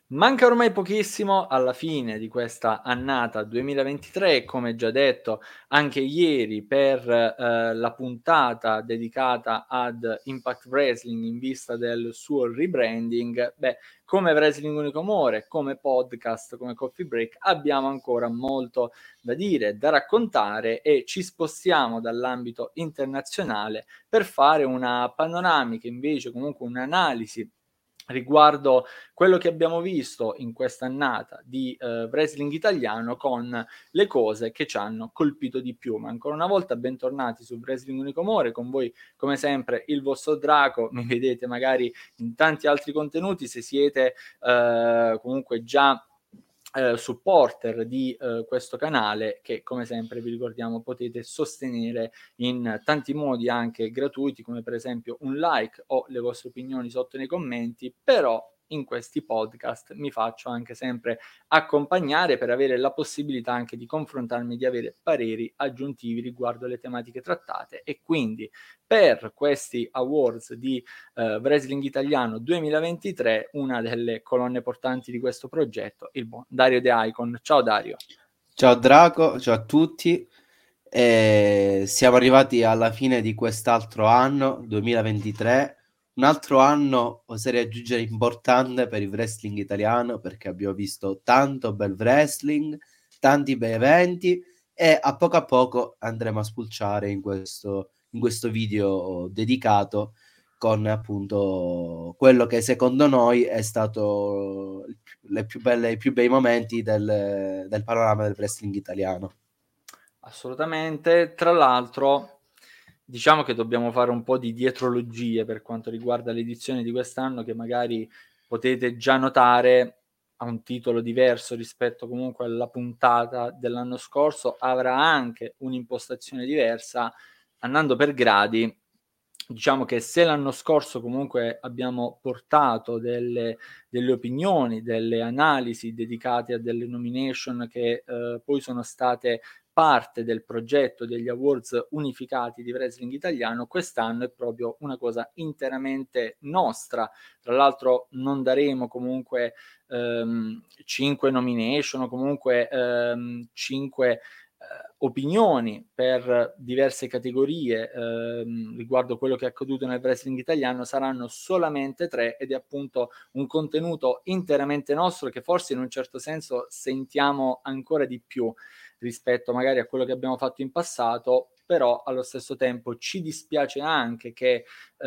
Manca ormai pochissimo alla fine di questa annata 2023 e come già detto anche ieri per, la puntata dedicata ad Impact Wrestling in vista del suo rebranding, come Wrestling Unico Amore, come podcast, come Coffee Break abbiamo ancora molto da dire, da raccontare e ci spostiamo dall'ambito internazionale per fare una panoramica invece, comunque un'analisi riguardo quello che abbiamo visto in quest'annata di wrestling italiano con le cose che ci hanno colpito di più. Ma ancora una volta bentornati su Wrestling Unico Amore, con voi come sempre il vostro Draco, mi vedete magari in tanti altri contenuti se siete comunque già supporter di questo canale che come sempre vi ricordiamo potete sostenere in tanti modi anche gratuiti come per esempio un like o le vostre opinioni sotto nei commenti, però in questi podcast mi faccio anche sempre accompagnare per avere la possibilità anche di confrontarmi, di avere pareri aggiuntivi riguardo le tematiche trattate e quindi per questi awards di Wrestling Italiano 2023 una delle colonne portanti di questo progetto, il buon Dario De Icon. Ciao Dario. Ciao Draco, ciao a tutti. Siamo arrivati alla fine di quest'altro anno, 2023, un altro anno, oserei aggiungere, importante per il wrestling italiano perché abbiamo visto tanto bel wrestling, tanti bei eventi e a poco andremo a spulciare in questo video dedicato con appunto quello che secondo noi è stato i più bei momenti del panorama del wrestling italiano. Assolutamente. Tra l'altro, diciamo che dobbiamo fare un po' di dietrologie per quanto riguarda l'edizione di quest'anno, che magari potete già notare ha un titolo diverso rispetto comunque alla puntata dell'anno scorso, avrà anche un'impostazione diversa, andando per gradi. Diciamo che se l'anno scorso comunque abbiamo portato delle opinioni, delle analisi dedicate a delle nomination che poi sono state parte del progetto degli awards unificati di wrestling italiano, quest'anno è proprio una cosa interamente nostra. Tra l'altro non daremo comunque 5 nomination o comunque 5 opinioni per diverse categorie riguardo quello che è accaduto nel wrestling italiano, saranno solamente 3 ed è appunto un contenuto interamente nostro che forse in un certo senso sentiamo ancora di più rispetto magari a quello che abbiamo fatto in passato, però allo stesso tempo ci dispiace anche che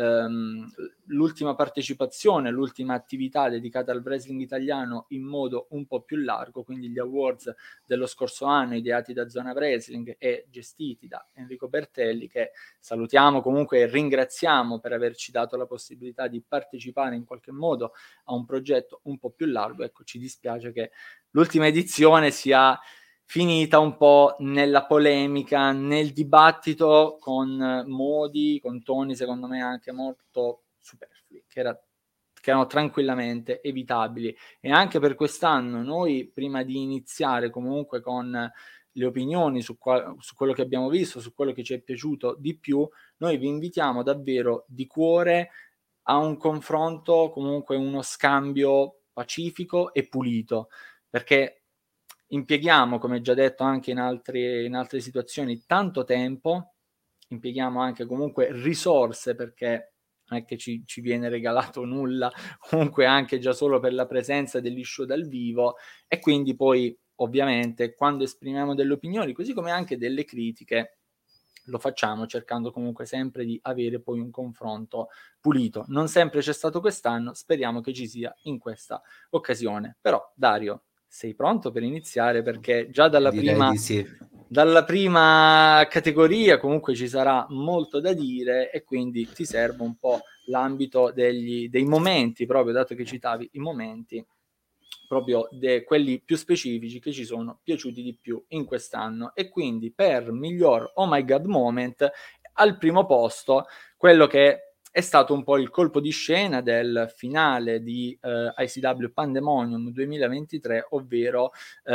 l'ultima partecipazione, l'ultima attività dedicata al wrestling italiano in modo un po' più largo, quindi gli awards dello scorso anno ideati da Zona Wrestling e gestiti da Enrico Bertelli, che salutiamo comunque e ringraziamo per averci dato la possibilità di partecipare in qualche modo a un progetto un po' più largo. Ecco, ci dispiace che l'ultima edizione sia finita un po' nella polemica, nel dibattito con modi, con toni secondo me anche molto superflui, che erano tranquillamente evitabili. E anche per quest'anno noi, prima di iniziare comunque con le opinioni su quello che abbiamo visto, su quello che ci è piaciuto di più, noi vi invitiamo davvero di cuore a un confronto, comunque uno scambio pacifico e pulito, perché impieghiamo, come già detto anche in altre situazioni, tanto tempo, impieghiamo anche comunque risorse perché non è che ci viene regalato nulla, comunque anche già solo per la presenza degli show dal vivo e quindi poi ovviamente quando esprimiamo delle opinioni, così come anche delle critiche, lo facciamo cercando comunque sempre di avere poi un confronto pulito. Non sempre c'è stato quest'anno, speriamo che ci sia in questa occasione. Però Dario, sei pronto per iniziare? Perché già Direi di sì. dalla prima categoria comunque ci sarà molto da dire e quindi ti serve un po' l'ambito dei momenti, proprio dato che citavi i momenti, proprio quelli più specifici che ci sono piaciuti di più in quest'anno. E quindi per miglior Oh My God Moment, al primo posto, quello che è stato un po' il colpo di scena del finale di ICW Pandemonium 2023, ovvero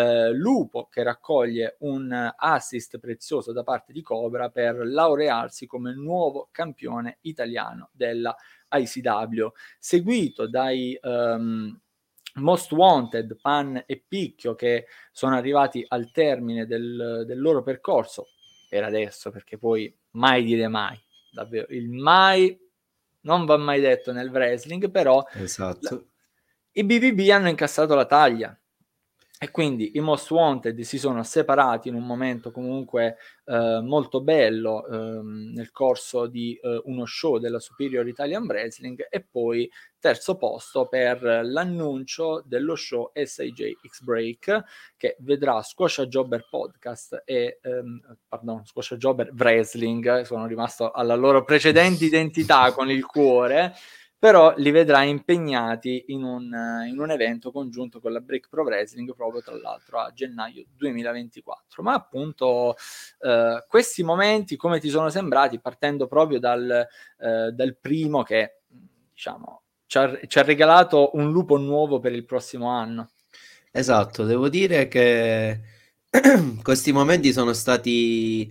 Lupo che raccoglie un assist prezioso da parte di Cobra per laurearsi come nuovo campione italiano della ICW, seguito Most Wanted, Pan e Picchio, che sono arrivati al termine del loro percorso per adesso, perché poi mai dire mai, davvero, il mai non va mai detto nel wrestling, però Esatto. i BBB hanno incassato la taglia e quindi i Most Wanted si sono separati in un momento comunque molto bello nel corso di uno show della Superior Italian Wrestling, e poi terzo posto per l'annuncio dello show SIJ X-Break, che vedrà Squasha Jobber Podcast e Squasha Jobber Wrestling, sono rimasto alla loro precedente identità con il cuore, però li vedrà impegnati in un evento congiunto con la Break Pro Wrestling, proprio tra l'altro a gennaio 2024. Ma appunto questi momenti come ti sono sembrati, partendo proprio dal primo che, diciamo, ci ha regalato un lupo nuovo per il prossimo anno? Esatto, devo dire che questi momenti sono stati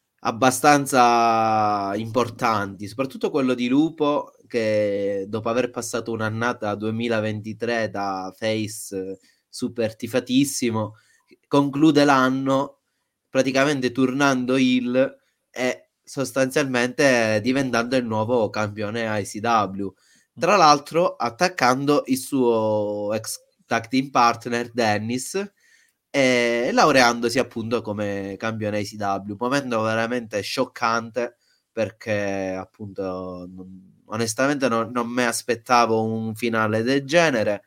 abbastanza importanti, soprattutto quello di Lupo che dopo aver passato un'annata 2023 da face super tifatissimo, conclude l'anno praticamente turnando heel e sostanzialmente diventando il nuovo campione ICW. Tra l'altro attaccando il suo ex tag team partner Dennis e laureandosi appunto come campione ICW, momento veramente scioccante perché appunto onestamente non mi aspettavo un finale del genere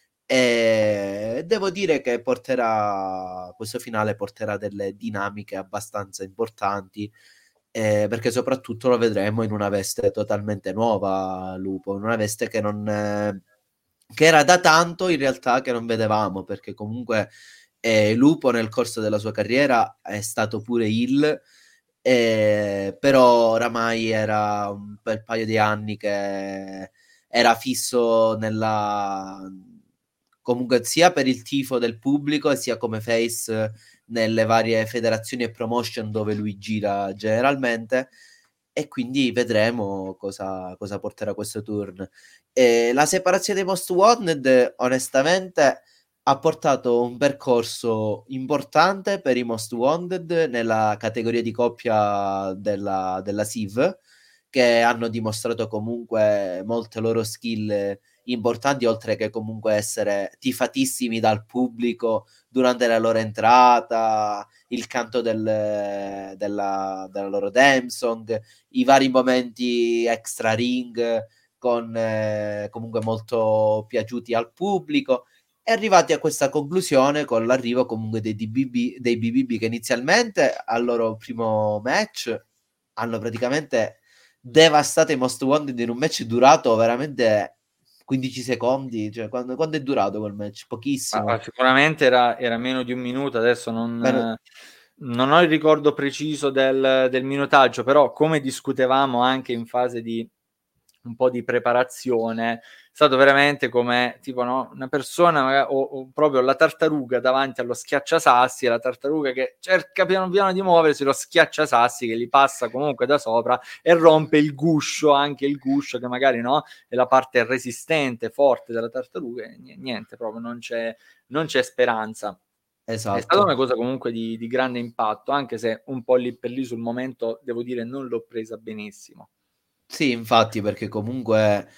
e devo dire che questo finale porterà delle dinamiche abbastanza importanti, perché soprattutto lo vedremo in una veste totalmente nuova, Lupo, in una veste che era da tanto in realtà che non vedevamo, perché comunque Lupo nel corso della sua carriera è stato pure heel, però oramai era un bel paio di anni che era fisso comunque sia per il tifo del pubblico e sia come face nelle varie federazioni e promotion dove lui gira generalmente, e quindi vedremo cosa porterà questo turn. La separazione dei Most Wanted onestamente ha portato un percorso importante per i Most Wanted nella categoria di coppia della SIV, che hanno dimostrato comunque molte loro skill importanti, oltre che comunque essere tifatissimi dal pubblico durante la loro entrata, il canto della loro theme song, i vari momenti extra ring con comunque molto piaciuti al pubblico. E arrivati a questa conclusione con l'arrivo comunque dei BBB che inizialmente al loro primo match hanno praticamente devastato i Most Wanted in un match durato veramente 15 secondi. Cioè, quando è durato quel match? Pochissimo. Sicuramente era meno di un minuto, adesso Meno- non ho il ricordo preciso del minutaggio, però come discutevamo anche in fase di un po' di preparazione, è stato veramente come tipo, no, una persona o proprio la tartaruga davanti allo schiacciasassi, e la tartaruga che cerca piano piano di muoversi, lo schiacciasassi che gli passa comunque da sopra e rompe il guscio, anche il guscio che magari, no, è la parte resistente, forte della tartaruga, e niente, proprio non c'è speranza. È stata una esatto. cosa comunque di grande impatto, anche se un po' lì per lì sul momento, devo dire, non l'ho presa benissimo. Sì, infatti, perché comunque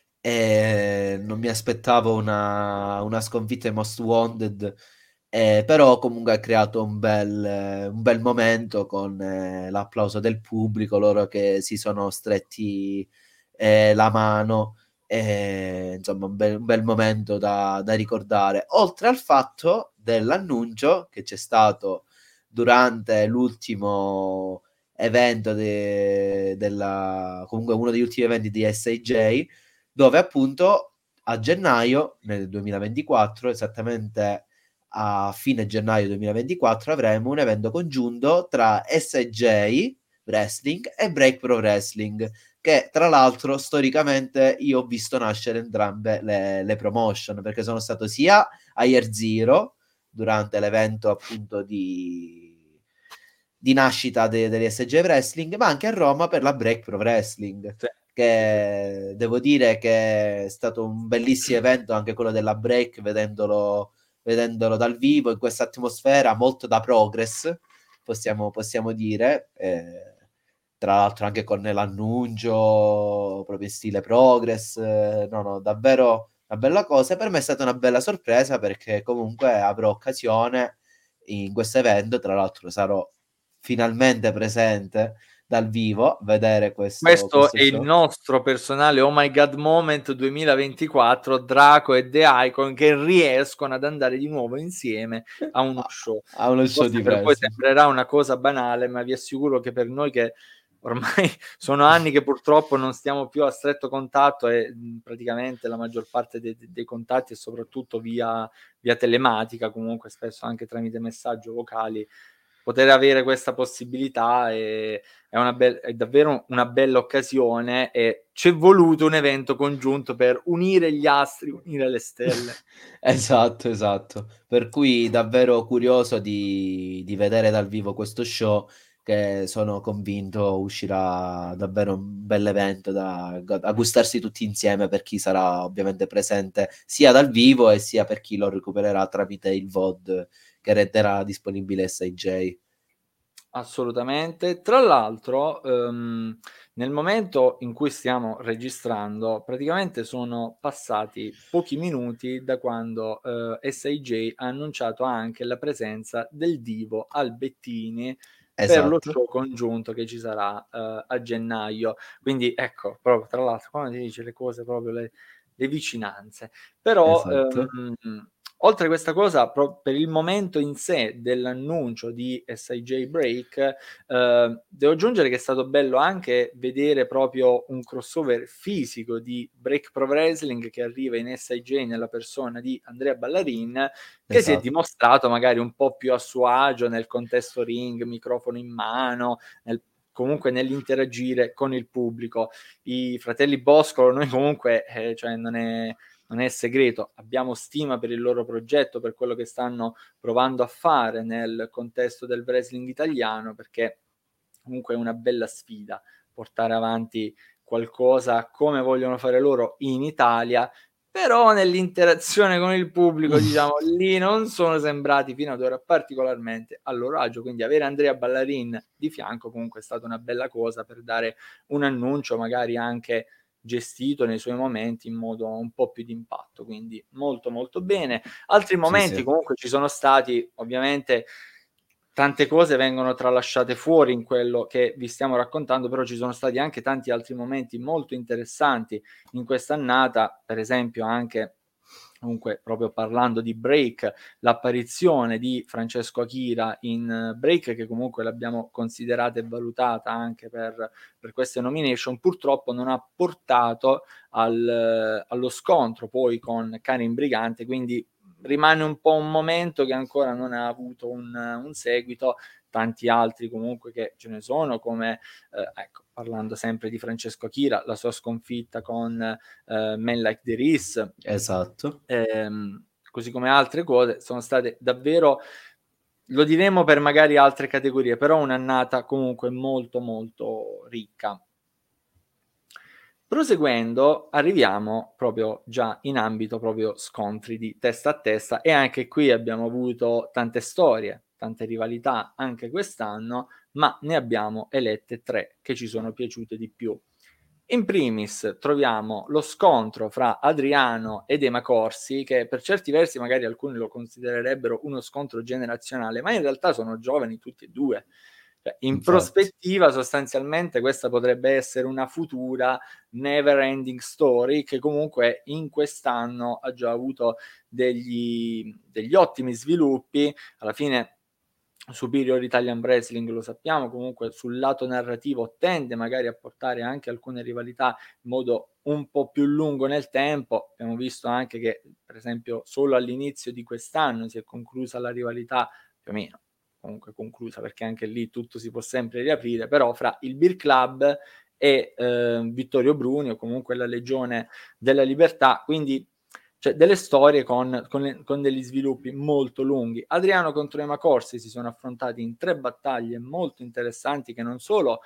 non mi aspettavo una sconfitta ai Most Wanted, però comunque ha creato un bel momento con l'applauso del pubblico, loro che si sono stretti la mano, insomma un bel momento da ricordare, oltre al fatto dell'annuncio che c'è stato durante l'ultimo evento comunque uno degli ultimi eventi di SIJ, dove appunto a gennaio nel 2024, esattamente a fine gennaio 2024, avremo un evento congiunto tra SIJ Wrestling e Break Pro Wrestling, che tra l'altro storicamente io ho visto nascere entrambe le promotion, perché sono stato sia a Year Zero durante l'evento appunto di nascita dell'SG Wrestling, ma anche a Roma per la Break Pro Wrestling. Sì. che devo dire che è stato un bellissimo evento anche quello della Break, vedendolo dal vivo in questa atmosfera molto da progress, possiamo dire. Tra l'altro anche con l'annuncio proprio in stile progress, no, no, davvero una bella cosa. Per me è stata una bella sorpresa perché comunque avrò occasione in questo evento, tra l'altro sarò finalmente presente dal vivo, vedere Questo questo è il show. nostro personale Oh My God Moment 2024, Draco e The Icon, che riescono ad andare di nuovo insieme a uno show. A uno show di Forse per voi wrestling. sembrerà una cosa banale, ma vi assicuro che per noi che ormai sono anni che purtroppo non stiamo più a stretto contatto e praticamente la maggior parte dei contatti è soprattutto via telematica, comunque spesso anche tramite messaggio vocali, poter avere questa possibilità è davvero una bella occasione e c'è voluto un evento congiunto per unire gli astri, unire le stelle. Esatto, esatto. Per cui davvero curioso di vedere dal vivo questo show che sono convinto uscirà davvero un bel evento da gustarsi tutti insieme per chi sarà ovviamente presente sia dal vivo e sia per chi lo recupererà tramite il VOD che renderà disponibile SIJ. Assolutamente. Tra l'altro, nel momento in cui stiamo registrando, praticamente sono passati pochi minuti da quando SIJ ha annunciato anche la presenza del divo Albettini per lo Esatto, show congiunto che ci sarà a gennaio. Quindi ecco, proprio tra l'altro, quando ti dice le cose, proprio le vicinanze. Però esatto. oltre a questa cosa, per il momento in sé dell'annuncio di SIJ Break, devo aggiungere che è stato bello anche vedere proprio un crossover fisico di Break Pro Wrestling che arriva in SIJ nella persona di Andrea Ballarin, che si è Esatto. dimostrato magari un po' più a suo agio nel contesto ring, microfono in mano, comunque nell'interagire con il pubblico. I fratelli Boscolo, noi comunque, cioè non è segreto, abbiamo stima per il loro progetto, per quello che stanno provando a fare nel contesto del wrestling italiano, perché comunque è una bella sfida portare avanti qualcosa come vogliono fare loro in Italia, però nell'interazione con il pubblico, diciamo, lì non sono sembrati fino ad ora particolarmente a loro agio, quindi avere Andrea Ballarin di fianco comunque è stata una bella cosa per dare un annuncio magari anche gestito nei suoi momenti in modo un po' più di impatto, quindi molto molto bene. Altri Sì, momenti sì. comunque ci sono stati, ovviamente tante cose vengono tralasciate fuori in quello che vi stiamo raccontando, però ci sono stati anche tanti altri momenti molto interessanti in questa annata, per esempio anche comunque proprio parlando di Break, l'apparizione di Francesco Akira in Break, che comunque l'abbiamo considerata e valutata anche per queste nomination, purtroppo non ha portato allo scontro poi con Karin Brigante, quindi rimane un po' un momento che ancora non ha avuto un seguito. Tanti altri comunque che ce ne sono, come ecco, parlando sempre di Francesco Akira, la sua sconfitta con Men Like the Reese, Esatto. così come altre cose, sono state davvero, lo diremo per magari altre categorie, però un'annata comunque molto molto ricca. Proseguendo, arriviamo proprio già in ambito proprio scontri di testa a testa e anche qui abbiamo avuto tante storie, tante rivalità anche quest'anno, ma ne abbiamo elette 3 che ci sono piaciute di più. In primis troviamo lo scontro fra Adriano ed Ema Corsi, che per certi versi magari alcuni lo considererebbero uno scontro generazionale, ma in realtà sono giovani tutti e due. Cioè, in Infatti. prospettiva, sostanzialmente, questa potrebbe essere una futura never ending story che comunque in quest'anno ha già avuto degli ottimi sviluppi. Alla fine Superior Italian Wrestling, lo sappiamo, comunque sul lato narrativo tende magari a portare anche alcune rivalità in modo un po' più lungo nel tempo. Abbiamo visto anche che, per esempio, solo all'inizio di quest'anno si è conclusa la rivalità, più o meno, comunque conclusa, perché anche lì tutto si può sempre riaprire, però fra il Beer Club e Vittorio Bruni, o comunque la Legione della Libertà, quindi cioè delle storie con degli sviluppi molto lunghi. Adriano contro Ema Corsi si sono affrontati in 3 battaglie molto interessanti che non solo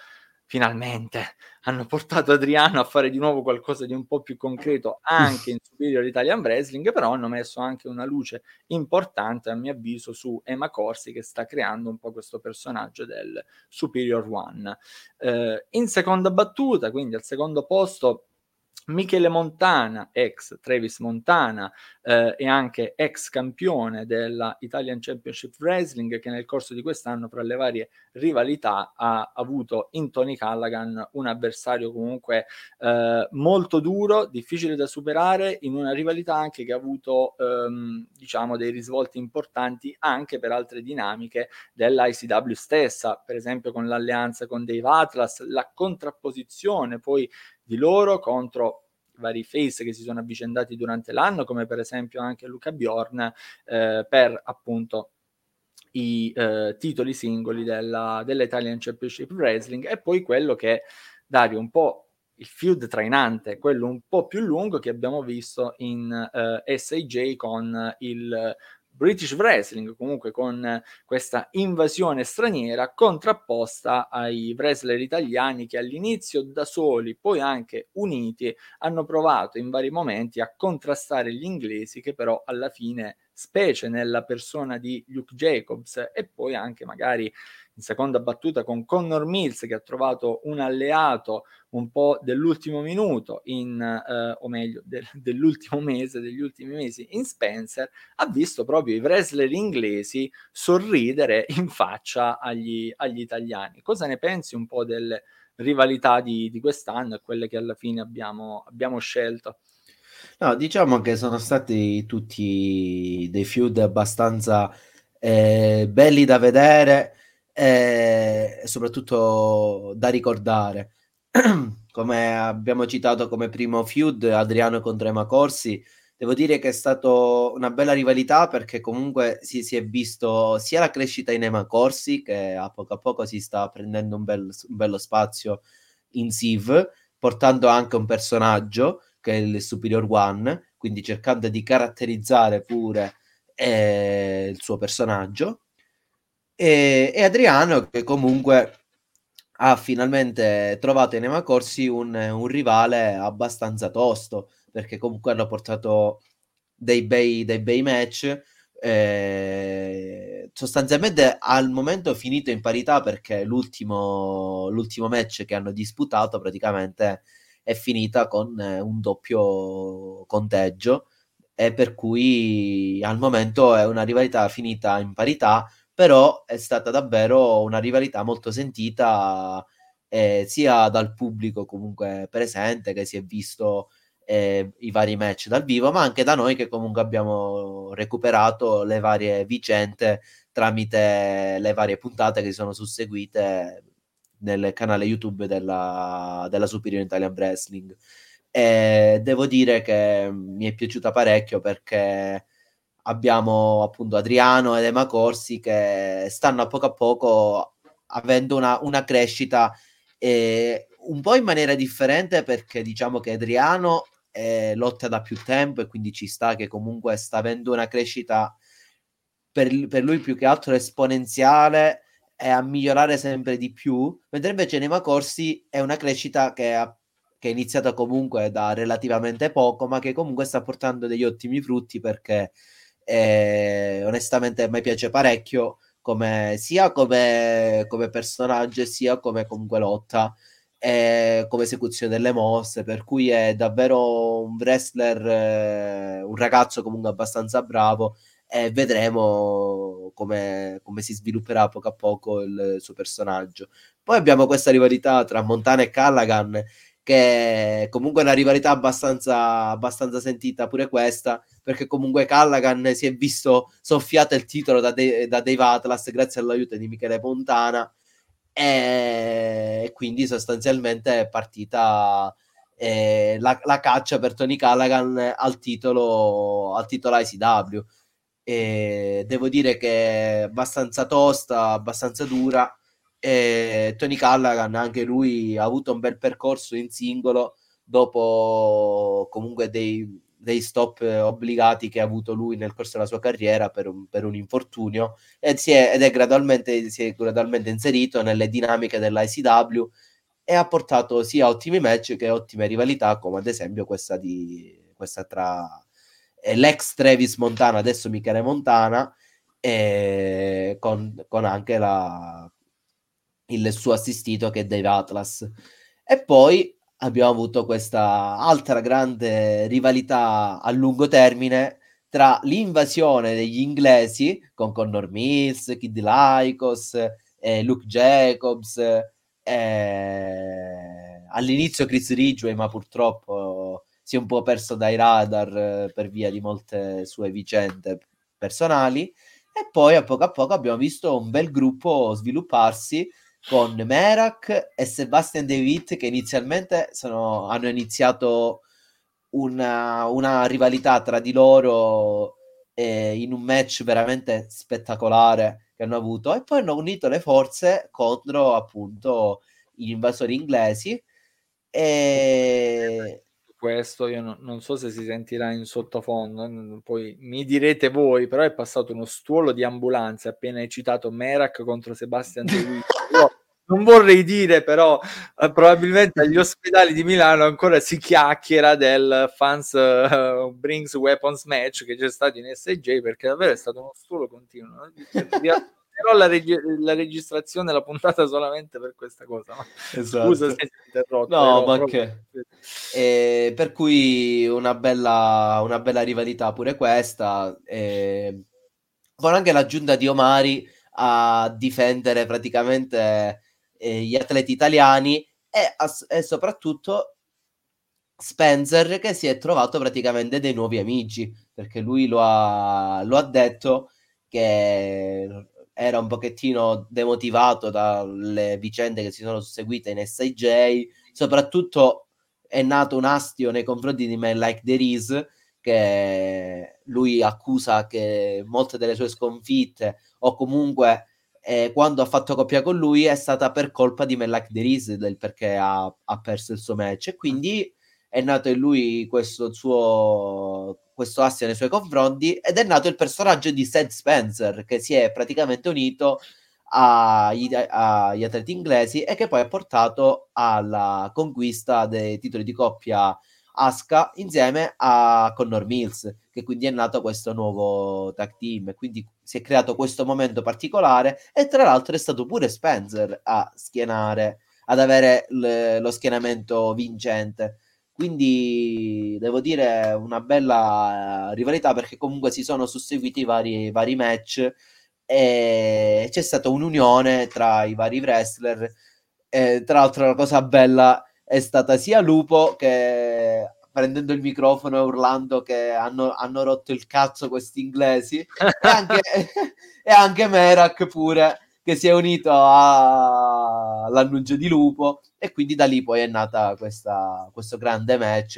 finalmente hanno portato Adriano a fare di nuovo qualcosa di un po' più concreto anche in Superior Italian Wrestling, però hanno messo anche una luce importante, a mio avviso, su Emma Corsi, che sta creando un po' questo personaggio del Superior One. In seconda battuta, quindi al secondo posto, Michele Montana, ex Travis Montana, e anche ex campione della Italian Championship Wrestling, che nel corso di quest'anno, fra le varie rivalità, ha avuto in Tony Callaghan un avversario comunque molto duro, difficile da superare, in una rivalità anche che ha avuto diciamo dei risvolti importanti anche per altre dinamiche dell'ICW stessa, per esempio con l'alleanza con Dave Atlas, la contrapposizione poi di loro contro vari face che si sono avvicendati durante l'anno, come per esempio anche Luca Bjorn, per appunto i titoli singoli dell'Italian Championship Wrestling. E poi quello che, Dario, un po' il feud trainante, quello un po' più lungo che abbiamo visto in SAJ con il British Wrestling, comunque con questa invasione straniera contrapposta ai wrestler italiani che all'inizio da soli, poi anche uniti, hanno provato in vari momenti a contrastare gli inglesi, che però alla fine, specie nella persona di Luke Jacobs e poi anche magari in seconda battuta con Connor Mills, che ha trovato un alleato un po' dell'ultimo minuto o meglio dell'ultimo mese, degli ultimi mesi in Spencer, ha visto proprio i wrestler inglesi sorridere in faccia agli italiani. Cosa ne pensi un po' delle rivalità di quest'anno e quelle che alla fine abbiamo scelto? No, diciamo che sono stati tutti dei feud abbastanza belli da vedere e soprattutto da ricordare. Come abbiamo citato come primo feud Adriano contro Emma Corsi, devo dire che è stata una bella rivalità perché comunque si è visto sia la crescita in Emma Corsi, che a poco si sta prendendo un bello spazio in SIV, portando anche un personaggio che è il Superior One, quindi cercando di caratterizzare pure il suo personaggio, e Adriano che comunque ha finalmente trovato in Ema Corsi un rivale abbastanza tosto, perché comunque hanno portato dei bei match, sostanzialmente al momento finito in parità, perché l'ultimo match che hanno disputato praticamente è finita con un doppio conteggio, e per cui al momento è una rivalità finita in parità, però è stata davvero una rivalità molto sentita, sia dal pubblico comunque presente, che si è visto i vari match dal vivo, ma anche da noi che comunque abbiamo recuperato le varie vicende tramite le varie puntate che si sono susseguite nel canale YouTube della Superior Italian Wrestling. E devo dire che mi è piaciuta parecchio perché abbiamo appunto Adriano ed Emma Corsi che stanno a poco avendo una crescita un po' in maniera differente, perché diciamo che Adriano lotta da più tempo e quindi ci sta che comunque sta avendo una crescita per lui più che altro esponenziale e a migliorare sempre di più, mentre invece Nema Corsi è una crescita che è iniziata comunque da relativamente poco, ma che comunque sta portando degli ottimi frutti, perché onestamente a me piace parecchio sia come personaggio sia come comunque lotta, come esecuzione delle mosse, per cui è davvero un wrestler, un ragazzo comunque abbastanza bravo, e vedremo come si svilupperà a poco il suo personaggio. Poi abbiamo questa rivalità tra Montana e Callaghan, che comunque è una rivalità abbastanza sentita pure questa, perché comunque Callaghan si è visto soffiato il titolo da Dave Atlas grazie all'aiuto di Michele Montana, e quindi sostanzialmente è partita la caccia per Tony Callaghan al titolo ICW. E devo dire che è abbastanza tosta, abbastanza dura. E Tony Callaghan anche lui ha avuto un bel percorso in singolo dopo comunque dei stop obbligati che ha avuto lui nel corso della sua carriera per un infortunio, si è gradualmente inserito nelle dinamiche dell'ICW, e ha portato sia ottimi match che ottime rivalità, come ad esempio questa tra l'ex Travis Montana, adesso Michele Montana, e con anche il suo assistito che è Dave Atlas. E poi abbiamo avuto questa altra grande rivalità a lungo termine tra l'invasione degli inglesi con Connor Mills, Kid Lycos, Luke Jacobs, all'inizio Chris Ridgway, ma purtroppo si è un po' perso dai radar per via di molte sue vicende personali. E poi a poco abbiamo visto un bel gruppo svilupparsi con Merak e Sebastian David, che inizialmente hanno iniziato una rivalità tra di loro in un match veramente spettacolare che hanno avuto, e poi hanno unito le forze contro appunto gli invasori inglesi. E Questo io non so se si sentirà in sottofondo, poi mi direte voi, però è passato uno stuolo di ambulanze appena hai citato Merak contro Sebastian De Witt. Io non vorrei dire, però probabilmente agli ospedali di Milano ancora si chiacchiera del fans brings weapons match che c'è stato in SJ, perché davvero è stato uno stuolo continuo, no? Però la registrazione, la puntata solamente per questa cosa. Ma esatto. scusa se ti ho interrotto. No, ma che... per cui una bella rivalità pure questa, con anche l'aggiunta di Omari a difendere praticamente gli atleti italiani e soprattutto Spencer, che si è trovato praticamente dei nuovi amici, perché lui lo ha detto che era un pochettino demotivato dalle vicende che si sono susseguite in SIJ, soprattutto è nato un astio nei confronti di Man Like The Riz, che lui accusa che molte delle sue sconfitte, o comunque quando ha fatto coppia con lui, è stata per colpa di Man Like The Riz, del perché ha perso il suo match, e quindi è nato in lui questo astio nei suoi confronti, ed è nato il personaggio di Sid Spencer, che si è praticamente unito agli atleti inglesi e che poi ha portato alla conquista dei titoli di coppia Asuka insieme a Connor Mills, che quindi è nato questo nuovo tag team, quindi si è creato questo momento particolare, e tra l'altro è stato pure Spencer ad avere lo schienamento vincente. Quindi devo dire una bella rivalità, perché comunque si sono susseguiti vari match e c'è stata un'unione tra i vari wrestler. Tra l'altro la cosa bella è stata sia Lupo, che prendendo il microfono e urlando che hanno rotto il cazzo questi inglesi, e anche, e anche Merak pure, che si è unito all'annuncio di Lupo, e quindi da lì poi è nata questo grande match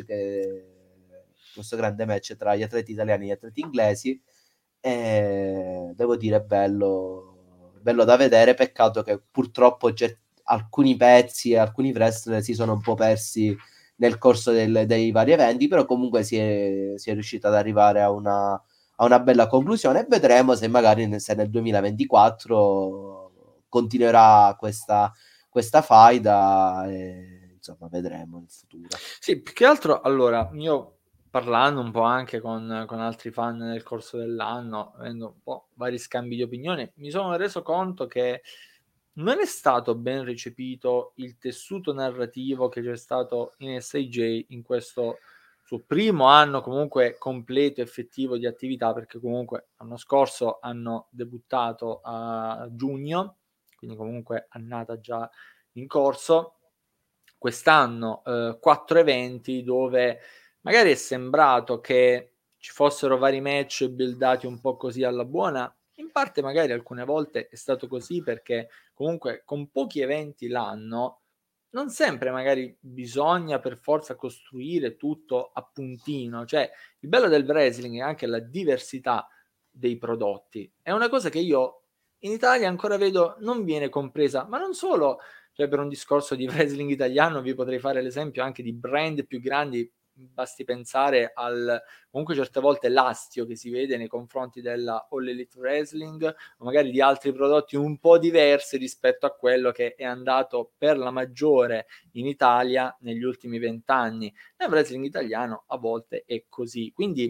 tra gli atleti italiani e gli atleti inglesi, e devo dire bello da vedere. Peccato che purtroppo alcuni pezzi e alcuni wrestler si sono un po' persi nel corso dei vari eventi, però comunque si è riuscito ad arrivare a una bella conclusione, e vedremo se magari se nel 2024 continuerà questa faida, e insomma vedremo nel futuro. Sì, più che altro, allora, io parlando un po' anche con altri fan nel corso dell'anno, avendo un po' vari scambi di opinione, mi sono reso conto che non è stato ben recepito il tessuto narrativo che c'è stato in SIJ in questo suo primo anno comunque completo, effettivo di attività, perché comunque l'anno scorso hanno debuttato a giugno, quindi comunque annata già in corso. Quest'anno 4 eventi dove magari è sembrato che ci fossero vari match buildati un po' così alla buona. In parte magari alcune volte è stato così, perché comunque con pochi eventi l'anno non sempre magari bisogna per forza costruire tutto a puntino. Cioè, il bello del wrestling è anche la diversità dei prodotti. È una cosa che io in Italia ancora vedo non viene compresa, ma non solo, cioè per un discorso di wrestling italiano vi potrei fare l'esempio anche di brand più grandi, basti pensare al comunque certe volte l'astio che si vede nei confronti della All Elite Wrestling o magari di altri prodotti un po' diversi rispetto a quello che è andato per la maggiore in Italia negli ultimi 20 anni. Nel wrestling italiano a volte è così, quindi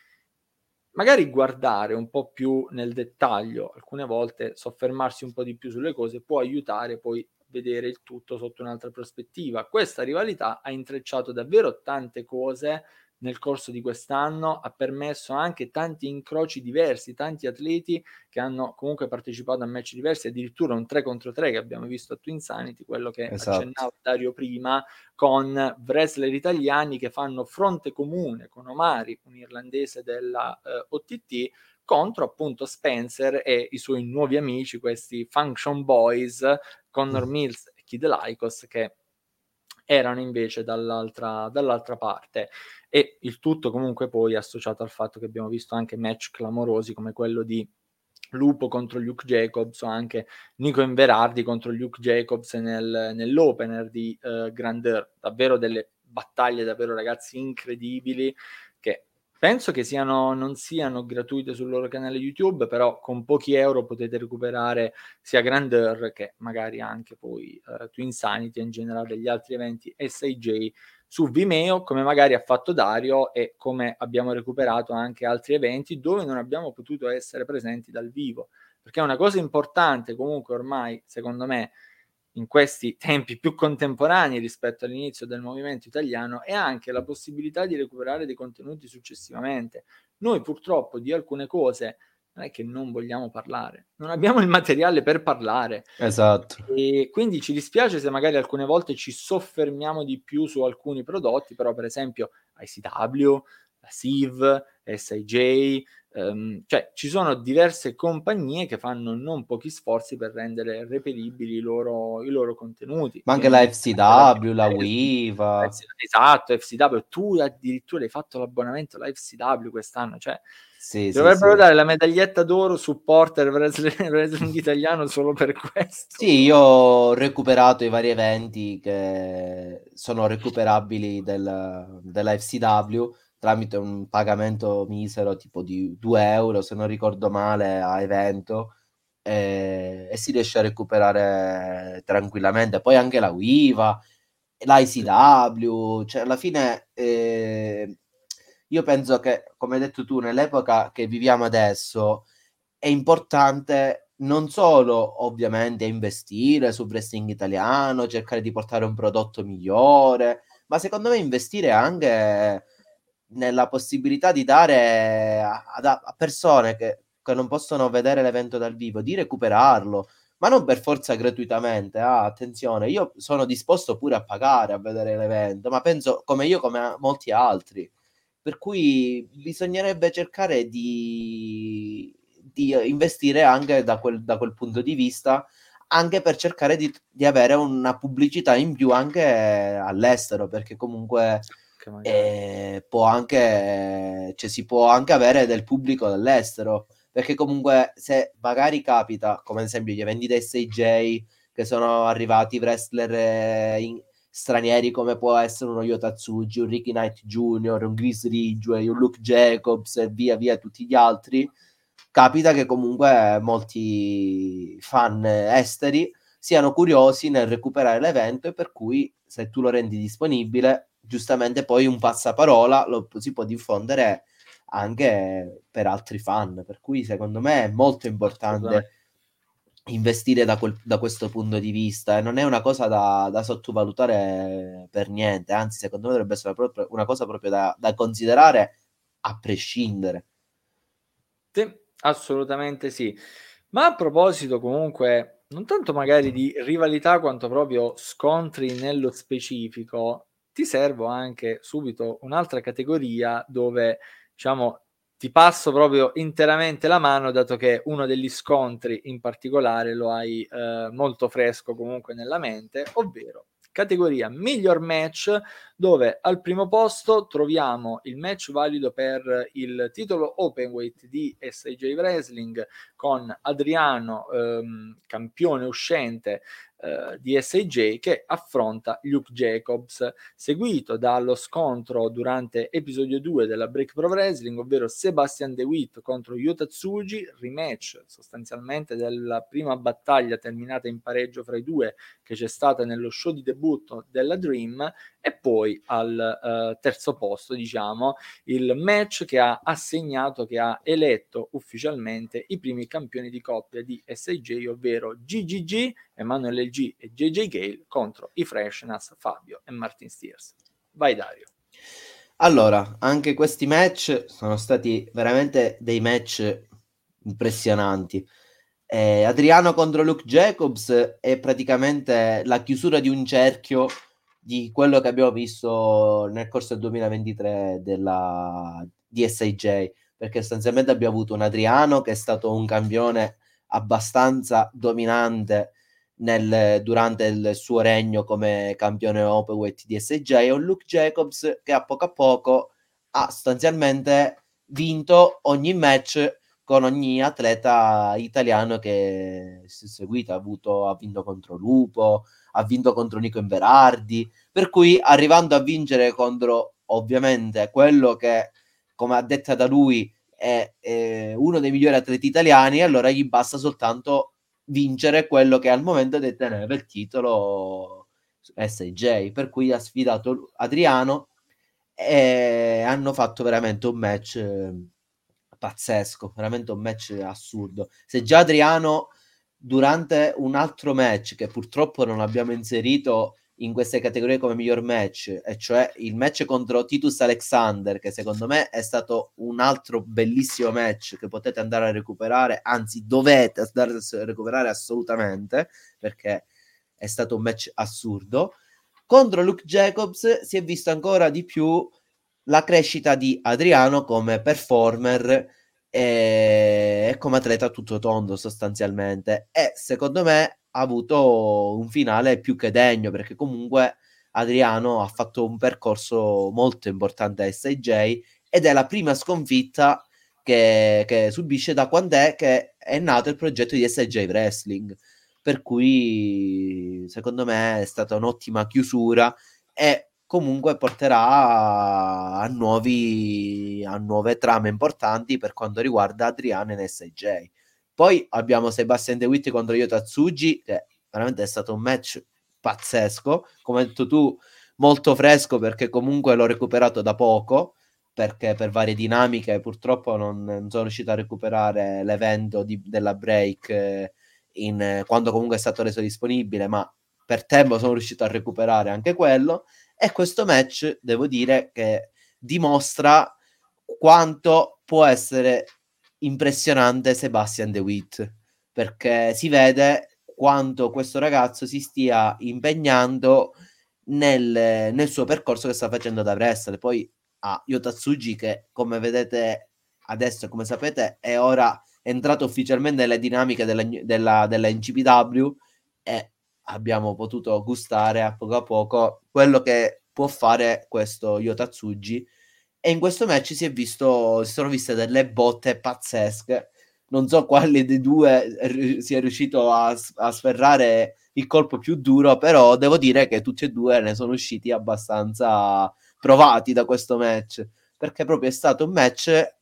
magari guardare un po' più nel dettaglio, alcune volte soffermarsi un po' di più sulle cose può aiutare poi a vedere il tutto sotto un'altra prospettiva. Questa rivalità ha intrecciato davvero tante cose nel corso di quest'anno, ha permesso anche tanti incroci diversi, tanti atleti che hanno comunque partecipato a match diversi, addirittura un 3 contro 3 che abbiamo visto a Twinsanity, quello che Esatto. accennava Dario prima, con wrestler italiani che fanno fronte comune con Omari, un irlandese della OTT, contro appunto Spencer e i suoi nuovi amici, questi Function Boys, Connor Mills e Kid Lycos, che erano invece dall'altra parte. E il tutto comunque poi associato al fatto che abbiamo visto anche match clamorosi come quello di Lupo contro Luke Jacobs o anche Nico Inverardi contro Luke Jacobs nell'opener di Grandeur. Davvero delle battaglie davvero, ragazzi, incredibili, che penso che non siano gratuite sul loro canale YouTube, però con pochi euro potete recuperare sia Grandeur che magari anche poi Twinsanity e in generale gli altri eventi SIJ su Vimeo, come magari ha fatto Dario e come abbiamo recuperato anche altri eventi dove non abbiamo potuto essere presenti dal vivo, perché è una cosa importante comunque ormai, secondo me, in questi tempi più contemporanei rispetto all'inizio del movimento italiano, è anche la possibilità di recuperare dei contenuti successivamente. Noi purtroppo di alcune cose non è che non vogliamo parlare, non abbiamo il materiale per parlare. Esatto. E quindi ci dispiace se magari alcune volte ci soffermiamo di più su alcuni prodotti, però per esempio ICW, la SIV, SIJ, cioè ci sono diverse compagnie che fanno non pochi sforzi per rendere reperibili i loro contenuti. Ma anche Viene in la mente anche la FCW, la WIVA. esatto, FCW, tu addirittura hai fatto l'abbonamento alla FCW quest'anno, cioè Sì, sì, dovrebbero sì. dare la medaglietta d'oro supporter wrestling italiano solo per questo. Sì, io ho recuperato i vari eventi che sono recuperabili della FCW tramite un pagamento misero tipo di 2 euro, se non ricordo male, a evento, e si riesce a recuperare tranquillamente. Poi anche la WIVA, l'ICW, cioè alla fine io penso che, come hai detto tu, nell'epoca che viviamo adesso è importante non solo ovviamente investire sul wrestling italiano, cercare di portare un prodotto migliore, ma secondo me investire anche nella possibilità di dare a persone che non possono vedere l'evento dal vivo, di recuperarlo, ma non per forza gratuitamente. Attenzione, io sono disposto pure a pagare a vedere l'evento, ma penso come io, come a molti altri. Per cui bisognerebbe cercare di investire anche da quel punto di vista, anche per cercare di avere una pubblicità in più anche all'estero, perché comunque può anche, cioè, si può anche avere del pubblico dall'estero, perché comunque se magari capita, come ad esempio gli eventi dei SJ, che sono arrivati wrestler stranieri come può essere uno Yota Tsuji, un Ricky Knight Jr., un Chris Ridgway, un Luke Jacobs e via via tutti gli altri, capita che comunque molti fan esteri siano curiosi nel recuperare l'evento e per cui se tu lo rendi disponibile, giustamente poi un passaparola lo si può diffondere anche per altri fan, per cui secondo me è molto importante investire da questo punto di vista e non è una cosa da sottovalutare per niente, anzi secondo me dovrebbe essere proprio una cosa proprio da considerare a prescindere. Sì, assolutamente sì. Ma a proposito comunque, non tanto magari di rivalità quanto proprio scontri nello specifico, ti servo anche subito un'altra categoria dove, diciamo, ti passo proprio interamente la mano, dato che uno degli scontri in particolare lo hai molto fresco comunque nella mente, ovvero categoria miglior match, dove al primo posto troviamo il match valido per il titolo openweight di SIJ Wrestling con Adriano, campione uscente, di SAJ, che affronta Luke Jacobs, seguito dallo scontro durante episodio 2 della Break Pro Wrestling, ovvero Sebastian DeWitt contro Yota Tsuji, rematch sostanzialmente della prima battaglia terminata in pareggio fra i due che c'è stata nello show di debutto della Dream. E poi al terzo posto, diciamo, il match che ha assegnato, che ha eletto ufficialmente i primi campioni di coppia di SAJ, ovvero GGG, Emanuele LG e JJ Gale contro i Freshness, Fabio e Martin Steers. Vai Dario. Allora, anche questi match sono stati veramente dei match impressionanti. Adriano contro Luke Jacobs è praticamente la chiusura di un cerchio di quello che abbiamo visto nel corso del 2023 di SIJ, perché sostanzialmente abbiamo avuto un Adriano che è stato un campione abbastanza dominante durante il suo regno come campione openweight di SIJ, e un Luke Jacobs che a poco ha sostanzialmente vinto ogni match con ogni atleta italiano che si è seguito. Ha vinto contro Lupo, ha vinto contro Nico Inverardi, per cui arrivando a vincere contro ovviamente quello che, come ha detto da lui, è uno dei migliori atleti italiani, allora gli basta soltanto vincere quello che al momento deteneva il titolo SJ, per cui ha sfidato Adriano e hanno fatto veramente un match pazzesco, veramente un match assurdo. Se già Adriano durante un altro match che purtroppo non abbiamo inserito in queste categorie come miglior match, e cioè il match contro Titus Alexander, che secondo me è stato un altro bellissimo match che potete andare a recuperare, anzi dovete andare a recuperare assolutamente, perché è stato un match assurdo. Contro Luke Jacobs si è visto ancora di più la crescita di Adriano come performer e come atleta tutto tondo sostanzialmente, e secondo me ha avuto un finale più che degno, perché comunque Adriano ha fatto un percorso molto importante a SIJ ed è la prima sconfitta che subisce da quando è nato il progetto di SIJ Wrestling, per cui secondo me è stata un'ottima chiusura e comunque porterà a nuove trame importanti per quanto riguarda Adriano e SJ. Poi abbiamo Sebastian DeWitt contro Yota Tsuji, che veramente è stato un match pazzesco, come hai detto tu, molto fresco, perché comunque l'ho recuperato da poco, perché per varie dinamiche purtroppo non sono riuscito a recuperare l'evento della break quando comunque è stato reso disponibile, ma per tempo sono riuscito a recuperare anche quello. E questo match devo dire che dimostra quanto può essere impressionante Sebastian DeWitt, perché si vede quanto questo ragazzo si stia impegnando nel suo percorso che sta facendo da wrestler. Poi a Yota Tsuji, che come vedete adesso, come sapete, è ora entrato ufficialmente nelle dinamiche della NCPW, e abbiamo potuto gustare a poco quello che può fare questo Yota Tsuji. E in questo match si sono viste delle botte pazzesche. Non so quale dei due sia riuscito a sferrare il colpo più duro, però devo dire che tutti e due ne sono usciti abbastanza provati da questo match, perché proprio è stato un match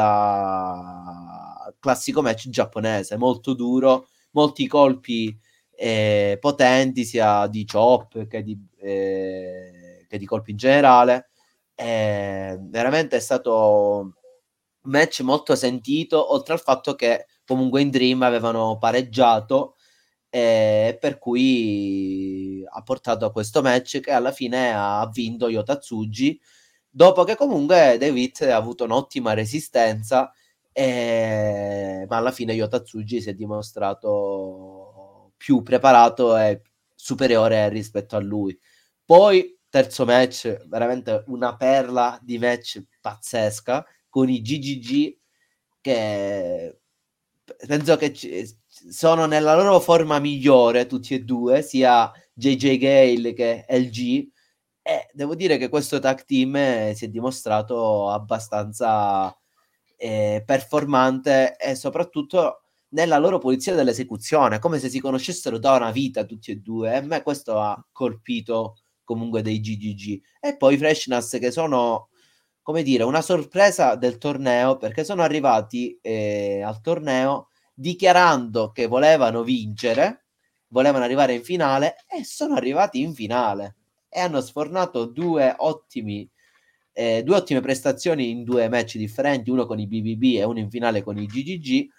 alla classico match giapponese, molto duro, molti colpi potenti, sia di chop che di colpi in generale. Veramente è stato un match molto sentito, oltre al fatto che comunque in Dream avevano pareggiato, per cui ha portato a questo match che alla fine ha vinto Yota Tsuji, dopo che comunque David ha avuto un'ottima resistenza, ma alla fine Yota Tsuji si è dimostrato più preparato e superiore rispetto a lui. Poi terzo match, veramente una perla di match pazzesca con i GGG, che penso che sono nella loro forma migliore tutti e due, sia JJ Gale che LG, e devo dire che questo tag team si è dimostrato abbastanza performante, e soprattutto nella loro pulizia dell'esecuzione, come se si conoscessero da una vita tutti e due. E a me questo ha colpito comunque dei GGG. E poi i Freshness, che sono, come dire, una sorpresa del torneo, perché sono arrivati al torneo dichiarando che volevano vincere, volevano arrivare in finale, e sono arrivati in finale e hanno sfornato due ottime prestazioni in due match differenti, uno con i BBB e uno in finale con i GGG.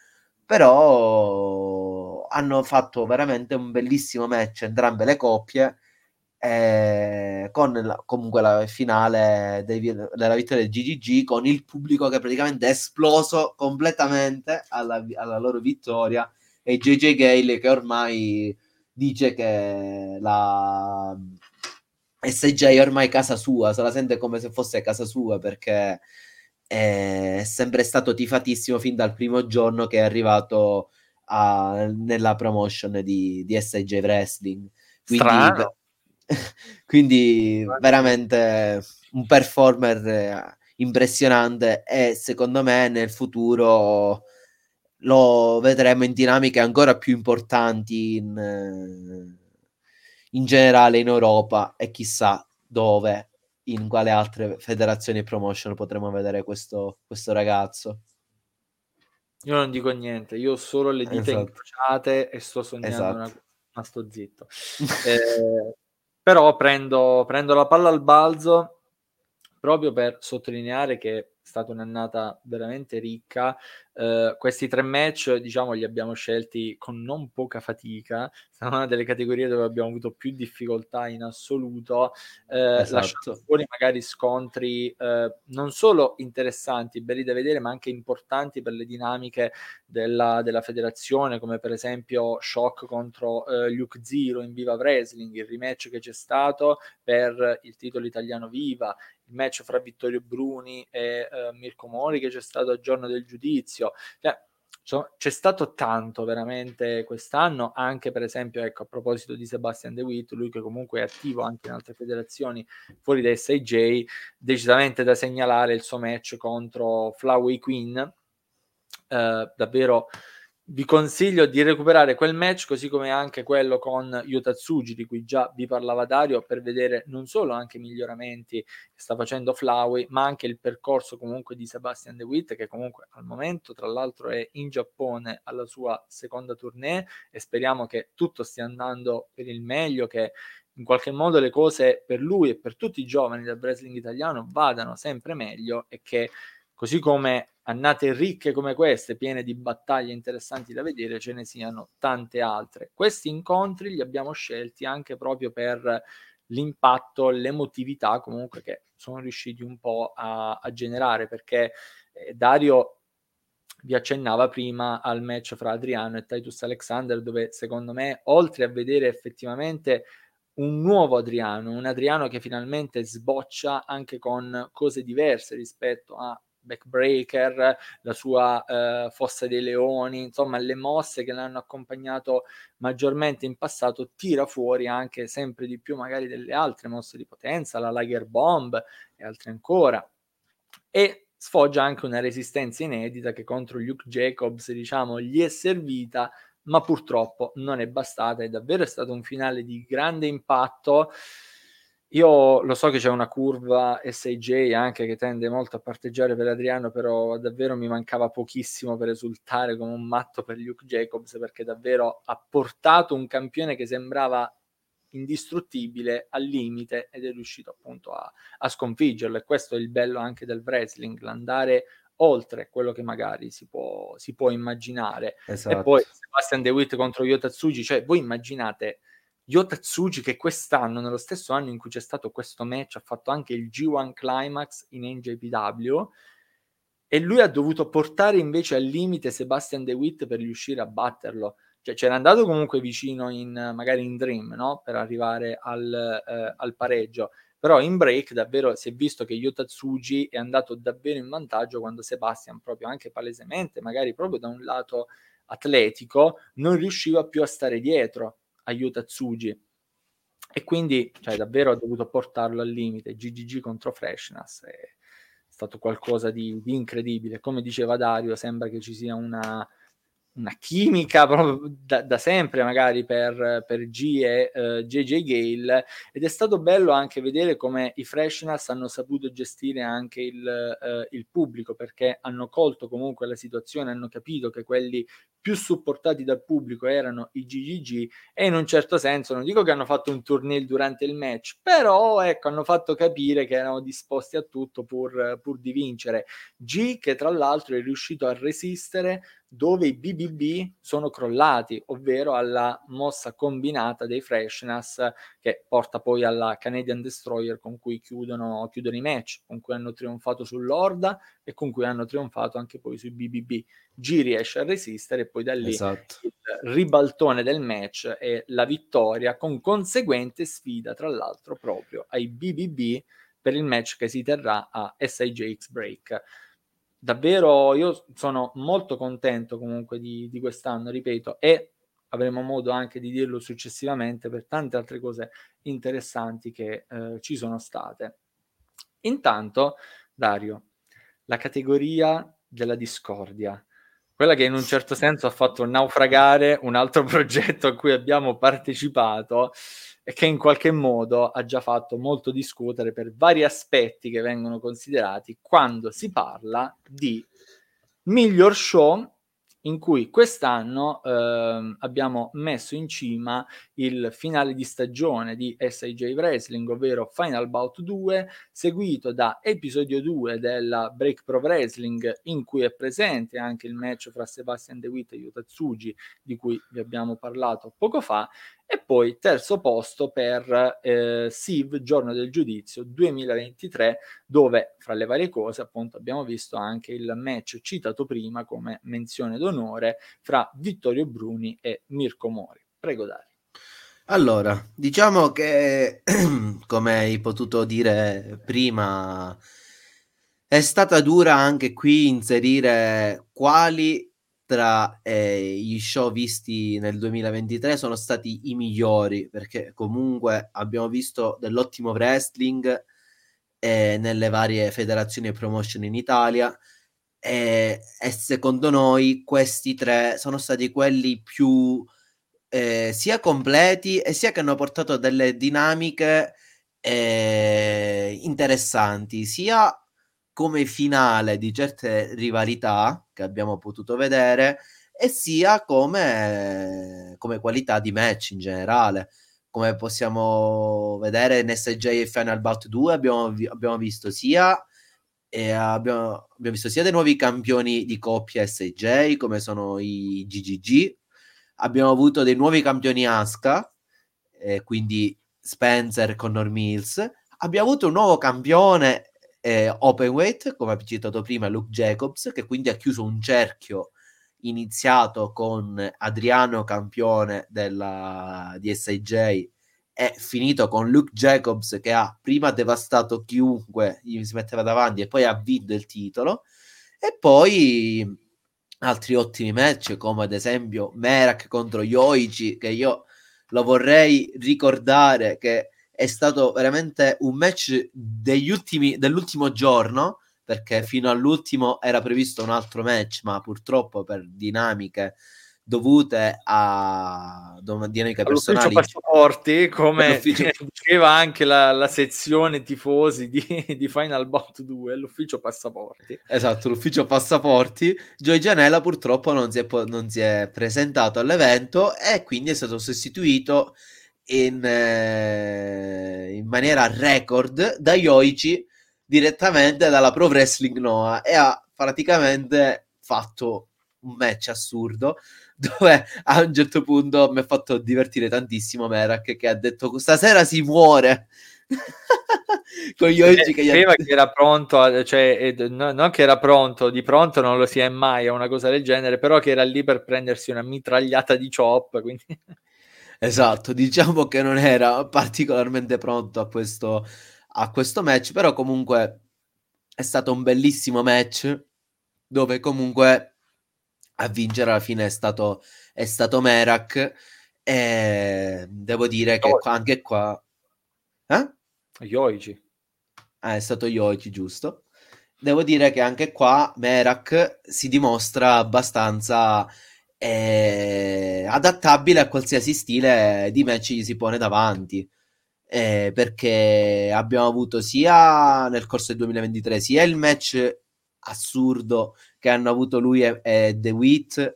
Però hanno fatto veramente un bellissimo match entrambe le coppie, con comunque la finale della vittoria del GGG, con il pubblico che praticamente è esploso completamente alla loro vittoria, e JJ Gale che ormai dice che la SJ è ormai casa sua, se la sente come se fosse casa sua, perché è sempre stato tifatissimo fin dal primo giorno che è arrivato nella promotion di SJ Wrestling. Quindi, Strano. quindi veramente un performer impressionante, e secondo me nel futuro lo vedremo in dinamiche ancora più importanti in generale in Europa, e chissà dove, in quale altre federazioni e promotion potremo vedere questo ragazzo. Io non dico niente, io ho solo le dita Esatto, incrociate e sto sognando una esatto. cosa, ma sto zitto. Però prendo la palla al balzo proprio per sottolineare che è stata un'annata veramente ricca. Questi 3 match, diciamo, li abbiamo scelti con non poca fatica. È una delle categorie dove abbiamo avuto più difficoltà in assoluto, lasciando Esatto. fuori magari scontri non solo interessanti, belli da vedere, ma anche importanti per le dinamiche della federazione, come per esempio Shock contro Luke Zero in Viva Wrestling, il rematch che c'è stato per il titolo italiano Viva, il match fra Vittorio Bruni e Mirko Mori che c'è stato al giorno del giudizio. C'è stato tanto veramente quest'anno, anche per esempio, ecco, a proposito di Sebastian De Witt, lui che comunque è attivo anche in altre federazioni fuori da SIJ, decisamente da segnalare il suo match contro Flyway Queen. Davvero vi consiglio di recuperare quel match, così come anche quello con Yuta Tsuji, di cui già vi parlava Dario, per vedere non solo anche i miglioramenti che sta facendo Flyway, ma anche il percorso comunque di Sebastian De Witt, che comunque al momento tra l'altro è in Giappone alla sua seconda tournée, e speriamo che tutto stia andando per il meglio, che in qualche modo le cose per lui e per tutti i giovani del wrestling italiano vadano sempre meglio, e che così come annate ricche come queste, piene di battaglie interessanti da vedere, ce ne siano tante altre. Questi incontri li abbiamo scelti anche proprio per l'impatto, l'emotività comunque che sono riusciti un po' a generare, perché Dario vi accennava prima al match fra Adriano e Titus Alexander, dove secondo me, oltre a vedere effettivamente un nuovo Adriano, un Adriano che finalmente sboccia anche con cose diverse rispetto a Backbreaker, la sua Fossa dei Leoni, insomma le mosse che l'hanno accompagnato maggiormente in passato, tira fuori anche sempre di più magari delle altre mosse di potenza, la Lager Bomb e altre ancora, e sfoggia anche una resistenza inedita che contro Luke Jacobs, diciamo, gli è servita, ma purtroppo non è bastata. È davvero stato un finale di grande impatto. Io lo so che c'è una curva SJ anche che tende molto a parteggiare per Adriano, però davvero mi mancava pochissimo per esultare come un matto per Luke Jacobs, perché davvero ha portato un campione che sembrava indistruttibile al limite ed è riuscito appunto a sconfiggerlo, e questo è il bello anche del wrestling, l'andare oltre quello che magari si può immaginare. E poi Esatto. Sebastian De Witt contro Yota Tsuji, cioè voi immaginate Yota Tsuji che quest'anno, nello stesso anno in cui c'è stato questo match, ha fatto anche il G1 Climax in NJPW, e lui ha dovuto portare invece al limite Sebastian De Witt per riuscire a batterlo. Cioè c'era andato comunque vicino magari in Dream, no? Per arrivare al pareggio, però in break davvero si è visto che Yota Tsuji è andato davvero in vantaggio, quando Sebastian, proprio anche palesemente, magari proprio da un lato atletico, non riusciva più a stare dietro a Yota Tsuji, e quindi cioè, davvero ha dovuto portarlo al limite. GGG contro Freshness è stato qualcosa di incredibile. Come diceva Dario, sembra che ci sia una chimica proprio da sempre magari per G e JJ Gale, ed è stato bello anche vedere come i Freshness hanno saputo gestire anche il pubblico, perché hanno colto comunque la situazione, hanno capito che quelli più supportati dal pubblico erano i GGG, e in un certo senso non dico che hanno fatto un tournée durante il match, però ecco, hanno fatto capire che erano disposti a tutto pur di vincere. G, che tra l'altro è riuscito a resistere dove i BBB sono crollati, ovvero alla mossa combinata dei Freshness, che porta poi alla Canadian Destroyer con cui chiudono i match, con cui hanno trionfato sull'Orda e con cui hanno trionfato anche poi sui BBB. G riesce a resistere e poi da lì Esatto. il ribaltone del match e la vittoria, con conseguente sfida tra l'altro proprio ai BBB per il match che si terrà a SIJX Break. Davvero io sono molto contento comunque di quest'anno, ripeto, e avremo modo anche di dirlo successivamente per tante altre cose interessanti che ci sono state. Intanto, Dario, la categoria della discordia, quella che in un certo senso ha fatto naufragare un altro progetto a cui abbiamo partecipato e che in qualche modo ha già fatto molto discutere per vari aspetti che vengono considerati quando si parla di miglior show, in cui quest'anno abbiamo messo in cima il finale di stagione di SIJ Wrestling, ovvero Final Bout 2, seguito da episodio 2 della Break Pro Wrestling, in cui è presente anche il match fra Sebastian DeWitt e Yuta Tsuji, di cui vi abbiamo parlato poco fa, e poi terzo posto per SIV Giorno del Giudizio 2023, dove fra le varie cose appunto abbiamo visto anche il match citato prima come menzione d'onore fra Vittorio Bruni e Mirko Mori. Prego Dario. Allora, diciamo che, come hai potuto dire prima, è stata dura anche qui inserire quali tra gli show visti nel 2023 sono stati i migliori, perché comunque abbiamo visto dell'ottimo wrestling nelle varie federazioni e promotion in Italia, e secondo noi questi tre sono stati quelli più sia completi e sia che hanno portato delle dinamiche interessanti, sia come finale di certe rivalità che abbiamo potuto vedere, e sia come qualità di match in generale. Come possiamo vedere in SJ e Final Bout 2 abbiamo visto sia abbiamo visto sia dei nuovi campioni di coppia SJ come sono i GGG, abbiamo avuto dei nuovi campioni Asuka, quindi Spencer, Connor Mills, abbiamo avuto un nuovo campione openweight, come ho citato prima, Luke Jacobs, che quindi ha chiuso un cerchio iniziato con Adriano campione di SIJ, è finito con Luke Jacobs che ha prima devastato chiunque gli si metteva davanti e poi ha vinto il titolo. E poi altri ottimi match come ad esempio Merak contro Yoichi, che io lo vorrei ricordare che è stato veramente un match dell'ultimo giorno, perché fino all'ultimo era previsto un altro match, ma purtroppo per dinamiche dovute a dinamiche All'ufficio personali passaporti, come dell'ufficio. diceva anche la sezione tifosi di Final Bout 2, l'ufficio passaporti. Esatto, l'ufficio passaporti. Joey Janela purtroppo non si è presentato all'evento e quindi è stato sostituito in maniera record da Yoichi direttamente dalla Pro Wrestling Noah, e ha praticamente fatto un match assurdo dove a un certo punto mi ha fatto divertire tantissimo Merak, che ha detto stasera si muore. Con Yoichi che gli ha... Sapeva che era pronto, cioè, non che era pronto, di pronto non lo si è mai a una cosa del genere, però che era lì per prendersi una mitragliata di chop, quindi... Esatto, diciamo che non era particolarmente pronto a questo match, però comunque è stato un bellissimo match dove comunque a vincere alla fine è stato Merak, e devo dire che anche qua... Eh? Yoichi. È stato Yoichi, giusto? Devo dire che anche qua Merak si dimostra abbastanza adattabile a qualsiasi stile di match gli si pone davanti. Perché abbiamo avuto sia nel corso del 2023 sia il match assurdo che hanno avuto lui e The Wheat,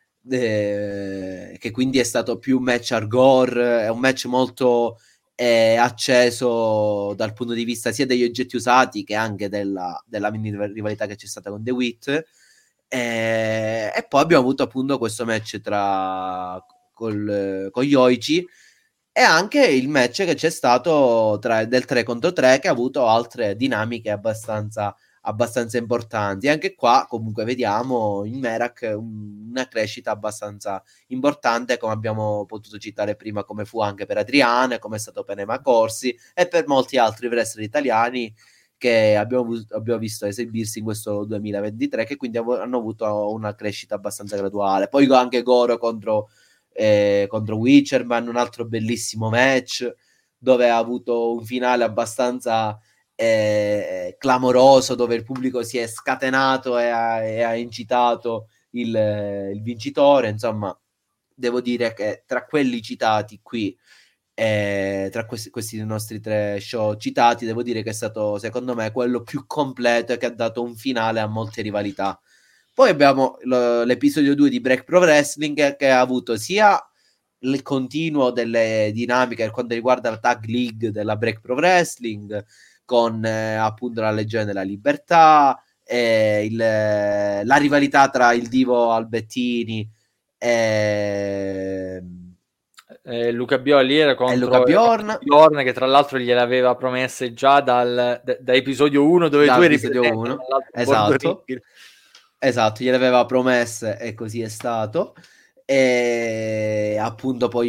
che quindi è stato più un match hardcore, è un match molto acceso dal punto di vista sia degli oggetti usati che anche della mini rivalità che c'è stata con The Wheat. E poi abbiamo avuto appunto questo match con Yoichi, e anche il match che c'è stato del 3 contro 3, che ha avuto altre dinamiche abbastanza importanti. Anche qua comunque vediamo in Merak una crescita abbastanza importante, come abbiamo potuto citare prima, come fu anche per Adriano, come è stato per Ema Corsi e per molti altri wrestler italiani che abbiamo visto esibirsi in questo 2023, che quindi hanno avuto una crescita abbastanza graduale. Poi anche Goro contro Witcherman, un altro bellissimo match dove ha avuto un finale abbastanza clamoroso, dove il pubblico si è scatenato e ha incitato il vincitore. Insomma, devo dire che tra quelli citati qui, tra questi nostri 3 show citati, devo dire che è stato secondo me quello più completo e che ha dato un finale a molte rivalità. Poi abbiamo l'episodio 2 di Break Pro Wrestling, che ha avuto sia il continuo delle dinamiche per quanto riguarda la tag league della Break Pro Wrestling, con appunto la Legione della Libertà, la rivalità tra il divo Albettini e Luca Bioli era Luca contro Bjorn. Bjorn, che tra l'altro gliele aveva promesse già da episodio 1, dove tu eri Dall'episodio presente, tra 1, l'altro in bordo ring. esatto. Esatto, gliele aveva promesse e così è stato. E appunto poi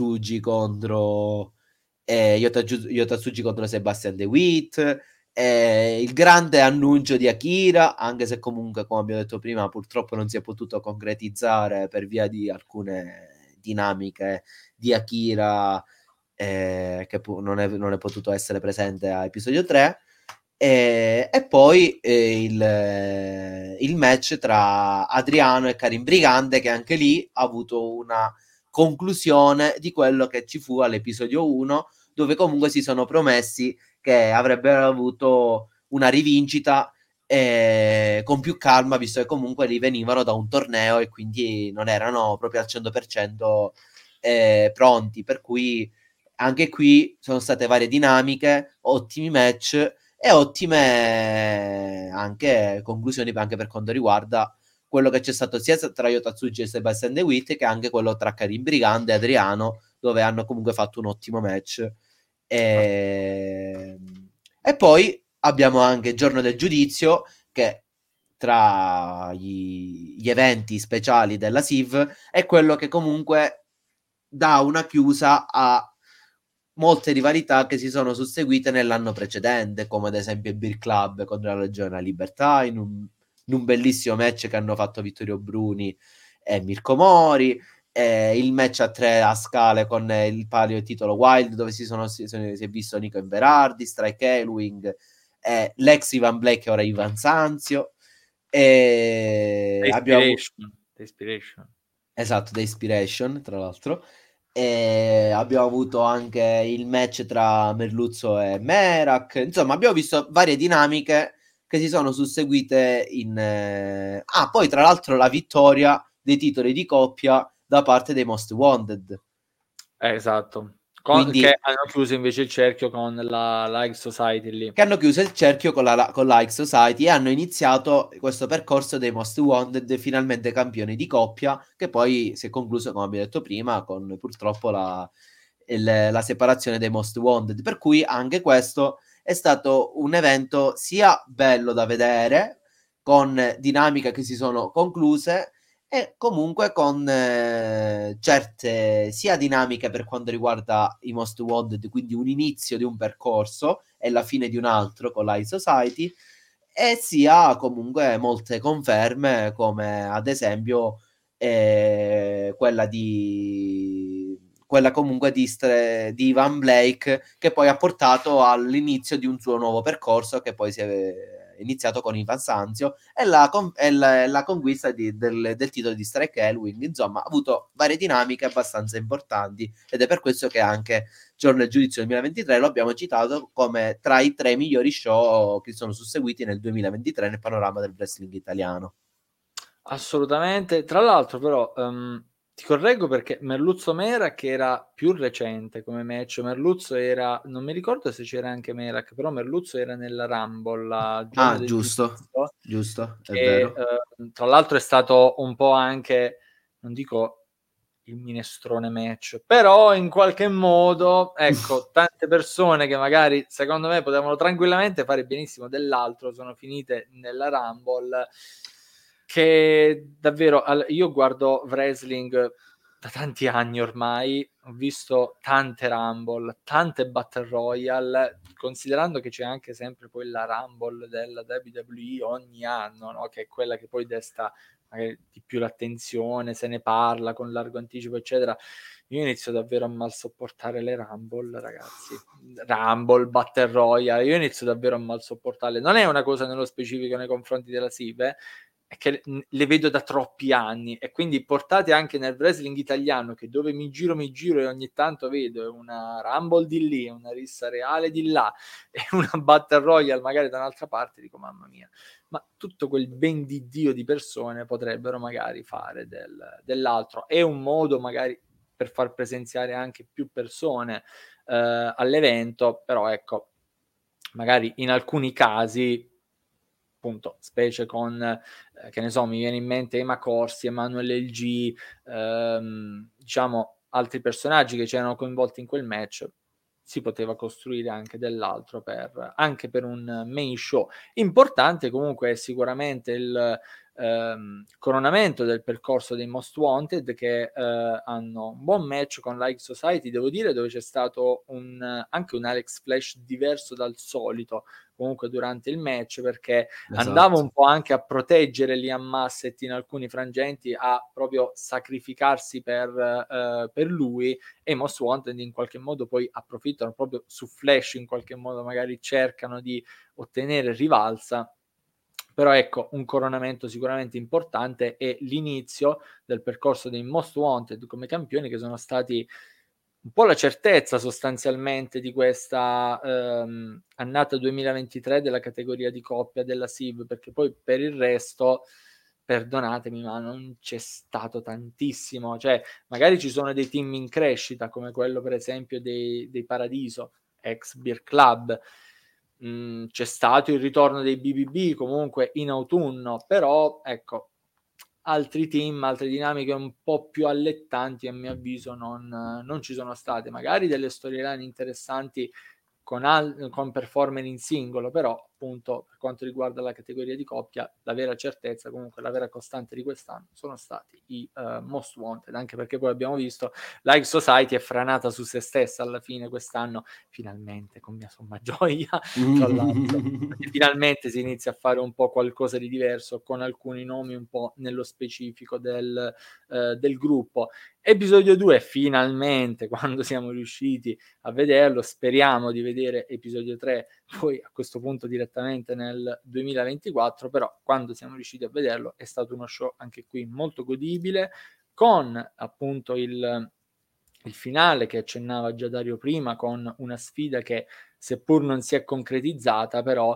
Yotatsuji contro Sebastian De Witt, il grande annuncio di Akira, anche se comunque, come abbiamo detto prima, purtroppo non si è potuto concretizzare per via di alcune dinamiche di Akira, che non è potuto essere presente a episodio 3. E poi il match tra Adriano e Karim Brigante, che anche lì ha avuto una conclusione di quello che ci fu all'episodio 1, dove comunque si sono promessi che avrebbero avuto una rivincita con più calma, visto che comunque rivenivano da un torneo e quindi non erano proprio al 100% pronti, per cui anche qui sono state varie dinamiche, ottimi match e ottime anche conclusioni anche per quanto riguarda quello che c'è stato sia tra Yotatsuji e Sebastian De Witt, che anche quello tra Karim Brigante e Adriano, dove hanno comunque fatto un ottimo match. E poi abbiamo anche il giorno del giudizio, che tra gli eventi speciali della SIV è quello che comunque dà una chiusa a molte rivalità che si sono susseguite nell'anno precedente, come ad esempio il Beer Club contro la Legione della Libertà, in un bellissimo match che hanno fatto Vittorio Bruni e Mirko Mori, il match a 3 a scale con il palio titolo Wild, dove si è visto Nico Inverardi, Strike Elwing, l'ex Ivan Black e ora Ivan Sanzio. The Inspiration. Esatto, The Inspiration, tra l'altro. E abbiamo avuto anche il match tra Merluzzo e Merak. Insomma, abbiamo visto varie dinamiche che si sono susseguite poi tra l'altro la vittoria dei titoli di coppia da parte dei Most Wanted. Esatto. Quindi, che hanno chiuso invece il cerchio con la X Society lì. che hanno chiuso il cerchio con la X Society e hanno iniziato questo percorso dei Most Wanted, finalmente campioni di coppia, che poi si è concluso, come abbiamo detto prima, con purtroppo la separazione dei Most Wanted. Per cui anche questo è stato un evento sia bello da vedere, con dinamiche che si sono concluse, e comunque con certe sia dinamiche per quanto riguarda i Most Wanted, quindi un inizio di un percorso e la fine di un altro con l'High Society, e sia comunque molte conferme, come ad esempio quella comunque di Ivan Blake, che poi ha portato all'inizio di un suo nuovo percorso, che poi si è iniziato con Ivan Sanzio e la conquista del titolo di Strike Elwing. Insomma, ha avuto varie dinamiche abbastanza importanti ed è per questo che anche Giorno del Giudizio 2023 lo abbiamo citato come tra i 3 migliori show che sono susseguiti nel 2023 nel panorama del wrestling italiano. Assolutamente. Tra l'altro però ti correggo perché Merluzzo Merak era più recente come match. Merluzzo era, non mi ricordo se c'era anche Merak, però Merluzzo era nella Rumble il giorno del Giusto, giudizio, giusto, è che vero. tra l'altro è stato un po' anche, non dico il minestrone match, però in qualche modo, ecco, tante persone che magari secondo me potevano tranquillamente fare benissimo dell'altro sono finite nella Rumble, che davvero io guardo wrestling da tanti anni ormai, ho visto tante Rumble, tante Battle Royale, considerando che c'è anche sempre poi la Rumble della WWE ogni anno, no? Che è quella che poi desta magari di più l'attenzione, se ne parla con largo anticipo, eccetera. Io inizio davvero a mal sopportare le Rumble, ragazzi. Rumble, Battle Royale, io inizio davvero a mal sopportarle. Non è una cosa nello specifico nei confronti della SIVE, è che le vedo da troppi anni e quindi portate anche nel wrestling italiano, che dove mi giro e ogni tanto vedo una Rumble di lì, una rissa reale di là e una Battle Royale magari da un'altra parte, dico mamma mia, ma tutto quel ben di Dio di persone potrebbero magari fare dell'altro. È un modo magari per far presenziare anche più persone all'evento, però ecco, magari in alcuni casi, appunto, specie con, che ne so, mi viene in mente Emma Corsi, Emanuele LG, diciamo altri personaggi che c'erano coinvolti in quel match, si poteva costruire anche dell'altro anche per un main show. Importante comunque è sicuramente il coronamento del percorso dei Most Wanted, che hanno un buon match con Like Society, devo dire, dove c'è stato anche un Alex Flash diverso dal solito comunque durante il match, perché andava un po' anche a proteggere Liam Massett in alcuni frangenti, a proprio sacrificarsi per lui, e Most Wanted in qualche modo poi approfittano proprio su Flash, in qualche modo magari cercano di ottenere rivalsa. Però ecco, un coronamento sicuramente importante è l'inizio del percorso dei Most Wanted come campioni, che sono stati un po' la certezza sostanzialmente di questa annata 2023 della categoria di coppia della SIV, perché poi per il resto, perdonatemi, ma non c'è stato tantissimo. Cioè, magari ci sono dei team in crescita, come quello per esempio dei Paradiso, ex Beer Club. C'è stato il ritorno dei BBB comunque in autunno, però ecco, altri team, altre dinamiche un po' più allettanti a mio avviso non ci sono state. Magari delle storyline interessanti con performer in singolo, però appunto per quanto riguarda la categoria di coppia, la vera certezza, comunque la vera costante di quest'anno sono stati i Most Wanted, anche perché poi abbiamo visto Like Society è franata su se stessa alla fine quest'anno, finalmente, con mia somma gioia, tra l'altro, perché finalmente si inizia a fare un po' qualcosa di diverso, con alcuni nomi un po' nello specifico del gruppo. Episodio 2, finalmente, quando siamo riusciti a vederlo, speriamo di vedere episodio 3 poi a questo punto direttamente nel 2024, però quando siamo riusciti a vederlo è stato uno show anche qui molto godibile, con appunto il finale che accennava già Dario prima, con una sfida che seppur non si è concretizzata, però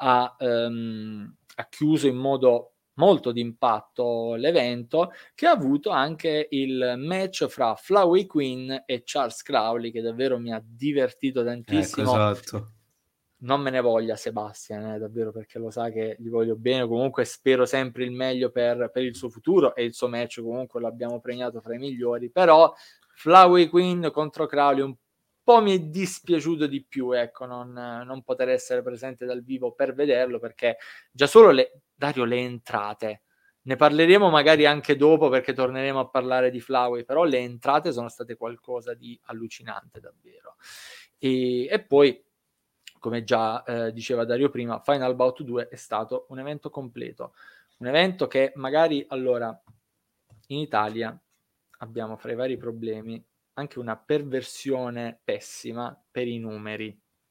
ha chiuso in modo molto d'impatto l'evento, che ha avuto anche il match fra Flowey Queen e Charles Crowley, che davvero mi ha divertito Ecco, tantissimo. esatto. Non me ne voglia Sebastian, davvero, perché lo sa che gli voglio bene, comunque spero sempre il meglio per il suo futuro, e il suo match comunque l'abbiamo premiato fra i migliori, però Flowey Queen contro Crowley un po' mi è dispiaciuto di più, ecco, non poter essere presente dal vivo per vederlo, perché già solo Dario, le entrate, ne parleremo magari anche dopo, perché torneremo a parlare di Flowey, però le entrate sono state qualcosa di allucinante davvero. E poi, come già diceva Dario prima, Final Bout 2 è stato un evento completo, un evento che magari, allora, in Italia abbiamo fra i vari problemi anche una perversione pessima per i numeri,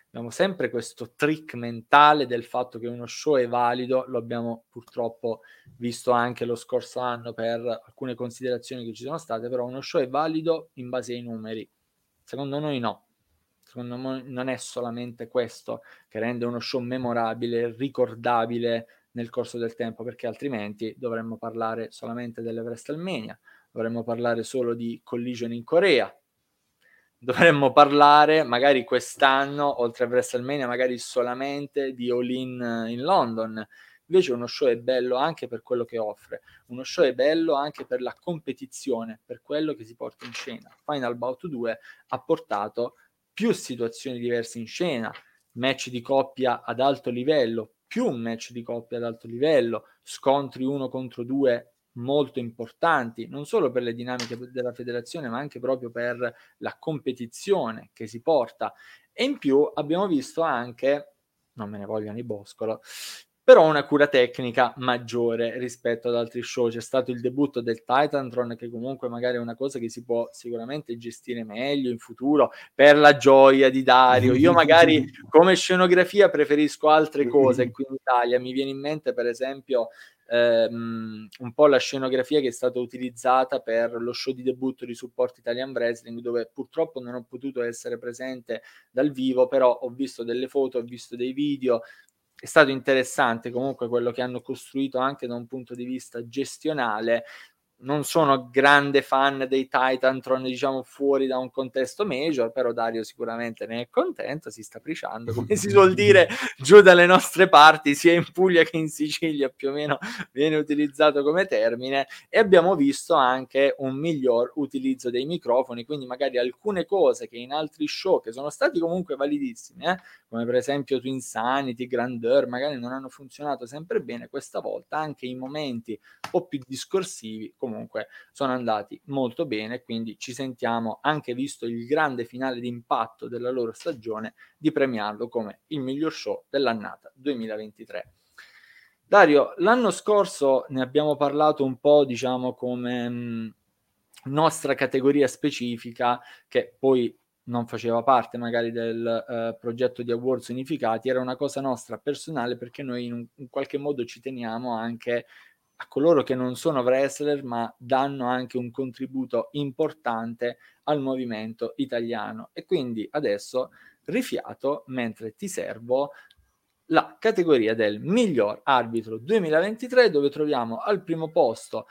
Abbiamo sempre questo trick mentale del fatto che uno show è valido, lo abbiamo purtroppo visto anche lo scorso anno per alcune considerazioni che ci sono state, però uno show è valido in base ai numeri. Secondo noi no. Secondo me non è solamente questo che rende uno show memorabile, ricordabile nel corso del tempo, perché altrimenti dovremmo parlare solamente delle WrestleMania, dovremmo parlare solo di Collision in Corea, dovremmo parlare magari quest'anno, oltre a WrestleMania, magari solamente di All in London. Invece uno show è bello anche per quello che offre, uno show è bello anche per la competizione, per quello che si porta in scena. Final Bout 2 ha portato più situazioni diverse in scena, match di coppia ad alto livello, più match di coppia ad alto livello, scontri 1 contro 2 molto importanti, non solo per le dinamiche della federazione, ma anche proprio per la competizione che si porta. E in più abbiamo visto anche, non me ne vogliono i Boscolo, però una cura tecnica maggiore rispetto ad altri show. C'è stato il debutto del Titantron, che comunque magari è una cosa che si può sicuramente gestire meglio in futuro per la gioia di Dario. Io magari come scenografia preferisco altre cose qui in Italia. Mi viene in mente per esempio un po' la scenografia che è stata utilizzata per lo show di debutto di Support Italian Wrestling, dove purtroppo non ho potuto essere presente dal vivo, però ho visto delle foto, ho visto dei video. È stato interessante comunque quello che hanno costruito anche da un punto di vista gestionale. Non sono grande fan dei Titantron, diciamo, fuori da un contesto major, però Dario sicuramente ne è contento, si sta priciando, come si suol dire giù dalle nostre parti, sia in Puglia che in Sicilia più o meno viene utilizzato come termine. E abbiamo visto anche un miglior utilizzo dei microfoni, quindi magari alcune cose che in altri show, che sono stati comunque validissimi, come per esempio Twin Sanity, Grandeur, magari non hanno funzionato sempre bene, questa volta anche i momenti un po' più discorsivi comunque sono andati molto bene, quindi ci sentiamo, anche visto il grande finale di impatto della loro stagione, di premiarlo come il miglior show dell'annata 2023. Dario, l'anno scorso ne abbiamo parlato un po', diciamo, come nostra categoria specifica, che poi non faceva parte magari del progetto di awards unificati, era una cosa nostra personale, perché noi in qualche modo ci teniamo anche a coloro che non sono wrestler ma danno anche un contributo importante al movimento italiano. E quindi adesso rifiato mentre ti servo la categoria del miglior arbitro 2023, dove troviamo al primo posto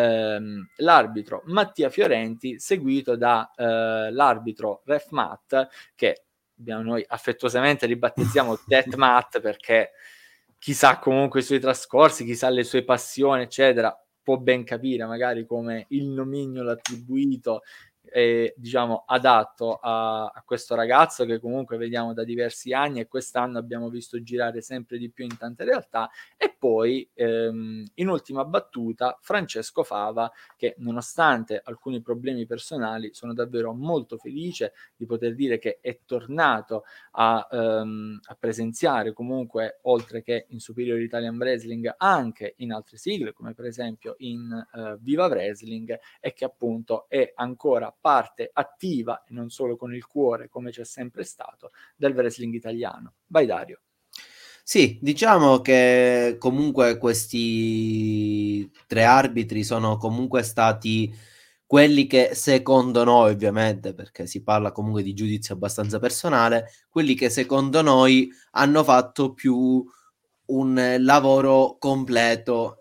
l'arbitro Mattia Fiorenti, seguito da l'arbitro Ref Matt, che noi affettuosamente ribattezziamo Death Matt, perché chissà comunque i suoi trascorsi, chissà le sue passioni, eccetera, può ben capire magari come il nomignolo attribuito diciamo adatto a questo ragazzo, che comunque vediamo da diversi anni e quest'anno abbiamo visto girare sempre di più in tante realtà. E poi in ultima battuta Francesco Fava, che nonostante alcuni problemi personali sono davvero molto felice di poter dire che è tornato a presenziare comunque, oltre che in Superior Italian Wrestling, anche in altre sigle come per esempio in Viva Wrestling, e che appunto è ancora parte attiva e non solo con il cuore come c'è sempre stato del wrestling italiano. Vai Dario. Sì, diciamo che comunque questi tre arbitri sono comunque stati quelli che secondo noi, ovviamente, perché si parla comunque di giudizio abbastanza personale, quelli che secondo noi hanno fatto più un lavoro completo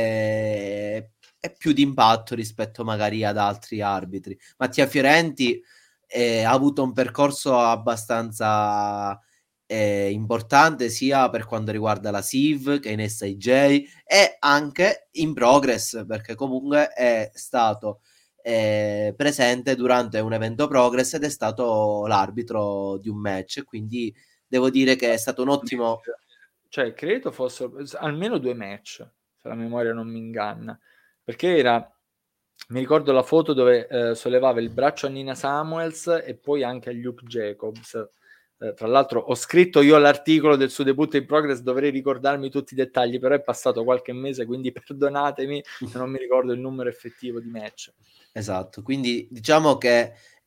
e più di impatto rispetto magari ad altri arbitri. Mattia Fiorenti ha avuto un percorso abbastanza importante sia per quanto riguarda la SIV che in SIJ e anche in Progress, perché comunque è stato presente durante un evento Progress ed è stato l'arbitro di un match, quindi devo dire che è stato un ottimo... Cioè, credo fossero almeno 2 match, se la memoria non mi inganna, perché era, mi ricordo la foto dove sollevava il braccio a Nina Samuels e poi anche a Luke Jacobs. Tra l'altro ho scritto io l'articolo del suo debutto in Progress, dovrei ricordarmi tutti i dettagli, però è passato qualche mese, quindi perdonatemi se non mi ricordo il numero effettivo di match. Esatto, quindi diciamo che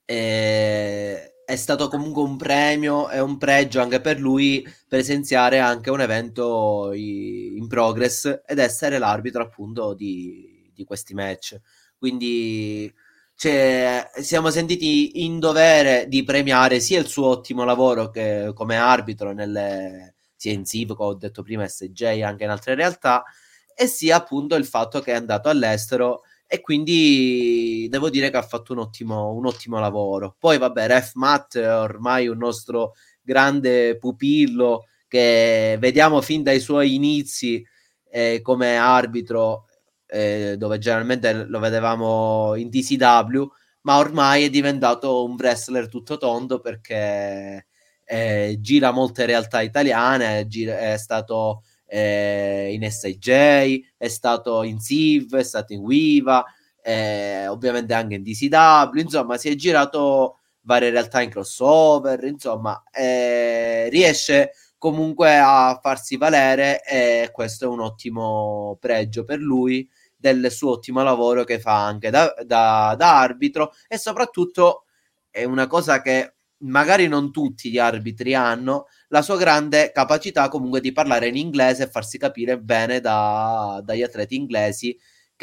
è stato comunque un premio e un pregio anche per lui presenziare anche un evento in progress ed essere l'arbitro appunto di questi match. Quindi cioè, siamo sentiti in dovere di premiare sia il suo ottimo lavoro che come arbitro sia in SIV, come ho detto prima, SJ, anche in altre realtà, e sia appunto il fatto che è andato all'estero e quindi devo dire che ha fatto un ottimo lavoro. Poi vabbè, Ref Matt è ormai un nostro grande pupillo che vediamo fin dai suoi inizi come arbitro, dove generalmente lo vedevamo in DCW, ma ormai è diventato un wrestler tutto tondo perché gira molte realtà italiane, è stato in SIJ, è stato in SIV, è stato in Viva, ovviamente anche in DCW, insomma si è girato varie realtà in crossover, insomma riesce comunque a farsi valere e questo è un ottimo pregio per lui del suo ottimo lavoro che fa anche da arbitro e soprattutto è una cosa che magari non tutti gli arbitri hanno, la sua grande capacità comunque di parlare in inglese e farsi capire bene dagli atleti inglesi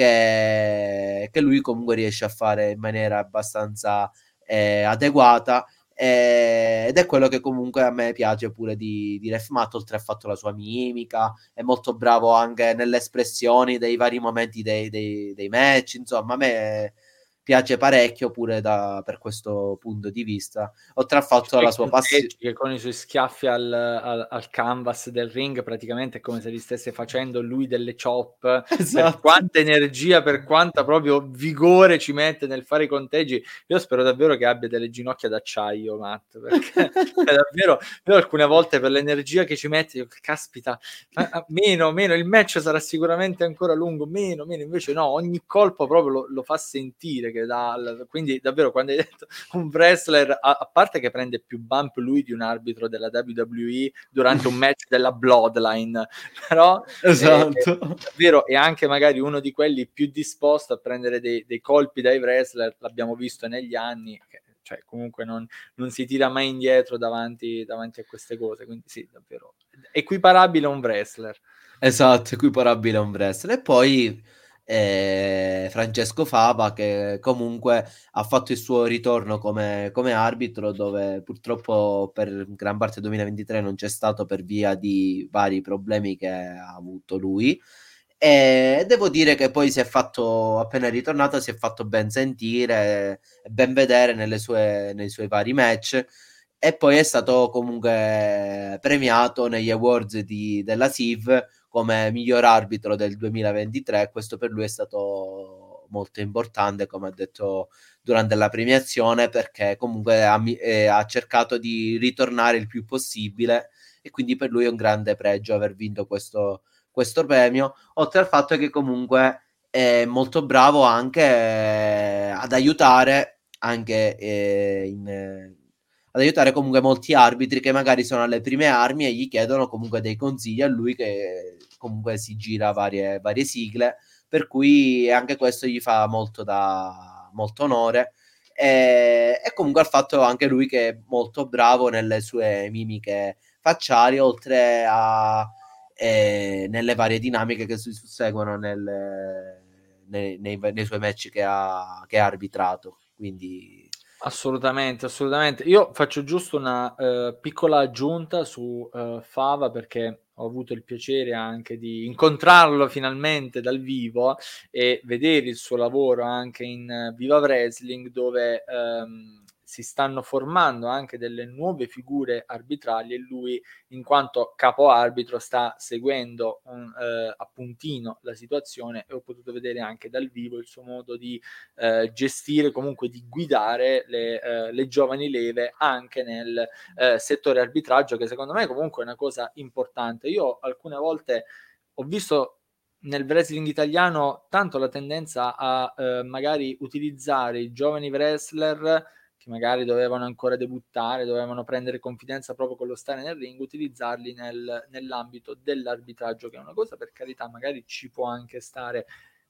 che lui comunque riesce a fare in maniera abbastanza adeguata ed è quello che comunque a me piace pure di Ref Matt, oltre al fatto la sua mimica, è molto bravo anche nelle espressioni dei vari momenti dei match, insomma a me piace parecchio pure per questo punto di vista, oltre al fatto Poi la sua passione. conteggi che con i suoi schiaffi al canvas del ring praticamente è come se li stesse facendo lui delle chop, per Esatto. quanta energia, per quanta proprio vigore ci mette nel fare i conteggi. Io spero davvero che abbia delle ginocchia d'acciaio, Matt, perché è davvero, io alcune volte per l'energia che ci mette, io, caspita, meno, il match sarà sicuramente ancora lungo, meno, invece no, ogni colpo proprio lo fa sentire che quindi davvero quando hai detto un wrestler, a parte che prende più bump lui di un arbitro della WWE durante un match della Bloodline, però Esatto. davvero è anche magari uno di quelli più disposto a prendere dei colpi dai wrestler, l'abbiamo visto negli anni, cioè comunque non si tira mai indietro davanti a queste cose, quindi sì, davvero equiparabile a un wrestler. Esatto, equiparabile a un wrestler. E poi Francesco Fava che comunque ha fatto il suo ritorno come arbitro, dove purtroppo per gran parte del 2023 non c'è stato per via di vari problemi che ha avuto lui. E devo dire che poi appena ritornato, si è fatto ben sentire e ben vedere nei suoi vari match. E poi è stato comunque premiato negli awards della SIV come miglior arbitro del 2023. Questo per lui è stato molto importante, come ha detto durante la premiazione, perché comunque ha cercato di ritornare il più possibile e quindi per lui è un grande pregio aver vinto questo premio, oltre al fatto che comunque è molto bravo anche ad aiutare anche ad aiutare comunque molti arbitri che magari sono alle prime armi e gli chiedono comunque dei consigli a lui che comunque si gira varie sigle, per cui anche questo gli fa molto onore e comunque al fatto anche lui che è molto bravo nelle sue mimiche facciali, oltre a nelle varie dinamiche che si susseguono nei suoi match che ha arbitrato. Quindi Assolutamente, assolutamente. Io faccio giusto una piccola aggiunta su Fava perché ho avuto il piacere anche di incontrarlo finalmente dal vivo e vedere il suo lavoro anche in Viva Wrestling dove si stanno formando anche delle nuove figure arbitrali e lui in quanto capo arbitro sta seguendo a puntino la situazione e ho potuto vedere anche dal vivo il suo modo di gestire, comunque di guidare le giovani leve anche nel settore arbitraggio, che secondo me comunque è una cosa importante. Io alcune volte ho visto nel wrestling italiano tanto la tendenza a magari utilizzare i giovani wrestler che magari dovevano ancora debuttare, dovevano prendere confidenza proprio con lo stare nel ring, utilizzarli nell'ambito dell'arbitraggio, che è una cosa per carità magari ci può anche stare,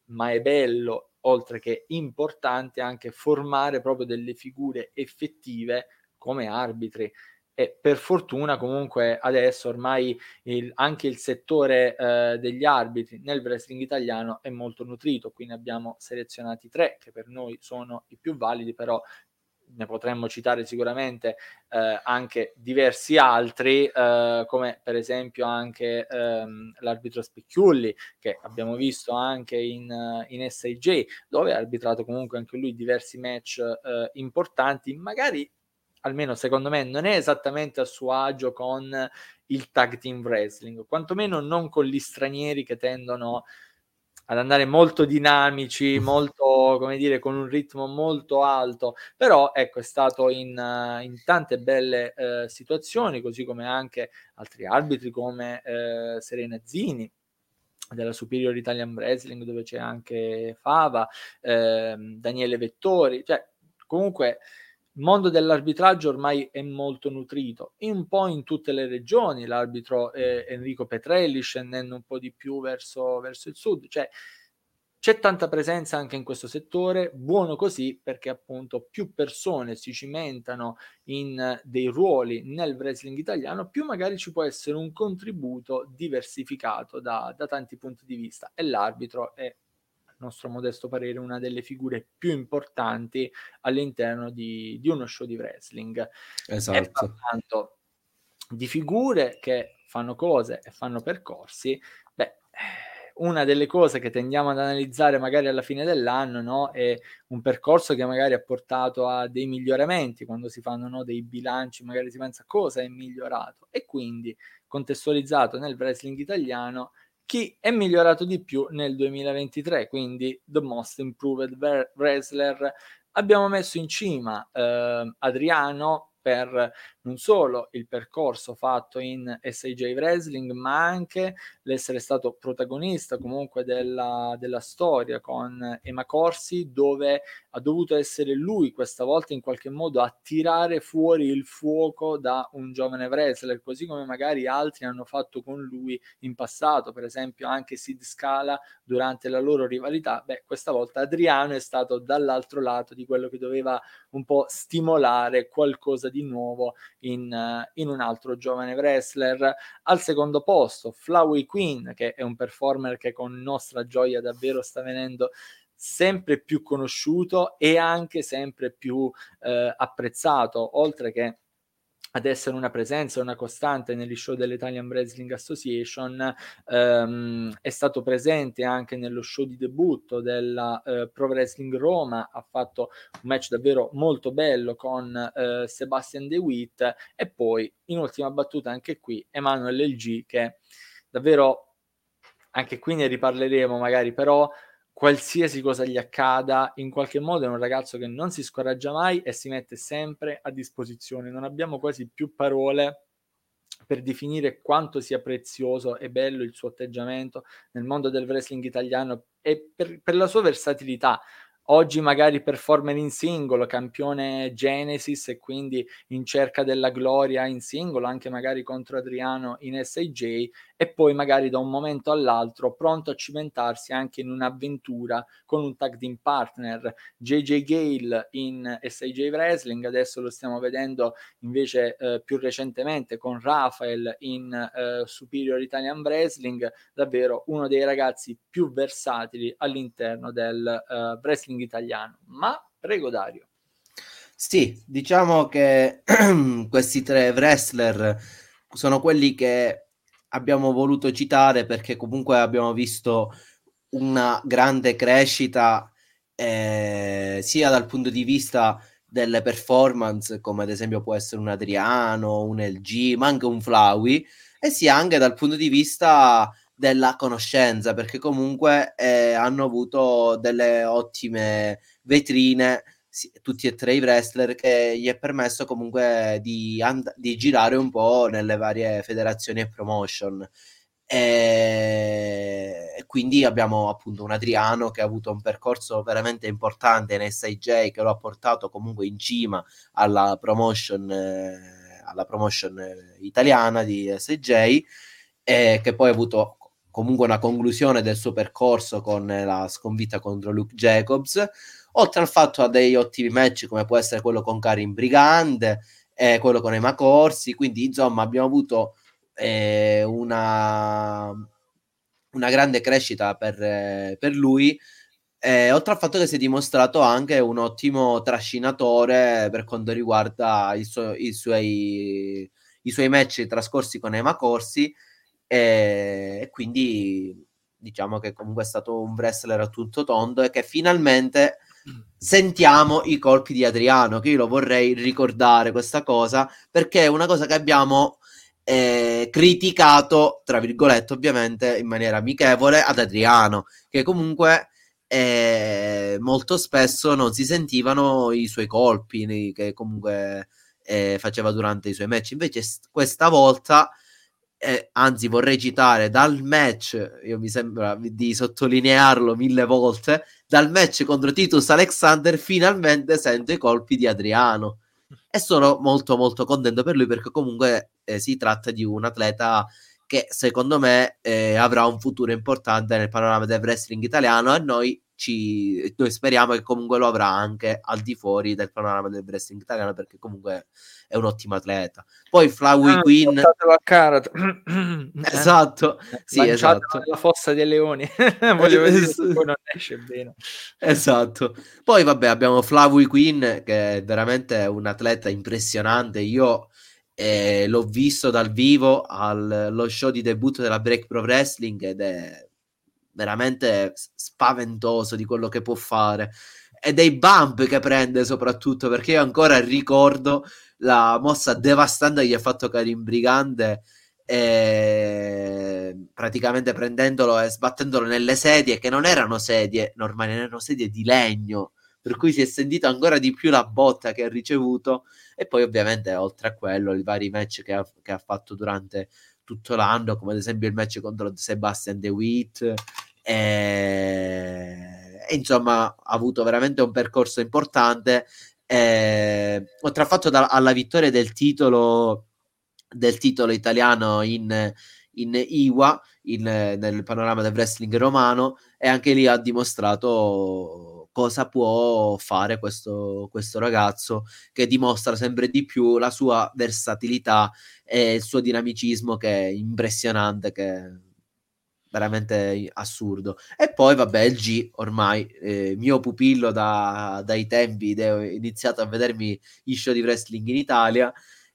ma è bello, oltre che importante, anche formare proprio delle figure effettive come arbitri. E per fortuna comunque adesso ormai anche il settore degli arbitri nel wrestling italiano è molto nutrito, quindi abbiamo selezionati 3 che per noi sono i più validi, però ne potremmo citare sicuramente anche diversi altri, come per esempio anche l'arbitro Spicchiulli, che abbiamo visto anche in SIJ, dove ha arbitrato comunque anche lui diversi match importanti, magari almeno secondo me non è esattamente a suo agio con il tag team wrestling, quantomeno non con gli stranieri che tendono ad andare molto dinamici, molto, come dire, con un ritmo molto alto, però ecco, è stato in tante belle situazioni, così come anche altri arbitri come Serena Zini della Superior Italian Wrestling, dove c'è anche Fava, Daniele Vettori, cioè comunque il mondo dell'arbitraggio ormai è molto nutrito, un po' in tutte le regioni, l'arbitro Enrico Petrelli scendendo un po' di più verso il sud, cioè c'è tanta presenza anche in questo settore, buono così perché appunto più persone si cimentano in dei ruoli nel wrestling italiano, più magari ci può essere un contributo diversificato da tanti punti di vista, e l'arbitro è, a nostro modesto parere, una delle figure più importanti all'interno di uno show di wrestling. E Esatto. parlando di figure che fanno cose e fanno percorsi, beh, una delle cose che tendiamo ad analizzare magari alla fine dell'anno, no, è un percorso che magari ha portato a dei miglioramenti, quando si fanno, no, dei bilanci, magari si pensa cosa è migliorato, e quindi contestualizzato nel wrestling italiano chi è migliorato di più nel 2023, quindi The Most Improved Wrestler. Abbiamo messo in cima Adriano per non solo il percorso fatto in SIJ Wrestling, ma anche l'essere stato protagonista comunque della storia con Ema Corsi, dove ha dovuto essere lui questa volta in qualche modo a tirare fuori il fuoco da un giovane wrestler, così come magari altri hanno fatto con lui in passato, per esempio anche Sid Scala durante la loro rivalità. Beh, questa volta Adriano è stato dall'altro lato di quello che doveva un po' stimolare qualcosa di nuovo in un altro giovane wrestler. Al secondo posto Flowey Queen, che è un performer che con nostra gioia davvero sta venendo sempre più conosciuto e anche sempre più apprezzato, oltre che ad essere una presenza, una costante negli show dell'Italian Wrestling Association. È stato presente anche nello show di debutto della Pro Wrestling Roma, ha fatto un match davvero molto bello con Sebastian DeWitt, e poi in ultima battuta anche qui Emanuel LG, che davvero, anche qui ne riparleremo magari, però qualsiasi cosa gli accada, in qualche modo è un ragazzo che non si scoraggia mai e si mette sempre a disposizione. Non abbiamo quasi più parole per definire quanto sia prezioso e bello il suo atteggiamento nel mondo del wrestling italiano, e per la sua versatilità. Oggi magari performer in singolo, campione Genesis e quindi in cerca della gloria in singolo, anche magari contro Adriano in SIJ, e poi magari da un momento all'altro pronto a cimentarsi anche in un'avventura con un tag team partner. JJ Gale in SIJ Wrestling, adesso lo stiamo vedendo invece più recentemente con Rafael in Superior Italian Wrestling, davvero uno dei ragazzi più versatili all'interno del wrestling italiano. Ma prego Dario. Sì, diciamo che questi 3 wrestler sono quelli che abbiamo voluto citare perché comunque abbiamo visto una grande crescita sia dal punto di vista delle performance, come ad esempio può essere un Adriano, un LG, ma anche un Flowey, e sia anche dal punto di vista della conoscenza, perché comunque hanno avuto delle ottime vetrine, tutti e 3 i wrestler, che gli è permesso comunque di girare un po' nelle varie federazioni e promotion. E quindi abbiamo appunto un Adriano che ha avuto un percorso veramente importante in SIJ, che lo ha portato comunque in cima alla promotion italiana di SIJ, e che poi ha avuto comunque una conclusione del suo percorso con la sconfitta contro Luke Jacobs, oltre al fatto ha dei ottimi match come può essere quello con Karim Brigand e quello con Emma Corsi, quindi insomma abbiamo avuto una grande crescita per lui, oltre al fatto che si è dimostrato anche un ottimo trascinatore per quanto riguarda i suoi match trascorsi con Emma Corsi, e quindi diciamo che comunque è stato un wrestler a tutto tondo e che finalmente sentiamo i colpi di Adriano, che io lo vorrei ricordare questa cosa, perché è una cosa che abbiamo criticato, tra virgolette, ovviamente in maniera amichevole ad Adriano, che comunque molto spesso non si sentivano i suoi colpi che comunque faceva durante i suoi match. Invece questa volta, anzi vorrei citare dal match, io mi sembra di sottolinearlo 1000 volte, dal match contro Titus Alexander finalmente sento i colpi di Adriano e sono molto molto contento per lui, perché comunque si tratta di un atleta che secondo me avrà un futuro importante nel panorama del wrestling italiano, e noi speriamo che comunque lo avrà anche al di fuori del panorama del wrestling italiano, perché comunque è un ottimo atleta. Poi Flyway Queen, a Karat. esatto, sì, Lanciatelo esatto. nella fossa dei leoni. Voglio vedere se poi non esce bene. Esatto. Poi vabbè, abbiamo Flavio Queen, che è veramente un atleta impressionante. Io l'ho visto dal vivo allo show di debutto della Break Pro Wrestling ed è veramente spaventoso di quello che può fare e dei bump che prende, soprattutto perché io ancora ricordo la mossa devastante che gli ha fatto Karim Brigande, praticamente prendendolo e sbattendolo nelle sedie, che non erano sedie normali, erano sedie di legno, per cui si è sentito ancora di più la botta che ha ricevuto. E poi ovviamente oltre a quello i vari match che ha fatto durante tutto l'anno, come ad esempio il match contro Sebastian DeWitt, e insomma ha avuto veramente un percorso importante, oltre al fatto alla vittoria del titolo italiano in Iwa, nel panorama del wrestling romano, e anche lì ha dimostrato cosa può fare questo ragazzo, che dimostra sempre di più la sua versatilità e il suo dinamicismo, che è impressionante, che è veramente assurdo. E poi vabbè, il G ormai mio pupillo dai tempi ho iniziato a vedermi gli show di wrestling in Italia,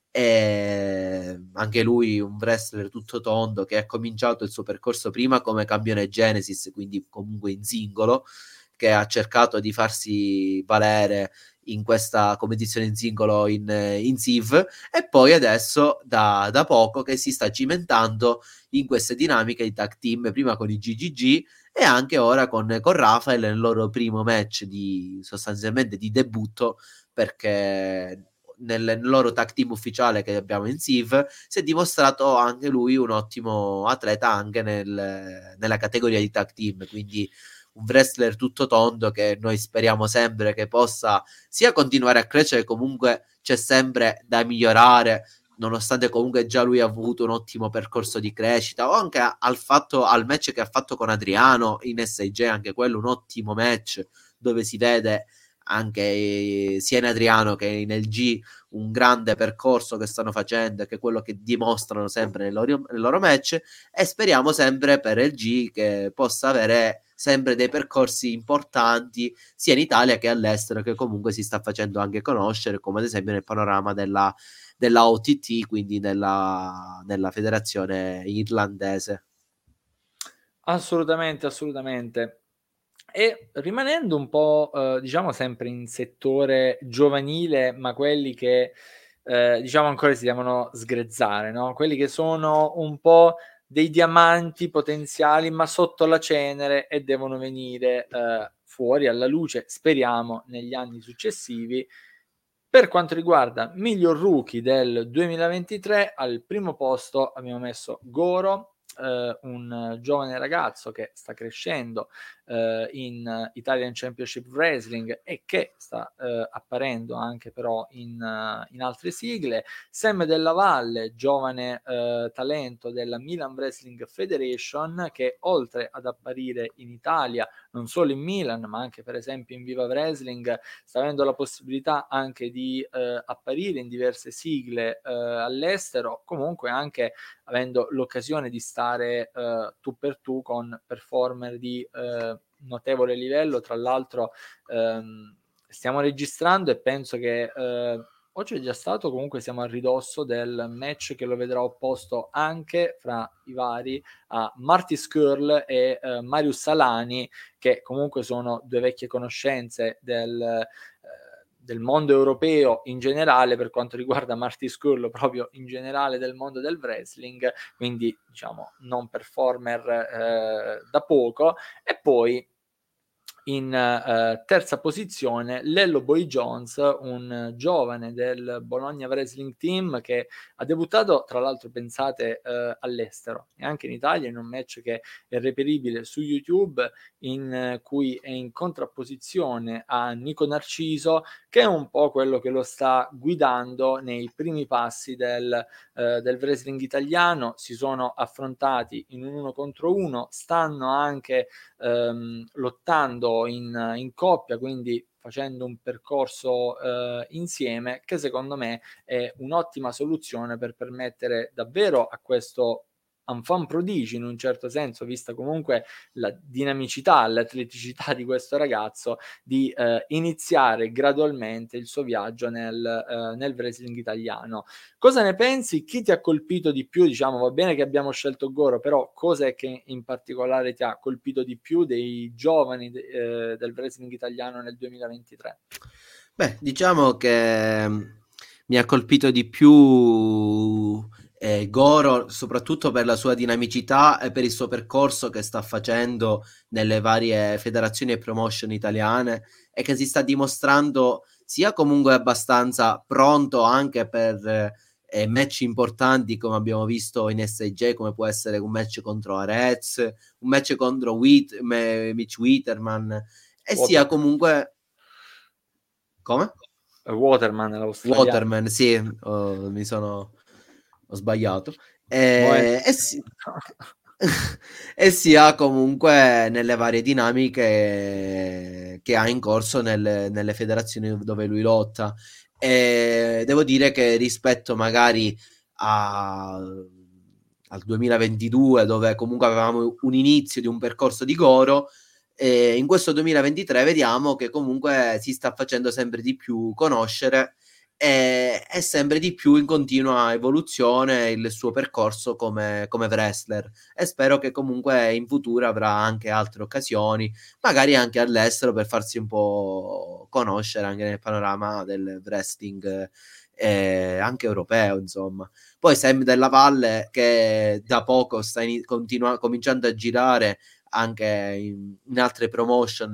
e anche lui un wrestler tutto tondo che ha cominciato il suo percorso prima come campione Genesis, quindi comunque in singolo, che ha cercato di farsi valere in questa competizione in singolo in SIV, e poi adesso da poco che si sta cimentando in queste dinamiche di tag team, prima con i GGG e anche ora con Rafael nel loro primo match sostanzialmente di debutto, perché nel loro tag team ufficiale che abbiamo in SIV si è dimostrato anche lui un ottimo atleta anche nella categoria di tag team, quindi un wrestler tutto tondo che noi speriamo sempre che possa sia continuare a crescere, comunque c'è sempre da migliorare, nonostante comunque già lui ha avuto un ottimo percorso di crescita, o anche al match che ha fatto con Adriano in SIJ, anche quello un ottimo match dove si vede anche sia in Adriano che nel G un grande percorso che stanno facendo, che è quello che dimostrano sempre nel loro match, e speriamo sempre per il G che possa avere sempre dei percorsi importanti sia in Italia che all'estero, che comunque si sta facendo anche conoscere, come ad esempio nel panorama della OTT, quindi nella federazione irlandese. Assolutamente, assolutamente. E rimanendo un po', diciamo sempre in settore giovanile, ma quelli che, diciamo ancora si devono sgrezzare, no? Quelli che sono un po' dei diamanti potenziali, ma sotto la cenere e devono venire fuori alla luce, speriamo, negli anni successivi. Per quanto riguarda miglior rookie del 2023, al primo posto abbiamo messo Goro, un giovane ragazzo che sta crescendo in Italian Championship Wrestling e che sta apparendo anche però in altre sigle. Sam Della Valle, giovane talento della Milan Wrestling Federation, che oltre ad apparire in Italia, non solo in Milan, ma anche per esempio in Viva Wrestling, sta avendo la possibilità anche di apparire in diverse sigle all'estero, comunque anche avendo l'occasione di stare tu per tu con performer di notevole livello. Tra l'altro stiamo registrando e penso che o c'è già stato, comunque siamo a ridosso del match che lo vedrà opposto anche fra i vari a Marty Scurll e Marius Salani, che comunque sono due vecchie conoscenze del mondo europeo in generale, per quanto riguarda Marty Scurll proprio in generale del mondo del wrestling, quindi diciamo non performer da poco. E poi in terza posizione Lello Boy Jones, un giovane del Bologna Wrestling Team che ha debuttato, tra l'altro pensate, all'estero e anche in Italia, in un match che è reperibile su YouTube, in cui è in contrapposizione a Nico Narciso, che è un po' quello che lo sta guidando nei primi passi del wrestling italiano. Si sono affrontati in un 1 contro 1, stanno anche lottando in coppia, quindi facendo un percorso insieme, che secondo me è un'ottima soluzione per permettere davvero a questo enfant prodigio, in un certo senso, vista comunque la dinamicità, l'atleticità di questo ragazzo, di iniziare gradualmente il suo viaggio nel wrestling italiano. Cosa ne pensi? Chi ti ha colpito di più? Diciamo, va bene che abbiamo scelto Goro, però cosa è che in particolare ti ha colpito di più dei giovani del wrestling italiano nel 2023? Beh, diciamo che mi ha colpito di più Goro, soprattutto per la sua dinamicità e per il suo percorso che sta facendo nelle varie federazioni e promotion italiane e che si sta dimostrando sia comunque abbastanza pronto anche per match importanti come abbiamo visto in SJ, come può essere un match contro Arez, un match contro Mitch Witterman, e sia comunque... Come? Waterman, l'australiano. Waterman, sì, ho sbagliato. Mo' E sì, e sia comunque nelle varie dinamiche che ha in corso nelle federazioni dove lui lotta. E devo dire che rispetto magari al 2022, dove comunque avevamo un inizio di un percorso di Goro, in questo 2023 vediamo che comunque si sta facendo sempre di più conoscere e è sempre di più in continua evoluzione il suo percorso come wrestler, e spero che comunque in futuro avrà anche altre occasioni, magari anche all'estero, per farsi un po' conoscere anche nel panorama del wrestling anche europeo, insomma. Poi Sam Della Valle, che da poco sta cominciando a girare anche in altre promotion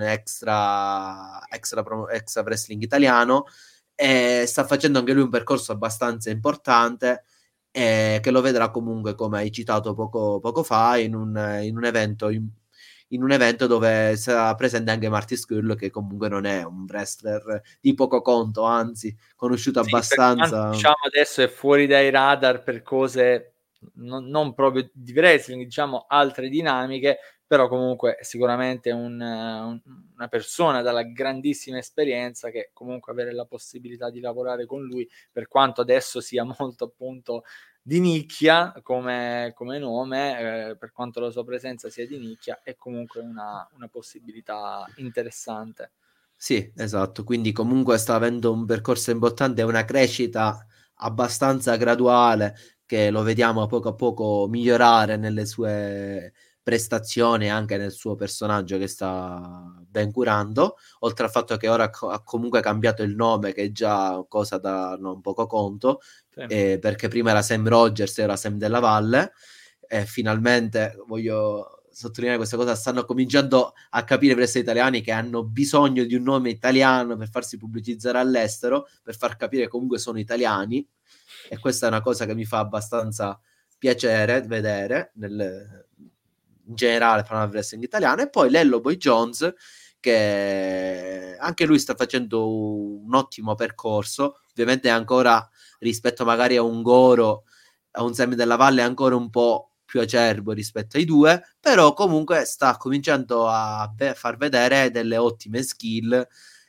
extra wrestling italiano, e sta facendo anche lui un percorso abbastanza importante, che lo vedrà comunque, come hai citato poco fa, in un evento in un evento dove sarà presente anche Marty Scurll, che comunque non è un wrestler di poco conto, anzi conosciuto Sì, per quanto abbastanza. diciamo adesso è fuori dai radar per cose non proprio di wrestling, diciamo altre dinamiche, però comunque è sicuramente una persona dalla grandissima esperienza, che comunque avere la possibilità di lavorare con lui, per quanto adesso sia molto appunto di nicchia come nome, per quanto la sua presenza sia di nicchia, è comunque una possibilità interessante. Sì, esatto, quindi comunque sta avendo un percorso importante e una crescita abbastanza graduale, che lo vediamo a poco migliorare nelle sue prestazioni e anche nel suo personaggio che sta ben curando, oltre al fatto che ora ha comunque cambiato il nome, che è già cosa da non poco conto, Sì. perché prima era Sam Rogers e ora Sam Della Valle, e finalmente, voglio sottolineare questa cosa, stanno cominciando a capire i wrestler italiani che hanno bisogno di un nome italiano per farsi pubblicizzare all'estero, per far capire che comunque sono italiani, e questa è una cosa che mi fa abbastanza piacere vedere in generale fra il wrestling italiano, e poi Lello Boy Jones, che anche lui sta facendo un ottimo percorso, ovviamente ancora rispetto magari a un Goro, a un Semi della Valle, è ancora un po' più acerbo rispetto ai due, però comunque sta cominciando a far vedere delle ottime skill,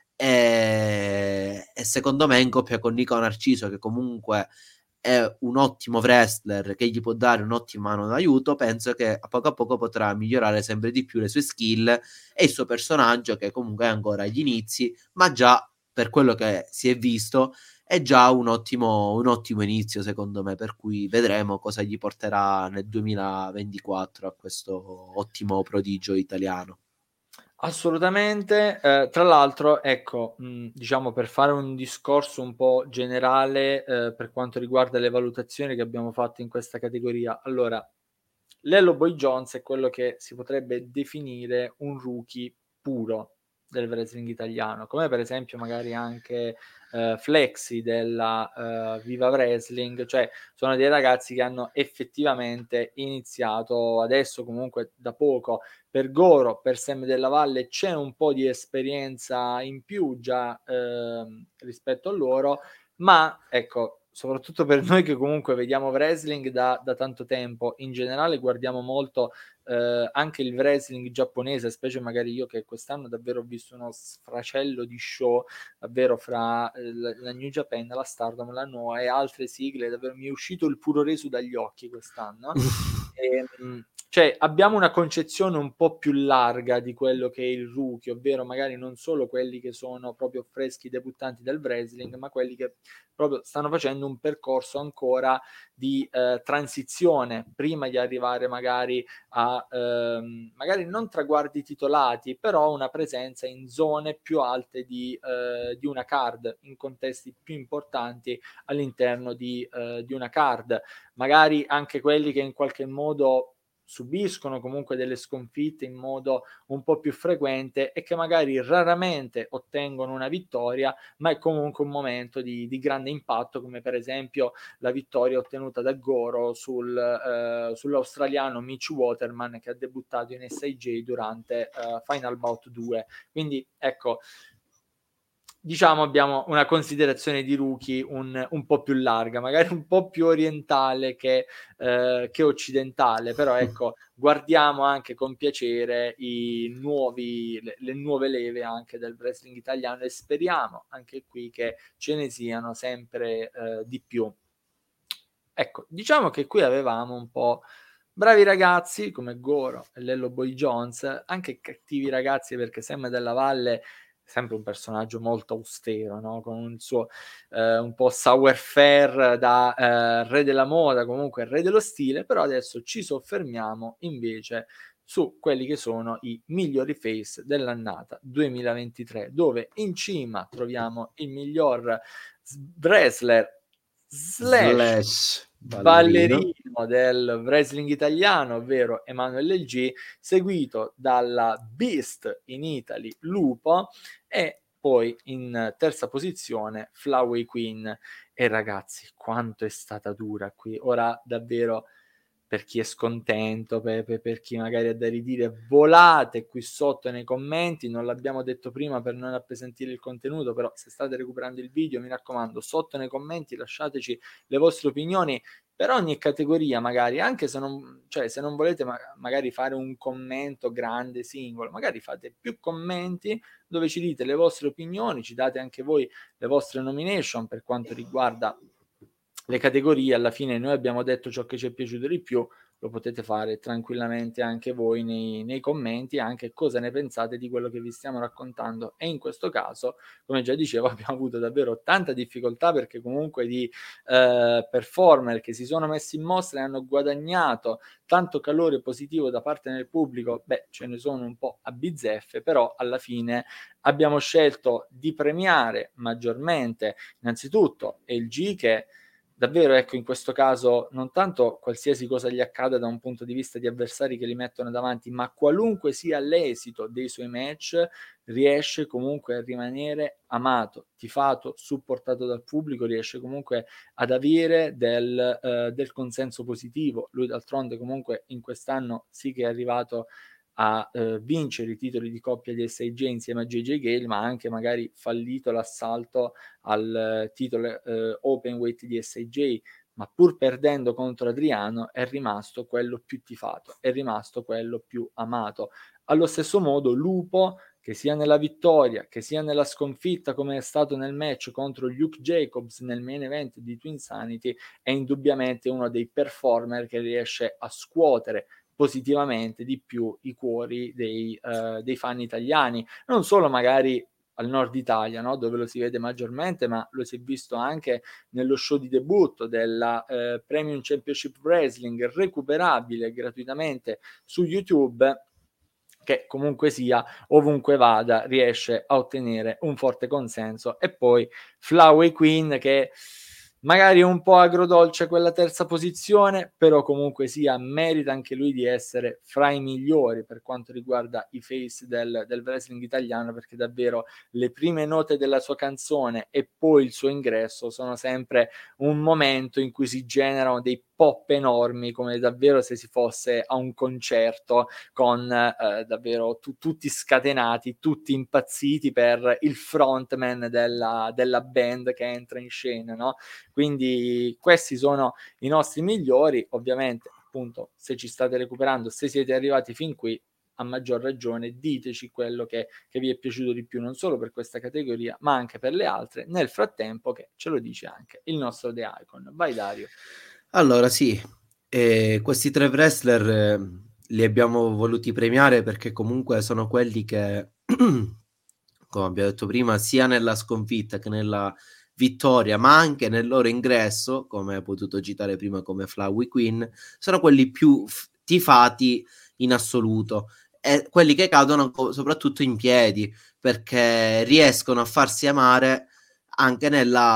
e secondo me in coppia con Nico Narciso, che comunque è un ottimo wrestler che gli può dare un'ottima mano d'aiuto, penso che a poco potrà migliorare sempre di più le sue skill e il suo personaggio, che comunque è ancora agli inizi, ma già per quello che si è visto è già un ottimo inizio secondo me, per cui vedremo cosa gli porterà nel 2024 a questo ottimo prodigio italiano. Assolutamente, tra l'altro ecco, diciamo, per fare un discorso un po' generale, per quanto riguarda le valutazioni che abbiamo fatto in questa categoria. Allora, Lello Boy Jones è quello che si potrebbe definire un rookie puro del wrestling italiano, come per esempio magari anche Flexi della Viva Wrestling, cioè sono dei ragazzi che hanno effettivamente iniziato adesso comunque da poco. Per Goro, per Sam della Valle c'è un po' di esperienza in più già rispetto a loro, ma ecco, soprattutto per noi che comunque vediamo wrestling da tanto tempo, in generale guardiamo molto anche il wrestling giapponese, specie magari io che quest'anno davvero ho visto uno sfracello di show, davvero fra la New Japan, la Stardom, la Noah e altre sigle, davvero mi è uscito il puroresu dagli occhi quest'anno. Cioè abbiamo una concezione un po' più larga di quello che è il rookie, ovvero magari non solo quelli che sono proprio freschi debuttanti del wrestling, ma quelli che proprio stanno facendo un percorso ancora di transizione prima di arrivare magari a magari non traguardi titolati, però una presenza in zone più alte di una card, in contesti più importanti all'interno di una card. Magari anche quelli che in qualche modo subiscono comunque delle sconfitte in modo un po' più frequente e che magari raramente ottengono una vittoria, ma è comunque un momento di grande impatto, come per esempio la vittoria ottenuta da Goro sull'australiano Mitch Waterman, che ha debuttato in SIJ durante Final Bout 2. Quindi ecco, diciamo abbiamo una considerazione di rookie un po' più larga, magari un po' più orientale che occidentale, però ecco, guardiamo anche con piacere le nuove leve anche del wrestling italiano e speriamo anche qui che ce ne siano sempre di più. Ecco, diciamo che qui avevamo un po' bravi ragazzi come Goro e Lello Boy Jones, anche cattivi ragazzi perché Sam della Valle sempre un personaggio molto austero, no? Con il suo un po' sour fair da re della moda, comunque re dello stile, però adesso ci soffermiamo invece su quelli che sono i migliori face dell'annata 2023, dove in cima troviamo il miglior wrestler slash Slash ballerino. ballerino del wrestling italiano, ovvero Emanuele G, seguito dalla Beast in Italy Lupo e poi in terza posizione Flowey Queen. E ragazzi, quanto è stata dura qui. Ora davvero, per chi è scontento, per chi magari ha da ridire, volate qui sotto nei commenti. Non l'abbiamo detto prima per non appesantire il contenuto, però se state recuperando il video, mi raccomando, sotto nei commenti lasciateci le vostre opinioni per ogni categoria, magari anche se non, cioè, se non volete magari fare un commento grande singolo, magari fate più commenti dove ci dite le vostre opinioni, ci date anche voi le vostre nomination per quanto riguarda le categorie. Alla fine noi abbiamo detto ciò che ci è piaciuto di più, lo potete fare tranquillamente anche voi nei commenti, anche cosa ne pensate di quello che vi stiamo raccontando. E in questo caso, come già dicevo, abbiamo avuto davvero tanta difficoltà perché comunque di performer che si sono messi in mostra e hanno guadagnato tanto calore positivo da parte del pubblico, beh, ce ne sono un po' a bizzeffe, però alla fine abbiamo scelto di premiare maggiormente innanzitutto LG, che davvero, ecco, in questo caso non tanto qualsiasi cosa gli accada da un punto di vista di avversari che li mettono davanti, ma qualunque sia l'esito dei suoi match, riesce comunque a rimanere amato, tifato, supportato dal pubblico, riesce comunque ad avere del consenso positivo. Lui d'altronde comunque in quest'anno sì che è arrivato a vincere i titoli di coppia di SIJ insieme a JJ Gale, ma ha anche magari fallito l'assalto al titolo open weight di SIJ, ma pur perdendo contro Adriano è rimasto quello più tifato, è rimasto quello più amato. Allo stesso modo Lupo, che sia nella vittoria, che sia nella sconfitta come è stato nel match contro Luke Jacobs nel main event di Twinsanity, è indubbiamente uno dei performer che riesce a scuotere positivamente di più i cuori dei fan italiani, non solo magari al nord Italia, no? Dove lo si vede maggiormente, ma lo si è visto anche nello show di debutto della Premium Championship Wrestling, recuperabile gratuitamente su YouTube, che comunque sia, ovunque vada, riesce a ottenere un forte consenso. E poi Flyway Queen, che magari è un po' agrodolce quella terza posizione, però comunque sia merita anche lui di essere fra i migliori per quanto riguarda i face del wrestling italiano, perché davvero le prime note della sua canzone e poi il suo ingresso sono sempre un momento in cui si generano dei pop enormi, come davvero se si fosse a un concerto con davvero tutti scatenati, tutti impazziti per il frontman della band che entra in scena, no? Quindi questi sono i nostri migliori. Ovviamente, appunto, se ci state recuperando, se siete arrivati fin qui, a maggior ragione diteci quello che vi è piaciuto di più, non solo per questa categoria ma anche per le altre, nel frattempo che ce lo dice anche il nostro The Icon. Vai Dario. Allora sì, questi tre wrestler li abbiamo voluti premiare perché comunque sono quelli che, come abbiamo detto prima, sia nella sconfitta che nella vittoria, ma anche nel loro ingresso, come hai potuto citare prima come Flyway Queen, sono quelli più tifati in assoluto e quelli che cadono soprattutto in piedi perché riescono a farsi amare anche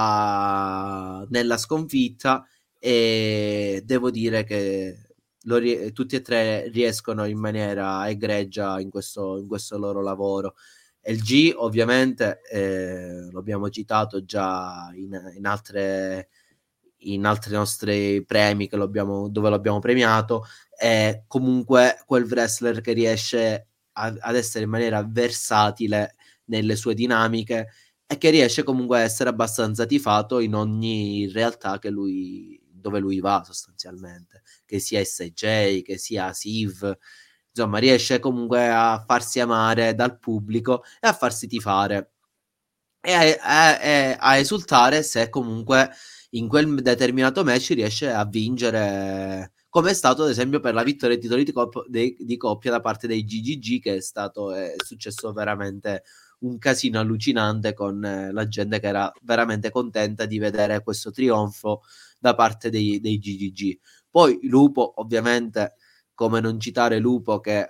nella sconfitta, e devo dire che tutti e tre riescono in maniera egregia in questo loro lavoro. LG ovviamente lo abbiamo citato già in altri nostri premi dove lo abbiamo premiato, è comunque quel wrestler che riesce ad essere in maniera versatile nelle sue dinamiche e che riesce comunque a essere abbastanza tifato in ogni realtà dove lui va sostanzialmente, che sia SJ, che sia Siv, insomma riesce comunque a farsi amare dal pubblico e a farsi tifare e a esultare se comunque in quel determinato match riesce a vincere, come è stato ad esempio per la vittoria dei titoli di coppia da parte dei GGG, che è successo veramente un casino allucinante con la gente che era veramente contenta di vedere questo trionfo da parte dei GGG. Poi Lupo, ovviamente, come non citare Lupo, che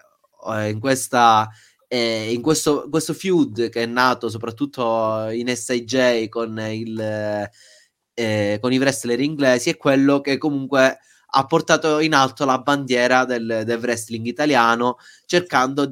in questo feud che è nato soprattutto in SIJ con i wrestler inglesi, è quello che comunque ha portato in alto la bandiera del wrestling italiano, cercando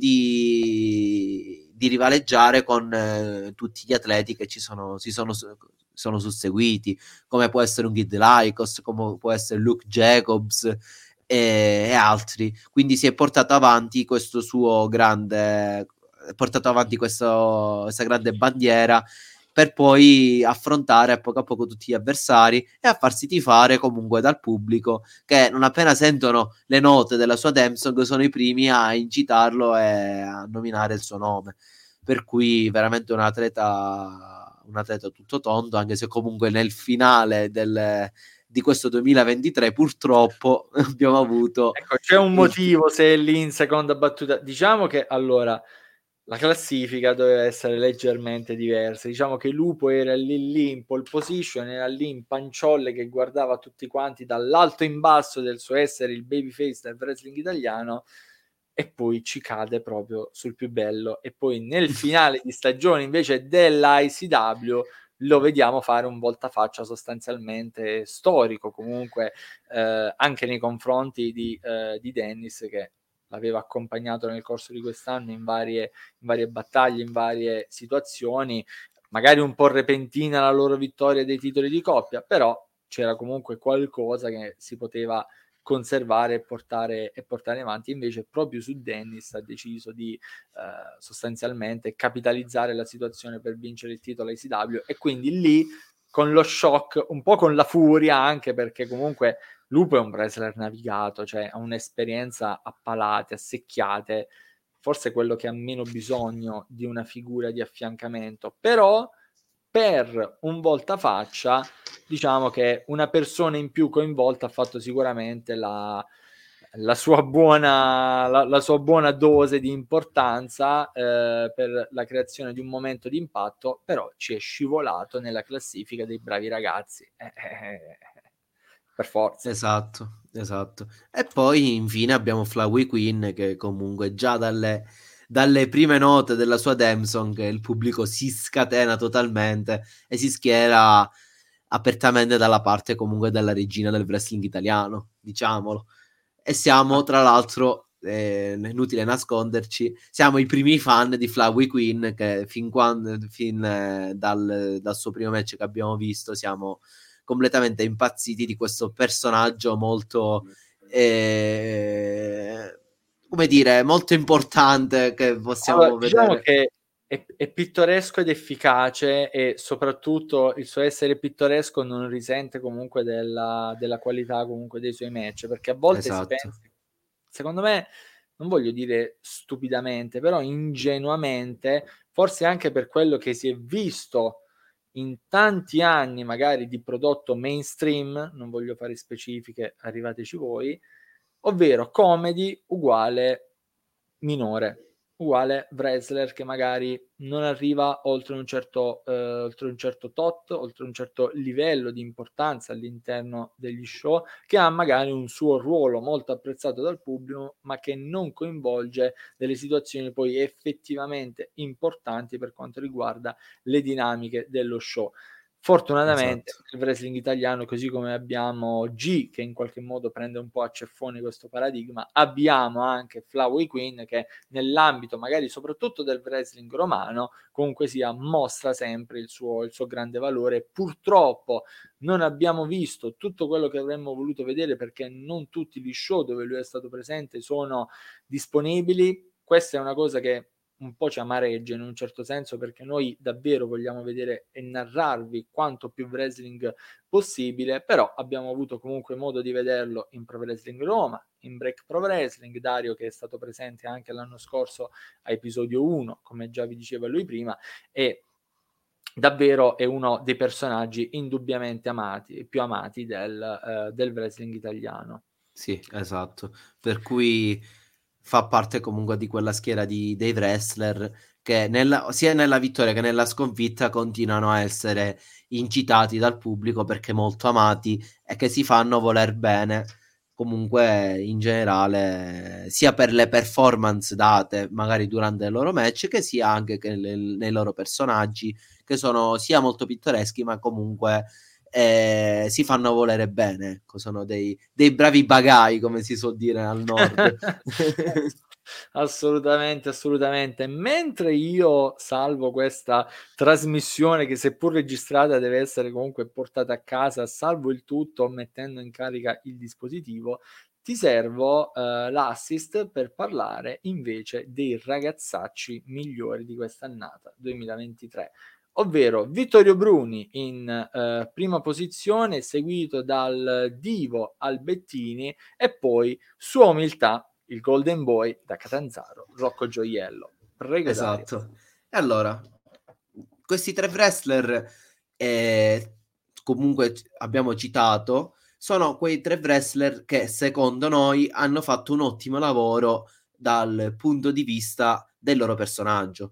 di rivaleggiare con tutti gli atleti che sono susseguiti, come può essere un Kid Lycos, come può essere Luke Jacobs e altri. Quindi si è portato avanti questo suo grande portato avanti questa grande bandiera per poi affrontare a poco tutti gli avversari e a farsi tifare comunque dal pubblico, che non appena sentono le note della sua theme song sono i primi a incitarlo e a nominare il suo nome. Per cui veramente un atleta tutto tondo, anche se comunque nel finale di questo 2023 purtroppo abbiamo avuto Ecco, c'è un motivo se è lì in seconda battuta. Diciamo che allora la classifica doveva essere leggermente diversa. Diciamo che Lupo era lì in pole position, era lì in panciolle che guardava tutti quanti dall'alto in basso del suo essere il babyface del wrestling italiano, e poi ci cade proprio sul più bello. E poi nel finale di stagione invece dell'ICW lo vediamo fare un voltafaccia sostanzialmente storico, comunque anche nei confronti di Dennis, che l'aveva accompagnato nel corso di quest'anno in varie battaglie, in varie situazioni, magari un po' repentina la loro vittoria dei titoli di coppia, però c'era comunque qualcosa che si poteva conservare e portare avanti. Invece proprio su Dennis ha deciso di sostanzialmente capitalizzare la situazione per vincere il titolo ICW, e quindi lì con lo shock, un po' con la furia, anche perché comunque Lupo è un wrestler navigato, cioè ha un'esperienza a palate, a secchiate, forse quello che ha meno bisogno di una figura di affiancamento, però per un voltafaccia diciamo che una persona in più coinvolta ha fatto sicuramente la sua buona dose di importanza per la creazione di un momento di impatto, però ci è scivolato nella classifica dei bravi ragazzi. Per forza. Esatto, esatto. E poi infine abbiamo Flowey Queen che comunque già dalle prime note della sua theme song il pubblico si scatena totalmente e si schiera apertamente dalla parte comunque della regina del wrestling italiano, diciamolo. E siamo tra l'altro, inutile nasconderci, siamo i primi fan di Flowey Queen che dal suo primo match che abbiamo visto siamo completamente impazziti di questo personaggio molto come dire, molto importante che Allora, possiamo diciamo vedere. che è pittoresco ed efficace, e soprattutto il suo essere pittoresco non risente comunque della qualità comunque dei suoi match, perché a volte si Esatto. pensa, secondo me, non voglio dire stupidamente, però ingenuamente, forse anche per quello che si è visto in tanti anni magari di prodotto mainstream, non voglio fare specifiche, arrivateci voi, ovvero comedy uguale minore, uguale wrestler che magari non arriva oltre un certo tot, oltre un certo livello di importanza all'interno degli show, che ha magari un suo ruolo molto apprezzato dal pubblico, ma che non coinvolge delle situazioni poi effettivamente importanti per quanto riguarda le dinamiche dello show. Fortunatamente Esatto. nel wrestling italiano, così come abbiamo G che in qualche modo prende un po' a ceffone questo paradigma, abbiamo anche Flowey Queen che nell'ambito magari soprattutto del wrestling romano comunque sia mostra sempre il suo grande valore. Purtroppo non abbiamo visto tutto quello che avremmo voluto vedere, perché non tutti gli show dove lui è stato presente sono disponibili. Questa è una cosa che un po' ci amareggia in un certo senso, perché noi davvero vogliamo vedere e narrarvi quanto più wrestling possibile, però abbiamo avuto comunque modo di vederlo in Pro Wrestling Roma, in Break Pro Wrestling, Dario che è stato presente anche l'anno scorso a episodio 1, come già vi diceva lui prima, e davvero è uno dei personaggi indubbiamente amati, più amati del wrestling italiano. Sì, esatto. Per cui fa parte comunque di quella schiera dei wrestler che sia nella vittoria che nella sconfitta continuano a essere incitati dal pubblico perché molto amati e che si fanno voler bene comunque in generale sia per le performance date magari durante i loro match che sia anche nei loro personaggi che sono sia molto pittoreschi ma comunque si fanno volere bene, ecco, sono dei bravi bagai, come si suol dire al nord. Assolutamente, assolutamente. Mentre io salvo questa trasmissione che seppur registrata deve essere comunque portata a casa, salvo il tutto mettendo in carica il dispositivo, ti servo l'assist per parlare invece dei ragazzacci migliori di quest'annata 2023, ovvero Vittorio Bruni in prima posizione, seguito dal divo Albettini, e poi Sua Umiltà, il Golden Boy da Catanzaro, Rocco Gioiello. Prego Dario. Esatto. E allora, questi tre wrestler, comunque abbiamo citato, sono quei tre wrestler che secondo noi hanno fatto un ottimo lavoro dal punto di vista del loro personaggio.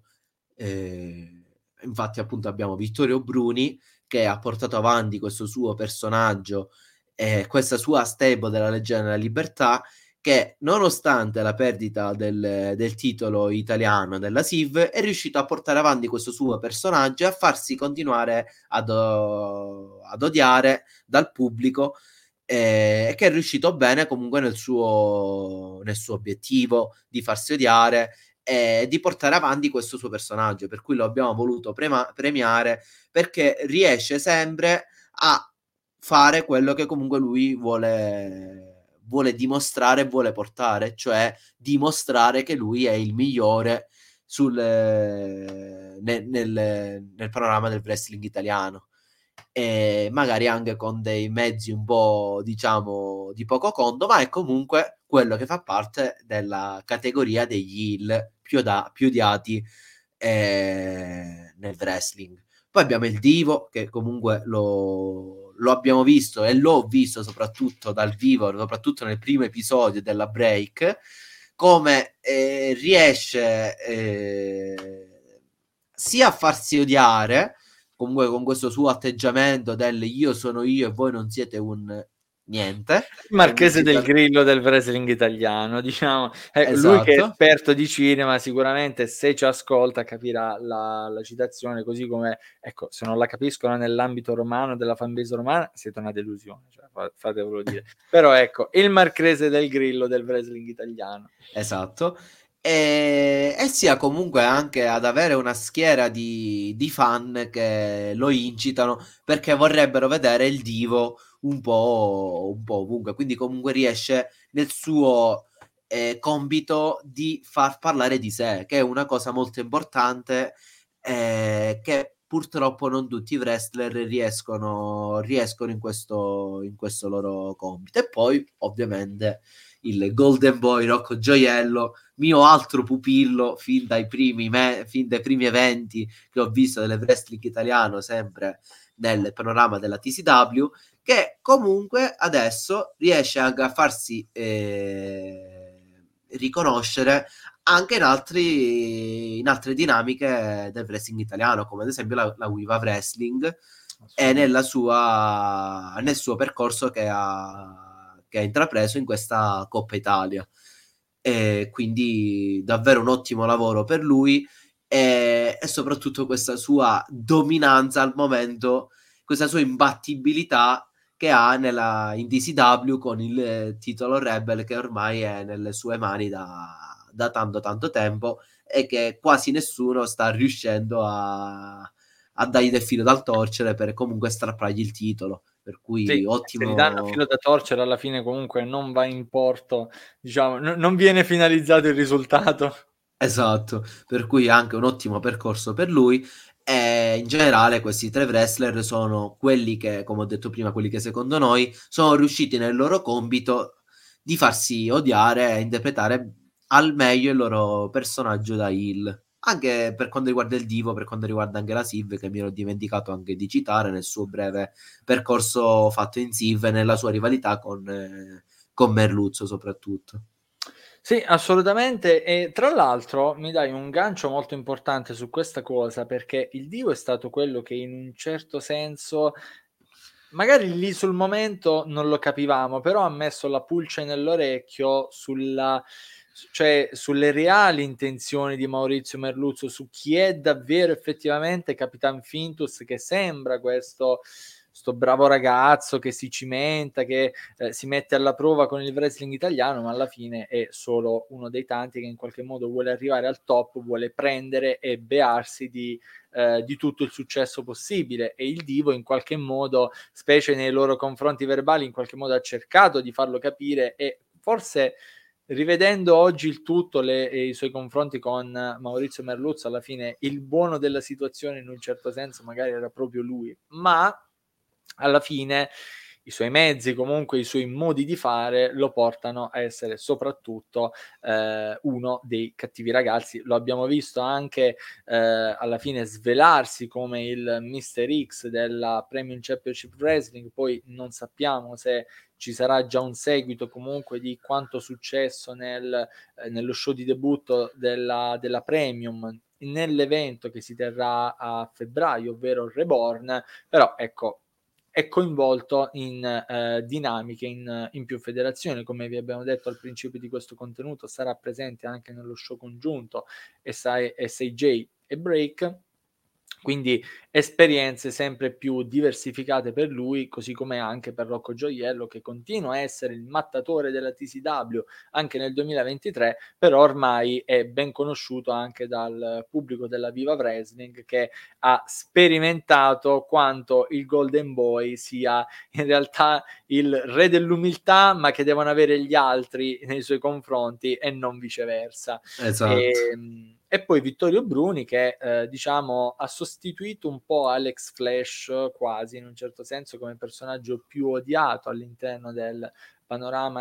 Infatti, appunto, abbiamo Vittorio Bruni che ha portato avanti questo suo personaggio e questa sua stable della Legione della Libertà che nonostante la perdita del titolo italiano della SIV è riuscito a portare avanti questo suo personaggio e a farsi continuare ad odiare dal pubblico, e che è riuscito bene comunque nel suo obiettivo di farsi odiare e di portare avanti questo suo personaggio, per cui lo abbiamo voluto premiare, perché riesce sempre a fare quello che comunque lui vuole dimostrare e vuole portare, cioè dimostrare che lui è il migliore nel panorama del wrestling italiano, e magari anche con dei mezzi un po', diciamo, di poco conto, ma è comunque quello che fa parte della categoria degli heel più odiati nel wrestling. Poi abbiamo il Divo, che comunque lo abbiamo visto e l'ho visto soprattutto dal vivo, soprattutto nel primo episodio della Break, come riesce sia a farsi odiare, comunque con questo suo atteggiamento del io sono io e voi non siete un niente. Marchese del Grillo del wrestling italiano, diciamo. Lui che è Esatto. esperto di cinema, sicuramente se ci ascolta capirà la citazione, così come, ecco, se non la capiscono nell'ambito romano, della fanbase romana, siete una delusione, cioè, fatevelo dire. Però ecco, il Marchese del Grillo del wrestling italiano. Esatto. E sia comunque anche ad avere una schiera di fan che lo incitano perché vorrebbero vedere il Divo un po' ovunque. Quindi comunque riesce nel suo compito di far parlare di sé, che è una cosa molto importante, che purtroppo non tutti i wrestler riescono in questo loro compito. E poi ovviamente il Golden Boy Rocco Gioiello, mio altro pupillo fin dai primi eventi che ho visto del wrestling italiano, sempre nel panorama della TCW, che comunque adesso riesce anche a farsi riconoscere anche in altre dinamiche del wrestling italiano, come ad esempio la Wiva Wrestling, e nel suo percorso che ha intrapreso in questa Coppa Italia. E quindi davvero un ottimo lavoro per lui, e soprattutto questa sua dominanza al momento, questa sua imbattibilità che ha in DCW con il titolo Rebel, che ormai è nelle sue mani da tanto tempo, e che quasi nessuno sta riuscendo a dargli del filo dal torcere per comunque strappargli il titolo. Per Sì, cui se gli danno filo ottimo. da torcere alla fine comunque non va in porto, diciamo, non viene finalizzato il risultato. Esatto, per cui anche un ottimo percorso per lui. E in generale questi tre wrestler sono quelli che, come ho detto prima, quelli che secondo noi sono riusciti nel loro compito di farsi odiare e interpretare al meglio il loro personaggio da heel. Anche per quanto riguarda il Divo, per quanto riguarda anche la Siv, che mi ero dimenticato anche di citare nel suo breve percorso fatto in Siv e nella sua rivalità con Merluzzo soprattutto. Sì, assolutamente. E tra l'altro mi dai un gancio molto importante su questa cosa, perché il Divo è stato quello che in un certo senso, magari lì sul momento non lo capivamo, però ha messo la pulce nell'orecchio cioè sulle reali intenzioni di Maurizio Merluzzo, su chi è davvero effettivamente Capitan Fintus, che sembra sto bravo ragazzo che si cimenta, che si mette alla prova con il wrestling italiano, ma alla fine è solo uno dei tanti che in qualche modo vuole arrivare al top, vuole prendere e bearsi di tutto il successo possibile, e il Divo in qualche modo, specie nei loro confronti verbali, in qualche modo ha cercato di farlo capire, e forse rivedendo oggi il tutto e i suoi confronti con Maurizio Merluzzo, alla fine il buono della situazione in un certo senso magari era proprio lui, ma alla fine i suoi mezzi, comunque i suoi modi di fare lo portano a essere soprattutto uno dei cattivi ragazzi. Lo abbiamo visto anche alla fine svelarsi come il Mister X della Premium Championship Wrestling, poi non sappiamo se ci sarà già un seguito comunque di quanto successo nello show di debutto della Premium, nell'evento che si terrà a febbraio, ovvero Reborn. Però ecco, è coinvolto in dinamiche in più federazioni. Come vi abbiamo detto al principio di questo contenuto, sarà presente anche nello show congiunto SAJ e Break, quindi esperienze sempre più diversificate per lui, così come anche per Rocco Gioiello, che continua a essere il mattatore della TCW anche nel 2023, però ormai è ben conosciuto anche dal pubblico della Viva Wrestling, che ha sperimentato quanto il Golden Boy sia in realtà il re dell'umiltà, ma che devono avere gli altri nei suoi confronti e non viceversa. Esatto. E poi Vittorio Bruni, che diciamo ha sostituito un po' Alex Flash quasi in un certo senso come personaggio più odiato all'interno del panorama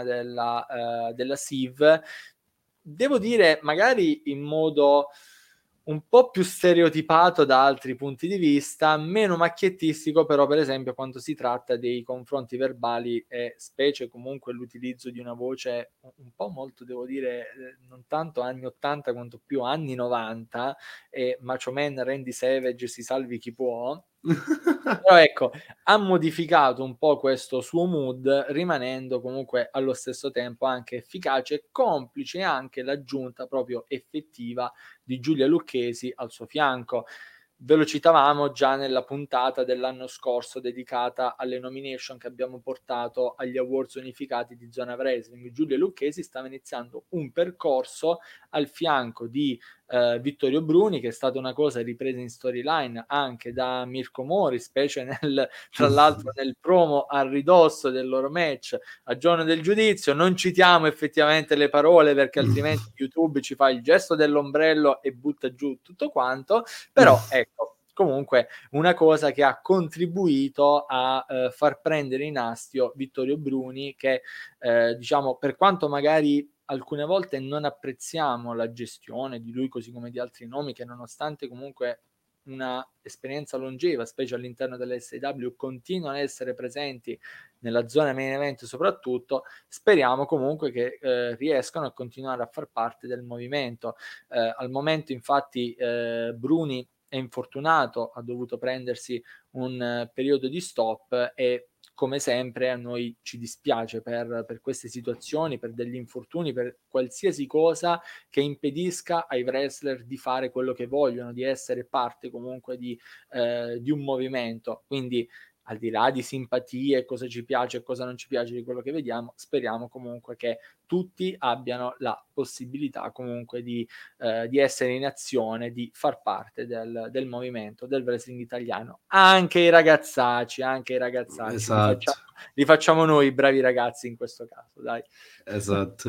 della SIV. Devo dire, magari in modo un po' più stereotipato da altri punti di vista, meno macchiettistico però per esempio quando si tratta dei confronti verbali e specie comunque l'utilizzo di una voce un po' molto, devo dire, non tanto anni 80 quanto più anni 90, e Macho Man, Randy Savage, si salvi chi può. Però ecco, ha modificato un po' questo suo mood, rimanendo comunque allo stesso tempo anche efficace e complice anche l'aggiunta proprio effettiva di Giulia Lucchesi al suo fianco. Ve lo citavamo già nella puntata dell'anno scorso dedicata alle nomination che abbiamo portato agli awards unificati di Zona Wrestling. Giulia Lucchesi stava iniziando un percorso al fianco di Vittorio Bruni, che è stata una cosa ripresa in storyline anche da Mirko Mori, specie tra l'altro nel promo a ridosso del loro match a giorno del giudizio. Non citiamo effettivamente le parole perché altrimenti YouTube ci fa il gesto dell'ombrello e butta giù tutto quanto, però ecco, comunque una cosa che ha contribuito a far prendere in astio Vittorio Bruni, che diciamo, per quanto magari alcune volte non apprezziamo la gestione di lui così come di altri nomi che, nonostante comunque una esperienza longeva, specie all'interno dell'SW, continuano a essere presenti nella zona main event soprattutto, speriamo comunque che riescano a continuare a far parte del movimento. Al momento infatti Bruni è infortunato, ha dovuto prendersi un periodo di stop e come sempre a noi ci dispiace per queste situazioni, per degli infortuni, per qualsiasi cosa che impedisca ai wrestler di fare quello che vogliono, di essere parte comunque di un movimento. Quindi al di là di simpatie, cosa ci piace e cosa non ci piace di quello che vediamo, speriamo comunque che tutti abbiano la possibilità comunque di essere in azione, di far parte del movimento del wrestling italiano. Anche i ragazzacci, Esatto. li facciamo noi bravi ragazzi in questo caso, dai. Esatto.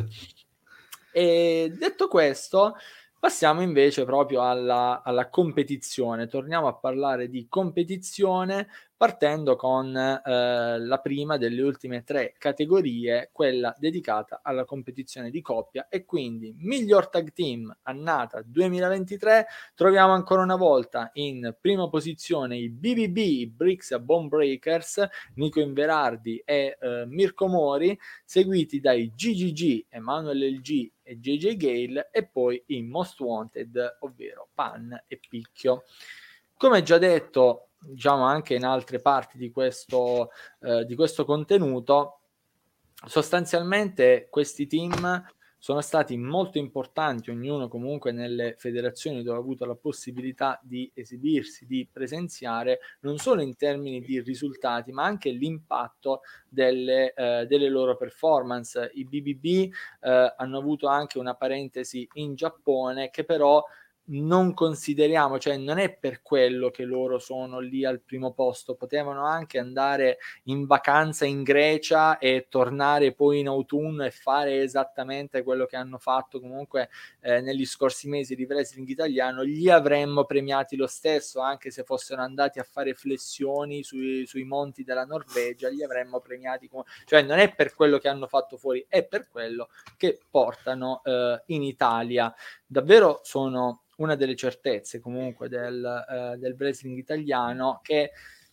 E detto questo, passiamo invece proprio alla competizione. Torniamo a parlare di competizione partendo con la prima delle ultime tre categorie, quella dedicata alla competizione di coppia, e quindi miglior tag team annata 2023. Troviamo ancora una volta in prima posizione i BBB, i Bricks a Bone Breakers, Nico Inverardi e Mirko Mori, seguiti dai GGG, Emanuele LG e JJ Gale, e poi i Most Wanted, ovvero Pan e Picchio. Come già detto, diciamo anche in altre parti di questo contenuto, sostanzialmente questi team sono stati molto importanti, ognuno comunque nelle federazioni dove ha avuto la possibilità di esibirsi, di presenziare, non solo in termini di risultati, ma anche l'impatto delle loro performance. I BBB hanno avuto anche una parentesi in Giappone che però non consideriamo, cioè non è per quello che loro sono lì al primo posto, potevano anche andare in vacanza in Grecia e tornare poi in autunno e fare esattamente quello che hanno fatto comunque negli scorsi mesi di wrestling italiano, li avremmo premiati lo stesso, anche se fossero andati a fare flessioni sui monti della Norvegia, li avremmo premiati cioè non è per quello che hanno fatto fuori, è per quello che portano in Italia. Davvero sono una delle certezze comunque del wrestling italiano, che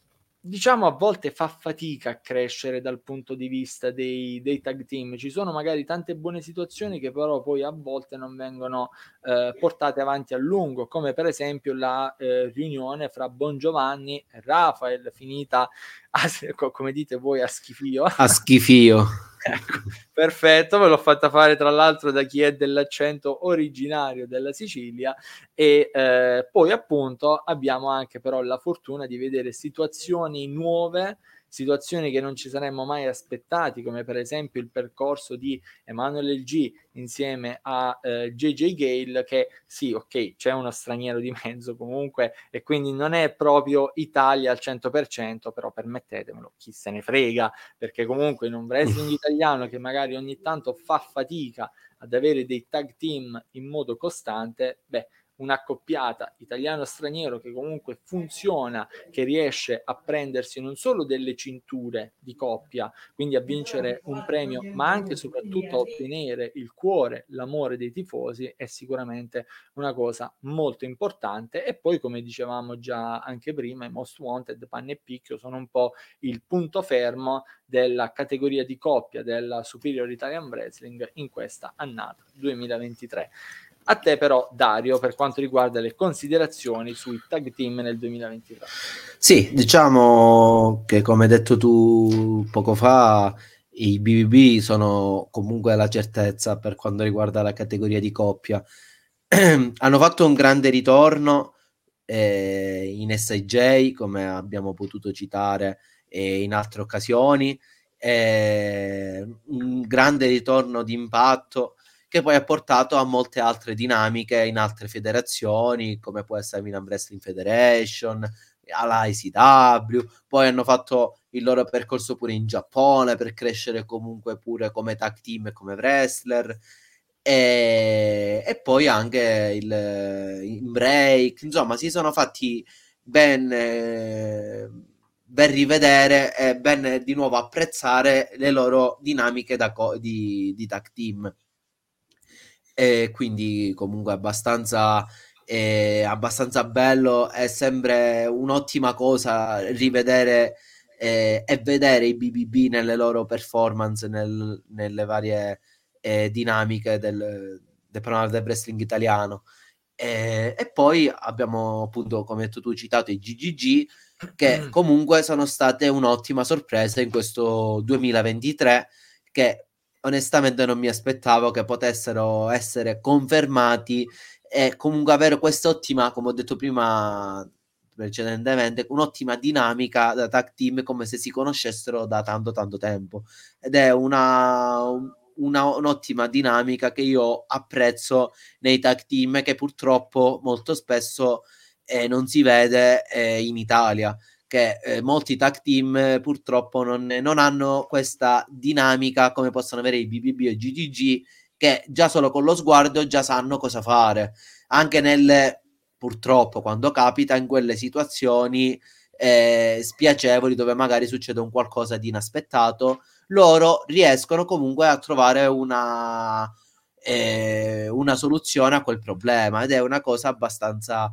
diciamo a volte fa fatica a crescere dal punto di vista dei tag team. Ci sono magari tante buone situazioni che però poi a volte non vengono portate avanti a lungo, come per esempio la riunione fra Bon Giovanni e Rafael, finita come dite voi a schifio. A schifio. Ecco, perfetto, ve l'ho fatta fare tra l'altro da chi è dell'accento originario della Sicilia. E poi appunto abbiamo anche però la fortuna di vedere situazioni nuove, situazioni che non ci saremmo mai aspettati, come per esempio il percorso di Emanuele G insieme a JJ Gale, che sì, ok, c'è uno straniero di mezzo comunque e quindi non è proprio Italia al 100%, però permettetemelo, chi se ne frega, perché comunque in un wrestling italiano che magari ogni tanto fa fatica ad avere dei tag team in modo costante, beh, un'accoppiata italiano-straniero che comunque funziona, che riesce a prendersi non solo delle cinture di coppia, quindi a vincere un premio, ma anche e soprattutto a ottenere il cuore, l'amore dei tifosi, è sicuramente una cosa molto importante. E poi, come dicevamo già anche prima, i Most Wanted, Panni e Picchio, sono un po' il punto fermo della categoria di coppia della Superior Italian Wrestling in questa annata 2023. A te però, Dario, per quanto riguarda le considerazioni sui tag team nel 2023. Sì, diciamo che come hai detto tu poco fa, i BBB sono comunque la certezza per quanto riguarda la categoria di coppia. Hanno fatto un grande ritorno in SIJ, come abbiamo potuto citare in altre occasioni, un grande ritorno di impatto che poi ha portato a molte altre dinamiche in altre federazioni, come può essere Milan Wrestling Federation, alla ICW, poi hanno fatto il loro percorso pure in Giappone per crescere comunque pure come tag team e come wrestler, e poi anche in break, insomma si sono fatti ben, ben rivedere e ben di nuovo apprezzare le loro dinamiche di tag team, e quindi comunque abbastanza bello. È sempre un'ottima cosa rivedere e vedere i BBB nelle loro performance, nelle varie dinamiche del panorama del wrestling italiano. E poi abbiamo appunto, come hai detto tu, citato i GGG, che comunque sono state un'ottima sorpresa in questo 2023, che onestamente non mi aspettavo che potessero essere confermati e comunque avere quest'ottima, come ho detto prima precedentemente, un'ottima dinamica da tag team, come se si conoscessero da tanto tempo, ed è un'ottima dinamica che io apprezzo nei tag team, che purtroppo molto spesso non si vede in Italia, che molti tag team purtroppo non hanno questa dinamica come possono avere i BBB e i GGG, che già solo con lo sguardo già sanno cosa fare, anche purtroppo quando capita in quelle situazioni spiacevoli dove magari succede un qualcosa di inaspettato, loro riescono comunque a trovare una soluzione a quel problema, ed è una cosa abbastanza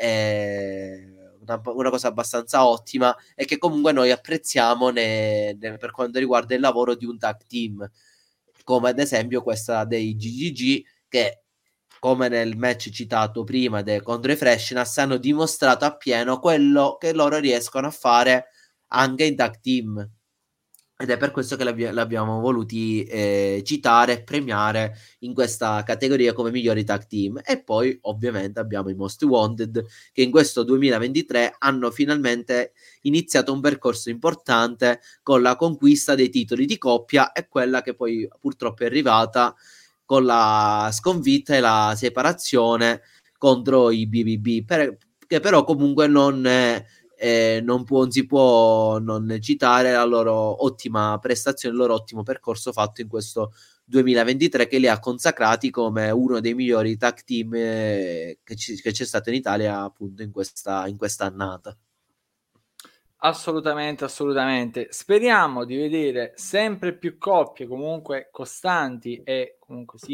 una cosa abbastanza ottima e che comunque noi apprezziamo per quanto riguarda il lavoro di un tag team, come ad esempio questa dei GGG, che come nel match citato prima contro i Freshness hanno dimostrato appieno quello che loro riescono a fare anche in tag team, ed è per questo che l'abbiamo voluti citare e premiare in questa categoria come migliori tag team. E poi ovviamente abbiamo i Most Wanted, che in questo 2023 hanno finalmente iniziato un percorso importante con la conquista dei titoli di coppia, e quella che poi purtroppo è arrivata con la sconfitta e la separazione contro i BBB, che però comunque non si può non citare la loro ottima prestazione, il loro ottimo percorso fatto in questo 2023, che li ha consacrati come uno dei migliori tag team che c'è stato in Italia appunto in questa annata. Assolutamente, assolutamente. Speriamo di vedere sempre più coppie comunque costanti e comunque sia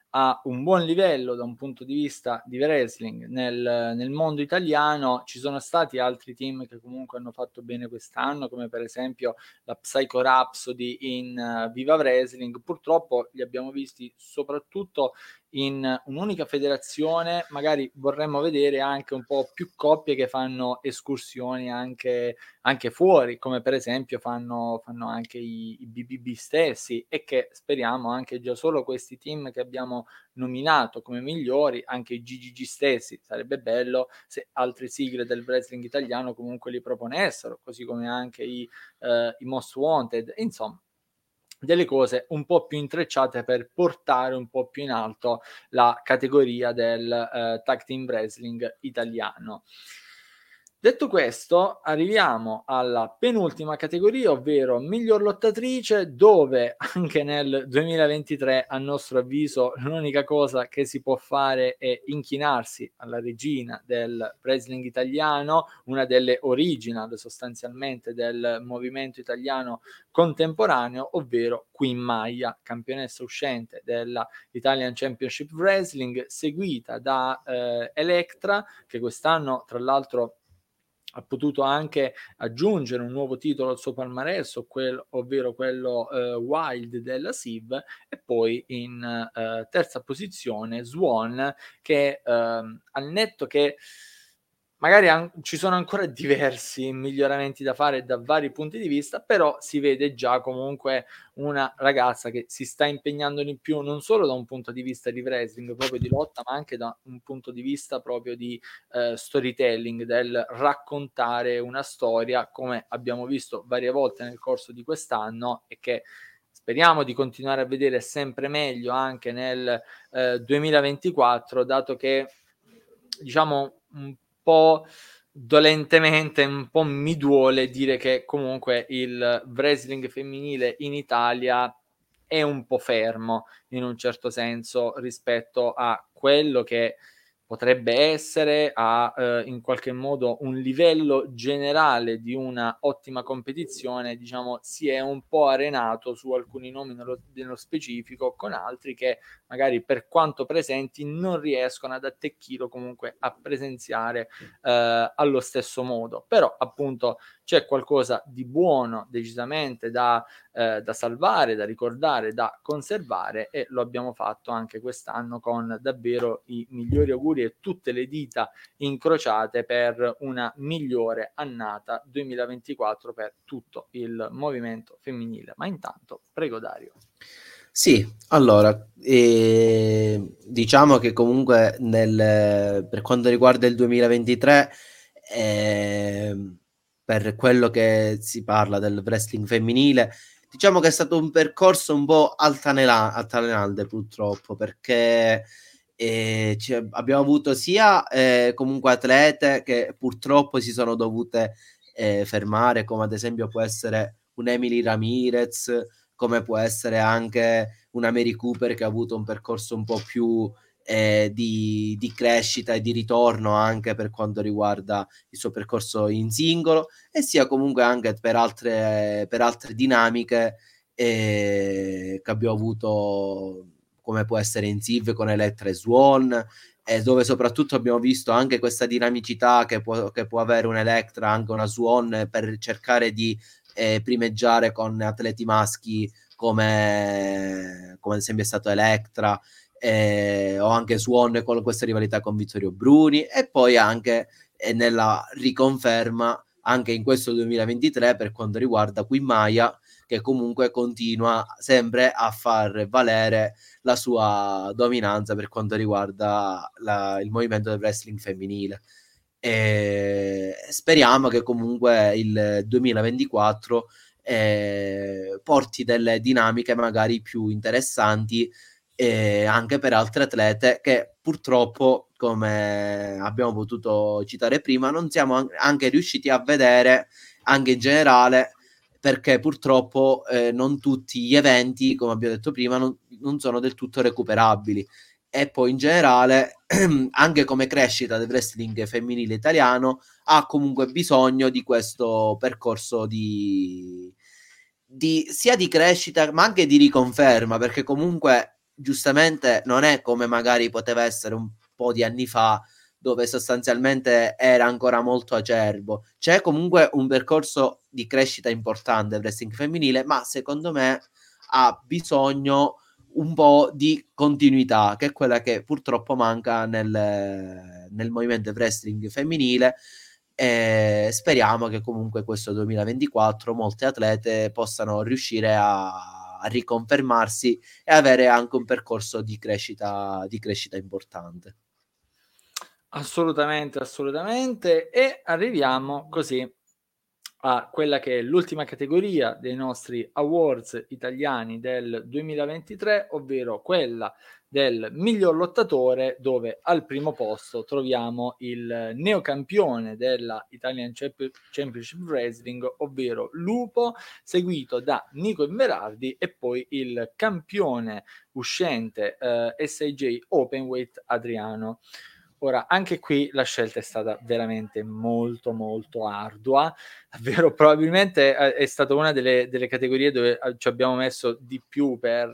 a un buon livello da un punto di vista di wrestling nel mondo italiano. Ci sono stati altri team che comunque hanno fatto bene quest'anno, come per esempio la Psycho Rhapsody in Viva Wrestling. Purtroppo li abbiamo visti soprattutto in un'unica federazione. Magari vorremmo vedere anche un po' più coppie che fanno escursioni anche fuori, come per esempio fanno anche i BBB stessi, e che speriamo anche già solo questi team che abbiamo nominato come migliori, anche i GGG stessi, sarebbe bello se altre sigle del wrestling italiano comunque li proponessero, così come anche i Most Wanted, insomma delle cose un po' più intrecciate per portare un po' più in alto la categoria del tag team wrestling italiano. Detto questo, arriviamo alla penultima categoria, ovvero miglior lottatrice, dove anche nel 2023, a nostro avviso, l'unica cosa che si può fare è inchinarsi alla regina del wrestling italiano, una delle original sostanzialmente del movimento italiano contemporaneo, ovvero Queen Maya, campionessa uscente della Italian Championship Wrestling, seguita da Electra, che quest'anno tra l'altro ha potuto anche aggiungere un nuovo titolo al suo palmarès, ovvero quello Wild della SIV, e poi in terza posizione Swan, che al netto che magari ci sono ancora diversi miglioramenti da fare da vari punti di vista, però si vede già comunque una ragazza che si sta impegnando di più, non solo da un punto di vista di wrestling, proprio di lotta, ma anche da un punto di vista proprio di storytelling, del raccontare una storia, come abbiamo visto varie volte nel corso di quest'anno, e che speriamo di continuare a vedere sempre meglio anche nel 2024, dato che diciamo un po' dolentemente, un po' mi duole dire che comunque il wrestling femminile in Italia è un po' fermo in un certo senso rispetto a quello che potrebbe essere, a in qualche modo un livello generale di una ottima competizione. Diciamo si è un po' arenato su alcuni nomi nello specifico, con altri che magari per quanto presenti non riescono ad attecchire o comunque a presenziare allo stesso modo. Però appunto c'è qualcosa di buono decisamente da salvare, da ricordare, da conservare, e lo abbiamo fatto anche quest'anno con davvero i migliori auguri e tutte le dita incrociate per una migliore annata 2024 per tutto il movimento femminile. Ma intanto prego Dario. Sì, allora, diciamo che comunque per quanto riguarda il 2023, per quello che si parla del wrestling femminile, diciamo che è stato un percorso un po' altalenante purtroppo, perché abbiamo avuto sia comunque atlete che purtroppo si sono dovute fermare, come ad esempio può essere un Emily Ramirez, come può essere anche una Mary Cooper, che ha avuto un percorso un po' più di crescita e di ritorno anche per quanto riguarda il suo percorso in singolo, e sia comunque anche per altre dinamiche che abbiamo avuto, come può essere in Siv con Electra e Swan, dove soprattutto abbiamo visto anche questa dinamicità che può avere un Electra, anche una Swan, per cercare di primeggiare con atleti maschi come ad esempio è stato Electra, o anche Swan con questa rivalità con Vittorio Bruni, e poi anche nella riconferma anche in questo 2023 per quanto riguarda Queen Maya, che comunque continua sempre a far valere la sua dominanza per quanto riguarda il movimento del wrestling femminile. E speriamo che comunque il 2024 porti delle dinamiche magari più interessanti anche per altre atlete che purtroppo, come abbiamo potuto citare prima, non siamo anche riusciti a vedere anche in generale, perché purtroppo non tutti gli eventi, come abbiamo detto prima, non sono del tutto recuperabili. E poi in generale anche come crescita del wrestling femminile italiano ha comunque bisogno di questo percorso sia di crescita ma anche di riconferma, perché comunque giustamente non è come magari poteva essere un po' di anni fa, dove sostanzialmente era ancora molto acerbo. C'è comunque un percorso di crescita importante il wrestling femminile, ma secondo me ha bisogno un po' di continuità, che è quella che purtroppo manca nel movimento wrestling femminile. E speriamo che comunque questo 2024 molte atlete possano riuscire a riconfermarsi e avere anche un percorso di crescita importante. Assolutamente, assolutamente. E arriviamo così a quella che è l'ultima categoria dei nostri awards italiani del 2023, ovvero quella del miglior lottatore, dove al primo posto troviamo il neocampione della Italian Championship Wrestling, ovvero Lupo, seguito da Nico Inverardi, e poi il campione uscente SIJ Openweight Adriano. Ora, anche qui la scelta è stata veramente molto molto ardua, davvero probabilmente è stata una delle categorie dove ci abbiamo messo di più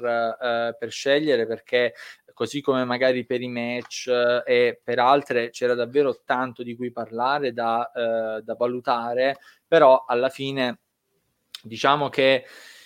per scegliere, perché così come magari per i match e per altre c'era davvero tanto di cui parlare, da valutare, però alla fine diciamo che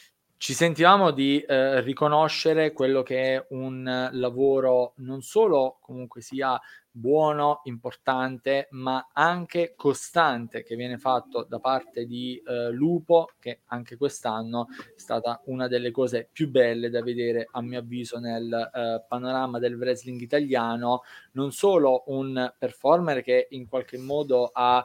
ci sentivamo di riconoscere quello che è un lavoro non solo comunque sia buono, importante, ma anche costante, che viene fatto da parte di Lupo, che anche quest'anno è stata una delle cose più belle da vedere, a mio avviso, nel panorama del wrestling italiano. Non solo un performer che in qualche modo ha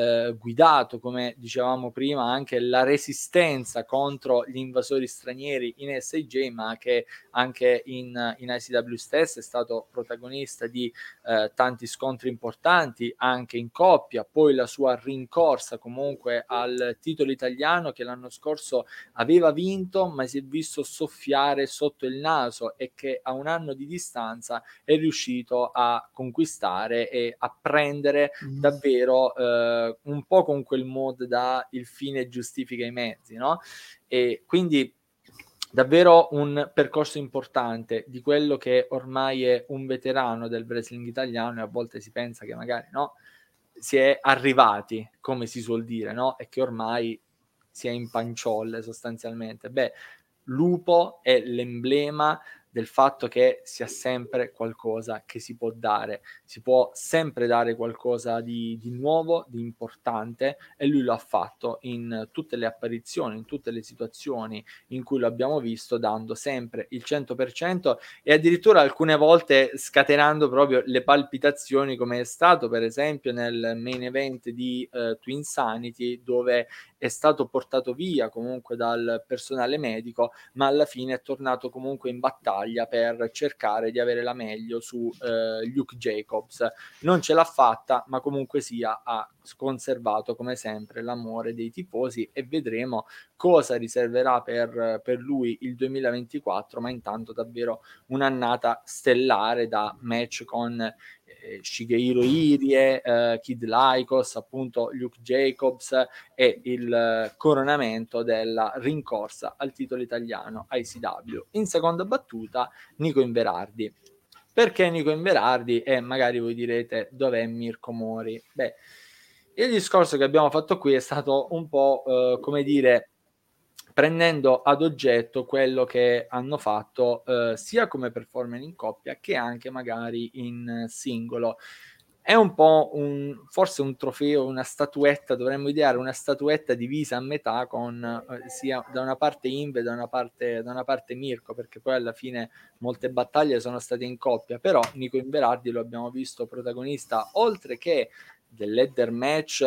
guidato, come dicevamo prima, anche la resistenza contro gli invasori stranieri in SIJ, ma che anche in ICW stesso è stato protagonista di tanti scontri importanti anche in coppia, poi la sua rincorsa comunque al titolo italiano che l'anno scorso aveva vinto, ma si è visto soffiare sotto il naso, e che a un anno di distanza è riuscito a conquistare e a prendere davvero un po' con quel mod da il fine giustifica i mezzi, no? E quindi davvero un percorso importante di quello che ormai è un veterano del wrestling italiano, e a volte si pensa che magari no, si è arrivati, come si suol dire, no? E che ormai si è in panciolle sostanzialmente. Beh, Lupo è l'emblema del fatto che sia sempre qualcosa che si può dare, si può sempre dare qualcosa di nuovo, di importante, e lui lo ha fatto in tutte le apparizioni, in tutte le situazioni in cui lo abbiamo visto, dando sempre il 100% e addirittura alcune volte scatenando proprio le palpitazioni, come è stato per esempio nel main event di Twinsanity, dove è stato portato via comunque dal personale medico, ma alla fine è tornato comunque in battaglia per cercare di avere la meglio su Luke Jacobs. Non ce l'ha fatta, ma comunque sia ha conservato come sempre l'amore dei tifosi, e vedremo cosa riserverà per lui il 2024, ma intanto davvero un'annata stellare, da match con Shigehiro Irie, Kid Lycos, appunto Luke Jacobs, e il coronamento della rincorsa al titolo italiano ICW. In seconda battuta Nico Inverardi. Perché Nico Inverardi? E magari voi direte, dov'è Mirko Mori? Beh, il discorso che abbiamo fatto qui è stato un po' come dire, prendendo ad oggetto quello che hanno fatto sia come performance in coppia che anche magari in singolo. È un po' forse un trofeo, una statuetta, dovremmo ideare una statuetta divisa a metà con sia da una parte Inve, da una parte Mirko, perché poi alla fine molte battaglie sono state in coppia, però Nico Inverardi lo abbiamo visto protagonista, oltre che del ladder match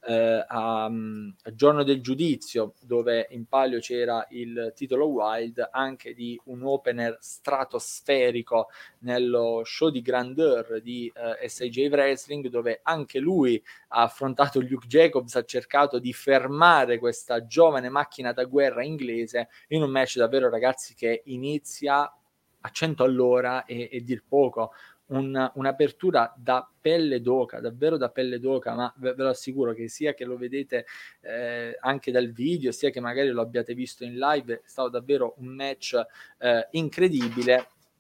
a Giorno del Giudizio, dove in palio c'era il titolo Wild, anche di un opener stratosferico nello show di grandeur di SIJ Wrestling, dove anche lui ha affrontato Luke Jacobs, ha cercato di fermare questa giovane macchina da guerra inglese in un match davvero, ragazzi, che inizia a 100 all'ora e dir poco. Un'apertura da pelle d'oca, davvero da pelle d'oca, ma ve lo assicuro che sia che lo vedete anche dal video, sia che magari lo abbiate visto in live, è stato davvero un match incredibile.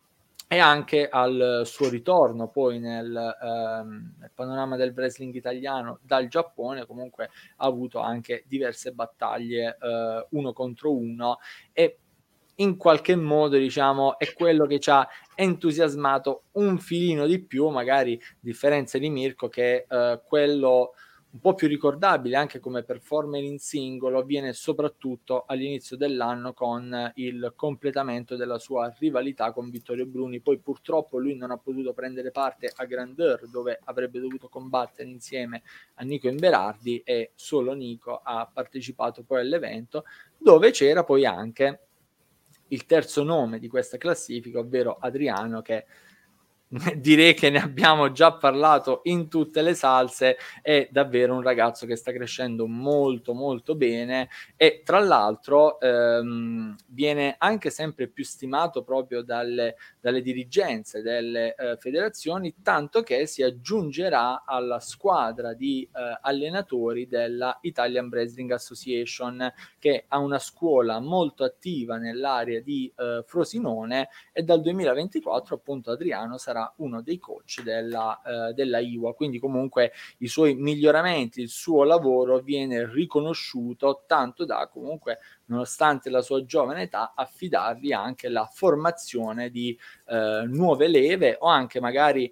e anche al suo ritorno poi nel panorama del wrestling italiano dal Giappone. Comunque ha avuto anche diverse battaglie uno contro uno, e in qualche modo, diciamo, è quello che ci ha entusiasmato un filino di più, magari a differenza di Mirko, che quello un po' più ricordabile anche come performer in singolo viene soprattutto all'inizio dell'anno con il completamento della sua rivalità con Vittorio Bruni. Poi purtroppo lui non ha potuto prendere parte a Grandeur, dove avrebbe dovuto combattere insieme a Nico Inverardi, e solo Nico ha partecipato poi all'evento, dove c'era poi anche il terzo nome di questa classifica, ovvero Adriano, che direi che ne abbiamo già parlato in tutte le salse. È davvero un ragazzo che sta crescendo molto molto bene, e tra l'altro viene anche sempre più stimato proprio dalle dirigenze delle federazioni, tanto che si aggiungerà alla squadra di allenatori della Italian Wrestling Association, che ha una scuola molto attiva nell'area di Frosinone, e dal 2024 appunto Adriano sarà uno dei coach della IWA. Quindi comunque i suoi miglioramenti, il suo lavoro viene riconosciuto, tanto da comunque, nonostante la sua giovane età, affidargli anche la formazione di nuove leve, o anche magari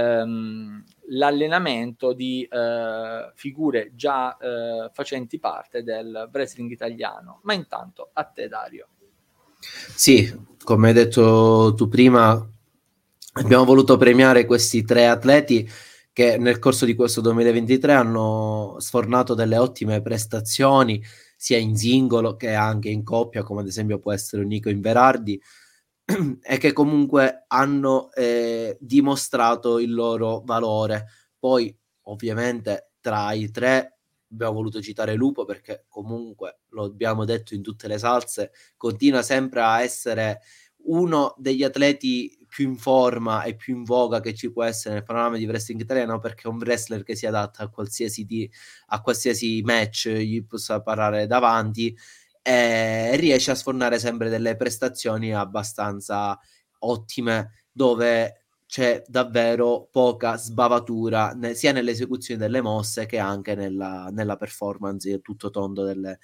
l'allenamento di figure già facenti parte del wrestling italiano. Ma intanto a te, Dario. Sì, come hai detto tu prima, abbiamo voluto premiare questi tre atleti che nel corso di questo 2023 hanno sfornato delle ottime prestazioni sia in singolo che anche in coppia, come ad esempio può essere Nico Inverardi, e che comunque hanno dimostrato il loro valore. Poi ovviamente tra i tre abbiamo voluto citare Lupo, perché comunque lo abbiamo detto in tutte le salse, continua sempre a essere uno degli atleti più in forma e più in voga che ci può essere nel panorama di wrestling italiano, perché è un wrestler che si adatta a qualsiasi match gli possa parare davanti, e riesce a sfornare sempre delle prestazioni abbastanza ottime, dove c'è davvero poca sbavatura sia nell'esecuzione delle mosse che anche nella performance tutto tondo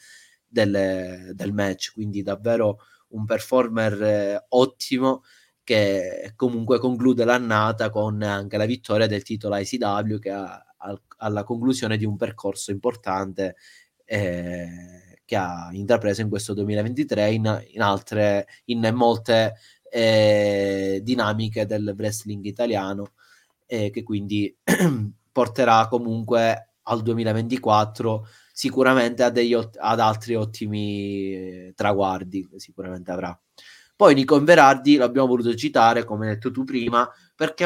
del match. Quindi davvero un performer ottimo, che comunque conclude l'annata con anche la vittoria del titolo ICW, che alla conclusione di un percorso importante che ha intrapreso in questo 2023 in molte dinamiche del wrestling italiano, che quindi porterà comunque al 2024 sicuramente ad altri ottimi traguardi che sicuramente avrà. Poi Nico Inverardi l'abbiamo voluto citare, come hai detto tu prima, perché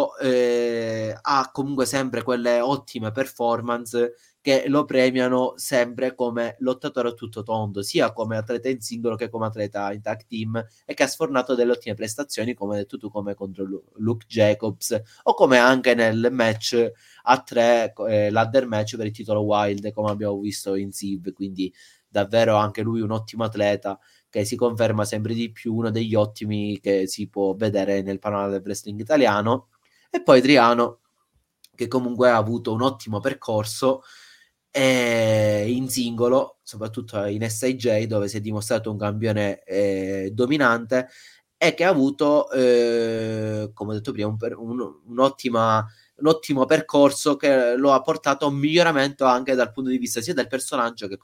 ha comunque sempre quelle ottime performance che lo premiano sempre come lottatore a tutto tondo, sia come atleta in singolo che come atleta in tag team, e che ha sfornato delle ottime prestazioni, come hai detto tu, come contro Luke Jacobs, o come anche nel match a tre, ladder match per il titolo Wild, come abbiamo visto in SIV. Quindi davvero anche lui un ottimo atleta, che si conferma sempre di più uno degli ottimi che si può vedere nel panorama del wrestling italiano. E poi Adriano, che comunque ha avuto un ottimo percorso in singolo, soprattutto in SIJ, dove si è dimostrato un campione dominante, e che ha avuto, come ho detto prima, un ottimo percorso che lo ha portato a un miglioramento anche dal punto di vista sia del personaggio che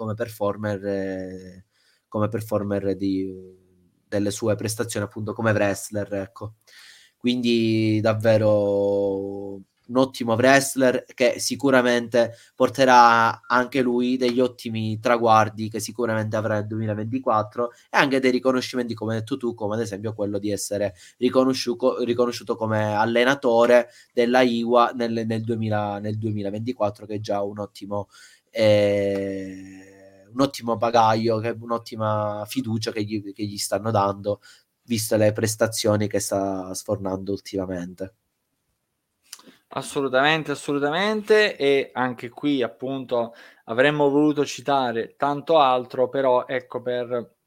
come performer delle sue prestazioni appunto come wrestler, ecco. Quindi davvero un ottimo wrestler che sicuramente porterà anche lui degli ottimi traguardi che sicuramente avrà nel 2024, e anche dei riconoscimenti, come hai detto tu, come ad esempio quello di essere riconosciuto come allenatore della IWA nel 2024, che è già un ottimo bagaglio, un'ottima fiducia che gli stanno dando, viste le prestazioni che sta sfornando ultimamente. Assolutamente, assolutamente, e anche qui appunto avremmo voluto citare tanto altro, però ecco, per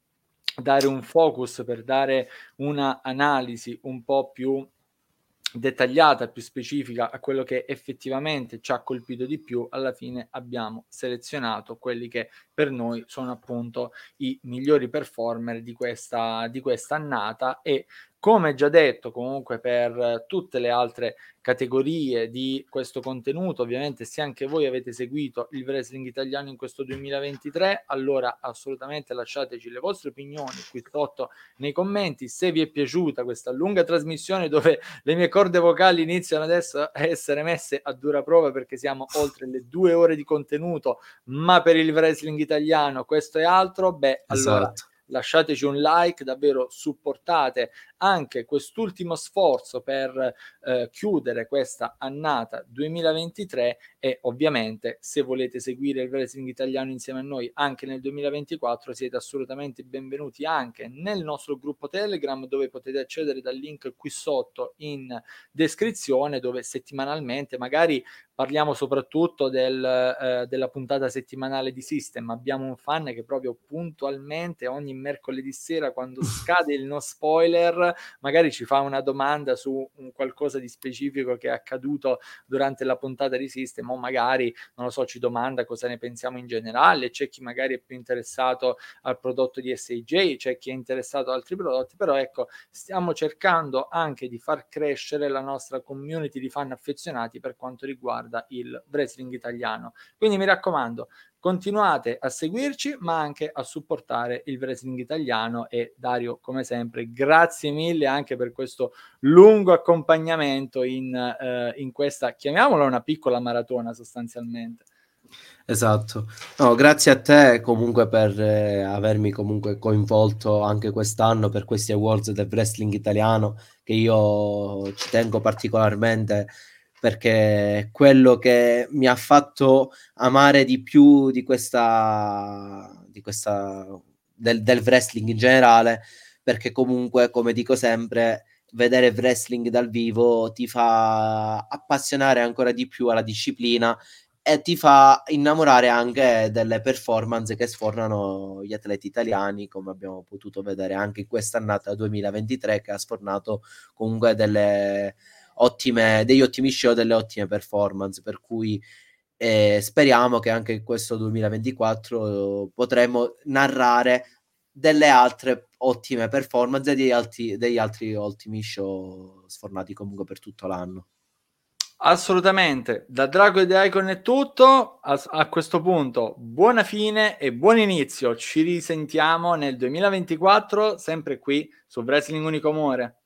dare un focus, per dare una analisi un po' più dettagliata, più specifica a quello che effettivamente ci ha colpito di più, alla fine abbiamo selezionato quelli che per noi sono appunto i migliori performer di questa annata. E come già detto comunque per tutte le altre categorie di questo contenuto, ovviamente se anche voi avete seguito il wrestling italiano in questo 2023, allora assolutamente lasciateci le vostre opinioni qui sotto nei commenti. Se vi è piaciuta questa lunga trasmissione dove le mie corde vocali iniziano adesso a essere messe a dura prova perché siamo oltre le 2 ore di contenuto, ma per il wrestling italiano questo è altro, beh, allora Esatto. lasciateci un like, davvero supportate anche quest'ultimo sforzo per chiudere questa annata 2023. E ovviamente se volete seguire il wrestling italiano insieme a noi anche nel 2024 siete assolutamente benvenuti anche nel nostro gruppo Telegram, dove potete accedere dal link qui sotto in descrizione, dove settimanalmente magari parliamo soprattutto della puntata settimanale di System. Abbiamo un fan che proprio puntualmente ogni mercoledì sera, quando scade il no spoiler, magari ci fa una domanda su un qualcosa di specifico che è accaduto durante la puntata di System, o magari, non lo so, ci domanda cosa ne pensiamo in generale. C'è chi magari è più interessato al prodotto di SAJ, c'è chi è interessato ad altri prodotti, però ecco, stiamo cercando anche di far crescere la nostra community di fan affezionati per quanto riguarda il wrestling italiano. Quindi mi raccomando, continuate a seguirci, ma anche a supportare il wrestling italiano. E Dario, come sempre, grazie mille anche per questo lungo accompagnamento in questa, chiamiamola una piccola maratona sostanzialmente. Esatto. No, grazie a te comunque per avermi comunque coinvolto anche quest'anno per questi awards del wrestling italiano, che io ci tengo particolarmente perché è quello che mi ha fatto amare di più del wrestling in generale, perché comunque, come dico sempre, vedere wrestling dal vivo ti fa appassionare ancora di più alla disciplina e ti fa innamorare anche delle performance che sfornano gli atleti italiani, come abbiamo potuto vedere anche in quest'annata 2023, che ha sfornato comunque degli ottimi show, delle ottime performance, per cui speriamo che anche in questo 2024 potremo narrare delle altre ottime performance e degli altri ottimi show sfornati comunque per tutto l'anno. Assolutamente, da Drago e The Icon è tutto. A questo punto buona fine e buon inizio, ci risentiamo nel 2024 sempre qui su Wrestling Unico Amore.